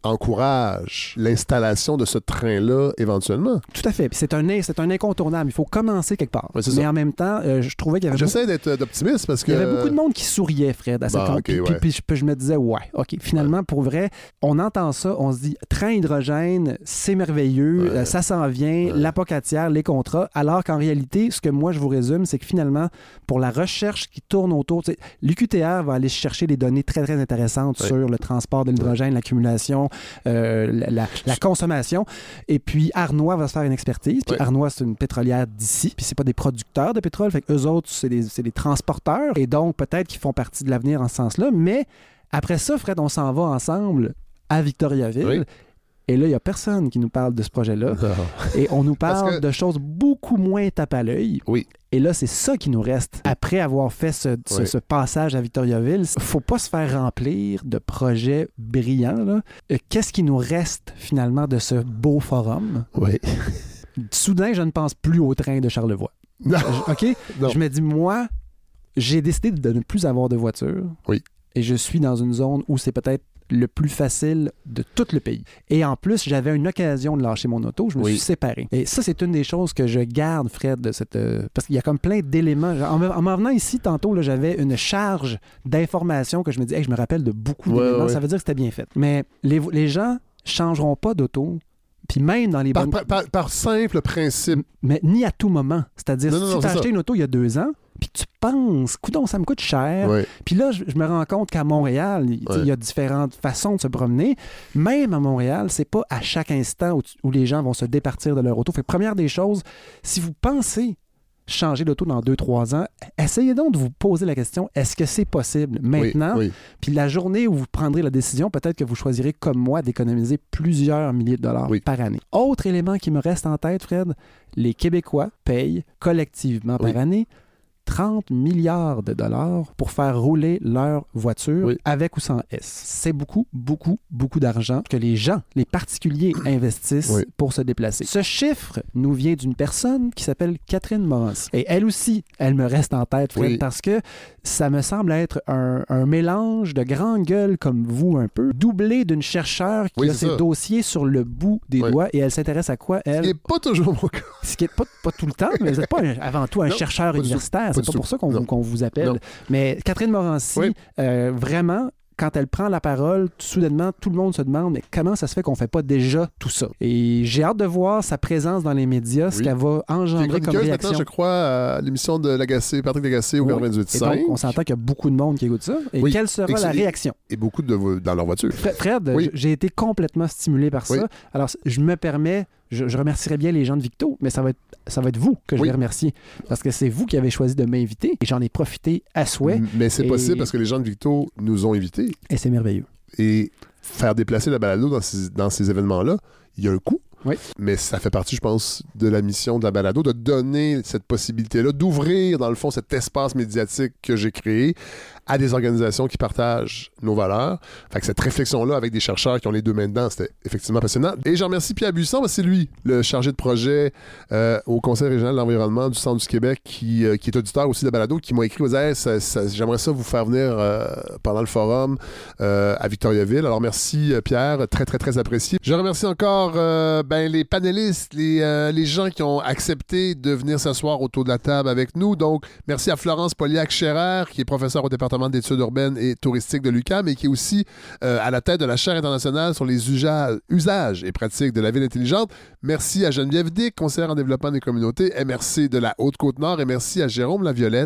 A: encourage l'installation de ce train-là éventuellement.
H: Tout à fait. Puis c'est un, c'est un incontournable. Il faut commencer quelque part.
A: Ouais, c'est
H: Mais
A: ça.
H: en même temps, euh, je trouvais qu'il y avait
A: J'essaie
H: beaucoup...
A: d'être d'optimiste parce que...
H: Il y avait beaucoup de monde qui souriait, Fred, à cette
A: Bah,
H: compte.
A: okay,
H: puis,
A: ouais.
H: puis, puis, puis je me disais, ouais, OK, finalement, ouais. pour vrai, on entend ça, on se dit, train hydrogène, c'est merveilleux,
A: ouais.
H: euh, ça s'en vient,
A: ouais.
H: l'apocatière, les contrats, alors qu'en réalité, ce que moi, je vous résume, c'est que finalement, pour la recherche qui tourne autour, l'U Q T R va aller chercher des données très, très intéressantes ouais. sur le transport de l'hydrogène, ouais. l'accumulation, euh, la, la, la consommation. Et puis, Arnois va se faire une expertise. Puis, ouais. Arnois, c'est une pétrolière d'ici. Puis, c'est pas des producteurs de pétrole. Fait qu'eux autres, c'est des, c'est des transporteurs. Et donc, peut-être qu'ils font partie de l'avenir en ce sens-là. Mais après ça, Fred, on s'en va ensemble à Victoriaville. Oui. Et là, il n'y a personne qui nous parle de ce projet-là. Non. Et on nous parle que... de choses beaucoup moins tape à l'œil.
A: Oui.
H: Et là, c'est ça qui nous reste. Après avoir fait ce, ce, oui. ce passage à Victoriaville, il ne faut pas se faire remplir de projets brillants. Là. Qu'est-ce qui nous reste finalement de ce beau forum?
A: Oui.
H: Soudain, je ne pense plus au train de Charlevoix.
A: Non.
H: Je, OK?
A: Non.
H: Je me dis, moi, j'ai décidé de ne plus avoir de voiture.
A: Oui.
H: Et je suis dans une zone où c'est peut-être le plus facile de tout le pays. Et en plus, j'avais une occasion de lâcher mon auto. Je me oui. suis séparé. Et ça, c'est une des choses que je garde, Fred, de cette... Euh, parce qu'il y a comme plein d'éléments. En, en m'en venant ici, tantôt, là, j'avais une charge d'informations que je me dis, hey, je me rappelle de beaucoup
A: ouais,
H: d'éléments.
A: Ouais.
H: Ça veut dire que c'était bien fait. Mais les, les gens changeront pas d'auto. Puis même dans les
A: par,
H: bonnes...
A: par, par, par simple principe.
H: Mais ni à tout moment. C'est-à-dire,
A: non,
H: si
A: non,
H: tu
A: non,
H: t'as acheté
A: ça.
H: une auto il y a deux ans, puis tu penses, coudonc, ça me coûte cher.
A: Ouais.
H: Puis là, je, je me rends compte qu'à Montréal, il ouais. y a différentes façons de se promener. Même à Montréal, c'est pas à chaque instant où, tu, où les gens vont se départir de leur auto. Fait que première des choses, si vous pensez changer d'auto dans deux trois ans, essayez donc de vous poser la question, est-ce que c'est possible maintenant?
A: Oui, oui.
H: Puis la journée où vous prendrez la décision, peut-être que vous choisirez, comme moi, d'économiser plusieurs milliers de dollars oui. par année. Autre élément qui me reste en tête, Fred, les Québécois payent collectivement oui. par année trente milliards de dollars pour faire rouler leur voiture oui. avec ou sans S. C'est beaucoup, beaucoup, beaucoup d'argent que les gens, les particuliers investissent oui. pour se déplacer. Ce chiffre nous vient d'une personne qui s'appelle Catherine Morancy. Et elle aussi, elle me reste en tête, Fred, oui. parce que ça me semble être un, un mélange de grande gueule comme vous un peu, doublé d'une chercheure qui
A: oui,
H: a ses
A: ça.
H: dossiers sur le bout des oui. doigts et elle s'intéresse à quoi, elle?
A: Ce qui n'est pas toujours mon cas.
H: Ce qui n'est pas, pas tout le temps, mais vous n'êtes pas un, avant tout un
A: non,
H: chercheur universitaire. C'est pas pour ça qu'on, vous, qu'on vous appelle.
A: Non.
H: Mais Catherine Morancy, oui. euh, vraiment, quand elle prend la parole, soudainement, tout le monde se demande mais comment ça se fait qu'on ne fait pas déjà tout ça? Et j'ai hâte de voir sa présence dans les médias, ce oui. qu'elle va engendrer comme réaction.
A: Maintenant, je crois, à l'émission de Lagacé, Patrick Lagacé au Gouvernement
H: oui.
A: du cinq.
H: Donc, on s'entend qu'il y a beaucoup de monde qui écoute ça. Et oui. quelle sera et la réaction?
A: Et beaucoup de, dans leur voiture.
H: Fred, oui. j'ai été complètement stimulé par ça. Oui. Alors, je me permets... Je, je remercierais bien les gens de Victo, mais ça va être, ça va être vous que je oui. vais remercier. Parce que c'est vous qui avez choisi de m'inviter et j'en ai profité à souhait.
A: Mais c'est
H: et...
A: possible parce que les gens de Victo nous ont invités.
H: Et c'est merveilleux.
A: Et faire déplacer la balado dans ces, dans ces événements-là, il y a un coût.
H: Oui.
A: Mais ça fait partie, je pense, de la mission de la balado, de donner cette possibilité-là, d'ouvrir, dans le fond, cet espace médiatique que j'ai créé à des organisations qui partagent nos valeurs. Fait que cette réflexion-là avec des chercheurs qui ont les deux mains dedans, c'était effectivement passionnant. Et je remercie Pierre Buisson, parce que c'est lui, le chargé de projet euh, au Conseil régional de l'environnement du Centre du Québec, qui, euh, qui est auditeur aussi de la balado, qui m'a écrit, hey, ça, ça, j'aimerais ça vous faire venir euh, pendant le forum euh, à Victoriaville. Alors merci Pierre, très très très apprécié. Je remercie encore euh, ben, les panélistes, les, euh, les gens qui ont accepté de venir s'asseoir autour de la table avec nous. Donc merci à Florence Poliac-Scherer, qui est professeure au département d'études urbaines et touristiques de l'U Q A M et qui est aussi euh, à la tête de la chaire internationale sur les usages, usages et pratiques de la ville intelligente. Merci à Geneviève Dick, conseillère en développement des communautés, M R C de la Haute-Côte-Nord, et merci à Jérôme Laviolette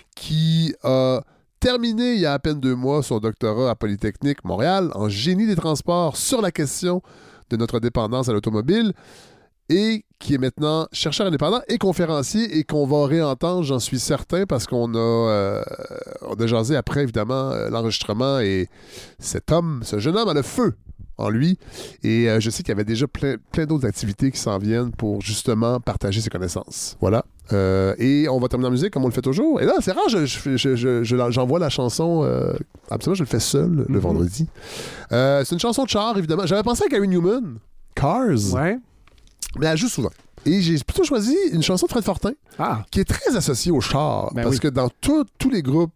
A: qui a terminé il y a à peine deux mois son doctorat à Polytechnique Montréal en génie des transports sur la question de notre dépendance à l'automobile et qui est maintenant chercheur indépendant et conférencier et qu'on va réentendre, j'en suis certain, parce qu'on a, euh, on a jasé après, évidemment, euh, l'enregistrement et cet homme, ce jeune homme a le feu en lui et euh, je sais qu'il y avait déjà plein, plein d'autres activités qui s'en viennent pour justement partager ses connaissances. Voilà. Euh, et on va terminer en musique comme on le fait toujours. Et là, c'est rare, je, je, je, je, je, j'envoie la chanson, euh, absolument, je le fais seul le mm-hmm. vendredi. Euh, c'est une chanson de char, évidemment. J'avais pensé à Gary Newman, Cars.
H: Ouais.
A: Mais elle joue souvent. Et j'ai plutôt choisi une chanson de Fred Fortin
H: ah.
A: qui est très associée au char.
H: Ben
A: parce
H: oui.
A: que dans tous les groupes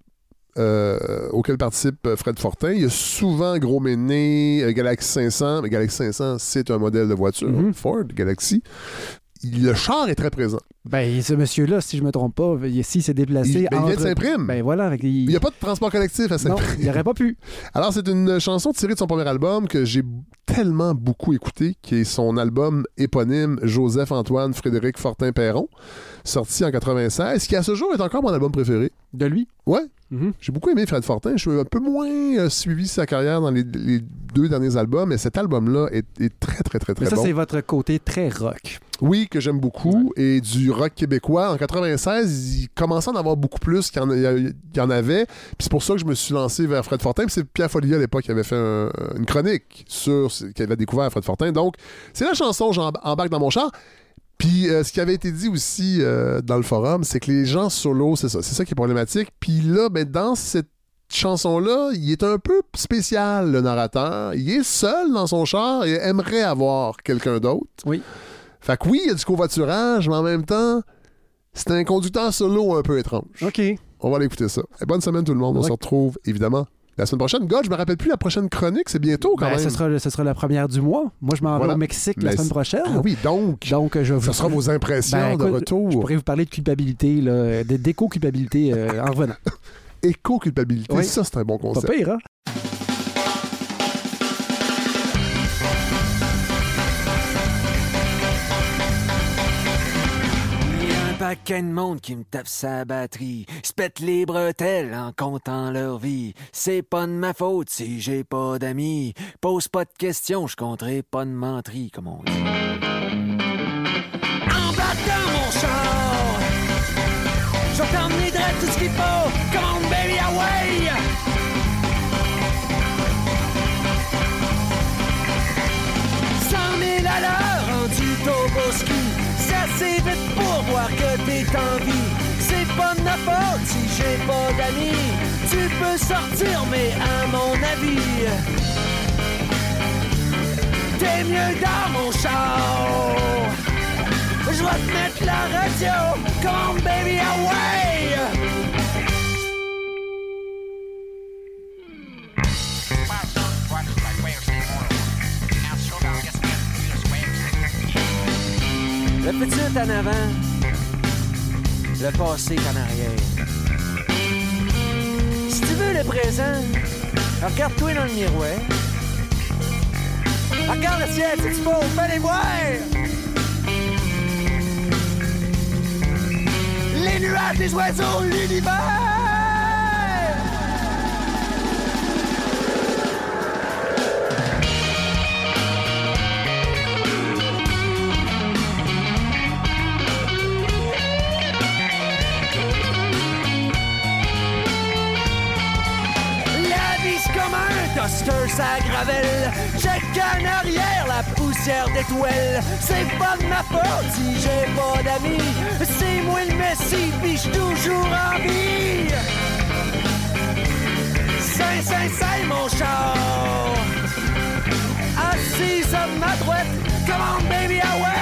A: euh, auquel participe Fred Fortin. Il y a souvent Gros Méné, euh, Galaxy cinq cents. Mais Galaxy cinq cents, c'est un modèle de voiture. Mm-hmm. Ford, Galaxy. Il, le char est très présent.
H: Ben, ce monsieur-là, si je ne me trompe pas, ici, s'est déplacé.
A: Il, ben,
H: entre...
A: il vient de Saint-Prime.
H: Ben voilà. Avec...
A: Il n'y a pas de transport collectif à Saint-Prime.
H: Non, il n'aurait pas pu.
A: Alors, c'est une chanson tirée de son premier album que j'ai tellement beaucoup écouté, qui est son album éponyme Joseph-Antoine Frédéric Fortin-Perron, sorti en quatre-vingt-seize, qui à ce jour est encore mon album préféré.
H: De lui?
A: Ouais.
H: Mm-hmm.
A: J'ai beaucoup aimé Fred Fortin. Je suis un peu moins euh, suivi sa carrière dans les, les deux derniers albums, mais cet album-là est, est très, très, très, très
H: mais ça,
A: bon.
H: Ça, c'est votre côté très rock.
A: Oui, que j'aime beaucoup. Ouais. Et du rock québécois. En quatre-vingt-seize, il commençait à en avoir beaucoup plus qu'il y en, il y en avait. Puis c'est pour ça que je me suis lancé vers Fred Fortin. Puis c'est Pierre Follier, à l'époque, qui avait fait un, une chronique sur... qui avait découvert Fred Fortin. Donc, c'est la chanson « J'embarque dans mon char ». Puis euh, ce qui avait été dit aussi euh, dans le forum, c'est que les gens solo, c'est ça, c'est ça qui est problématique. Puis là, ben, dans cette chanson-là, il est un peu spécial, le narrateur. Il est seul dans son char et aimerait avoir quelqu'un d'autre.
H: Oui.
A: Fait que oui, il y a du covoiturage, mais en même temps, c'est un conducteur solo un peu étrange.
H: OK.
A: On va aller écouter ça. Et bonne semaine tout le monde. On ouais. se retrouve, évidemment, la semaine prochaine. God, je me rappelle plus la prochaine chronique, c'est bientôt quand
H: ben,
A: même.
H: Ce sera, ce sera la première du mois. Moi, je m'en voilà. vais au Mexique
A: Mais
H: la semaine prochaine.
A: Ah oui, donc,
H: donc je
A: ça
H: vous...
A: sera vos impressions ben,
H: écoute,
A: de retour.
H: Je pourrais vous parler de culpabilité, là, de d'éco-culpabilité euh, en revenant.
A: Éco-culpabilité, oui. Ça, c'est un bon concept.
H: Pas pire, hein?
I: Paquet de monde qui me tape sa batterie, se pète les bretelles en comptant leur vie. C'est pas de ma faute si j'ai pas d'amis. Pose pas de questions, je compterai pas de menterie, comme on dit. Embarque dans mon char, je vais t'emmener direct tout ce qu'il faut. Come on baby, away! cent mille à l'heure rendu Toboski. C'est vite pour voir que t'es en vie. C'est pas de ma faute si j'ai pas d'amis. Tu peux sortir, mais à mon avis, t'es mieux dans mon char. Je vais te mettre la radio. Come on, baby, away! Le futur est en avant, le passé est en arrière. Si tu veux le présent, regarde-toi dans le miroir. Regarde le ciel, c'est beau, fais-les voir! Les nuages, les oiseaux, l'univers! Duster, ça gravelle. Check en arrière la poussière d'étoiles. C'est pas de ma faute si j'ai pas d'amis. C'est moi le messie, pis j'suis toujours en vie. Saint, saint, saint, mon char. Assise à ma droite. Come on, baby, away.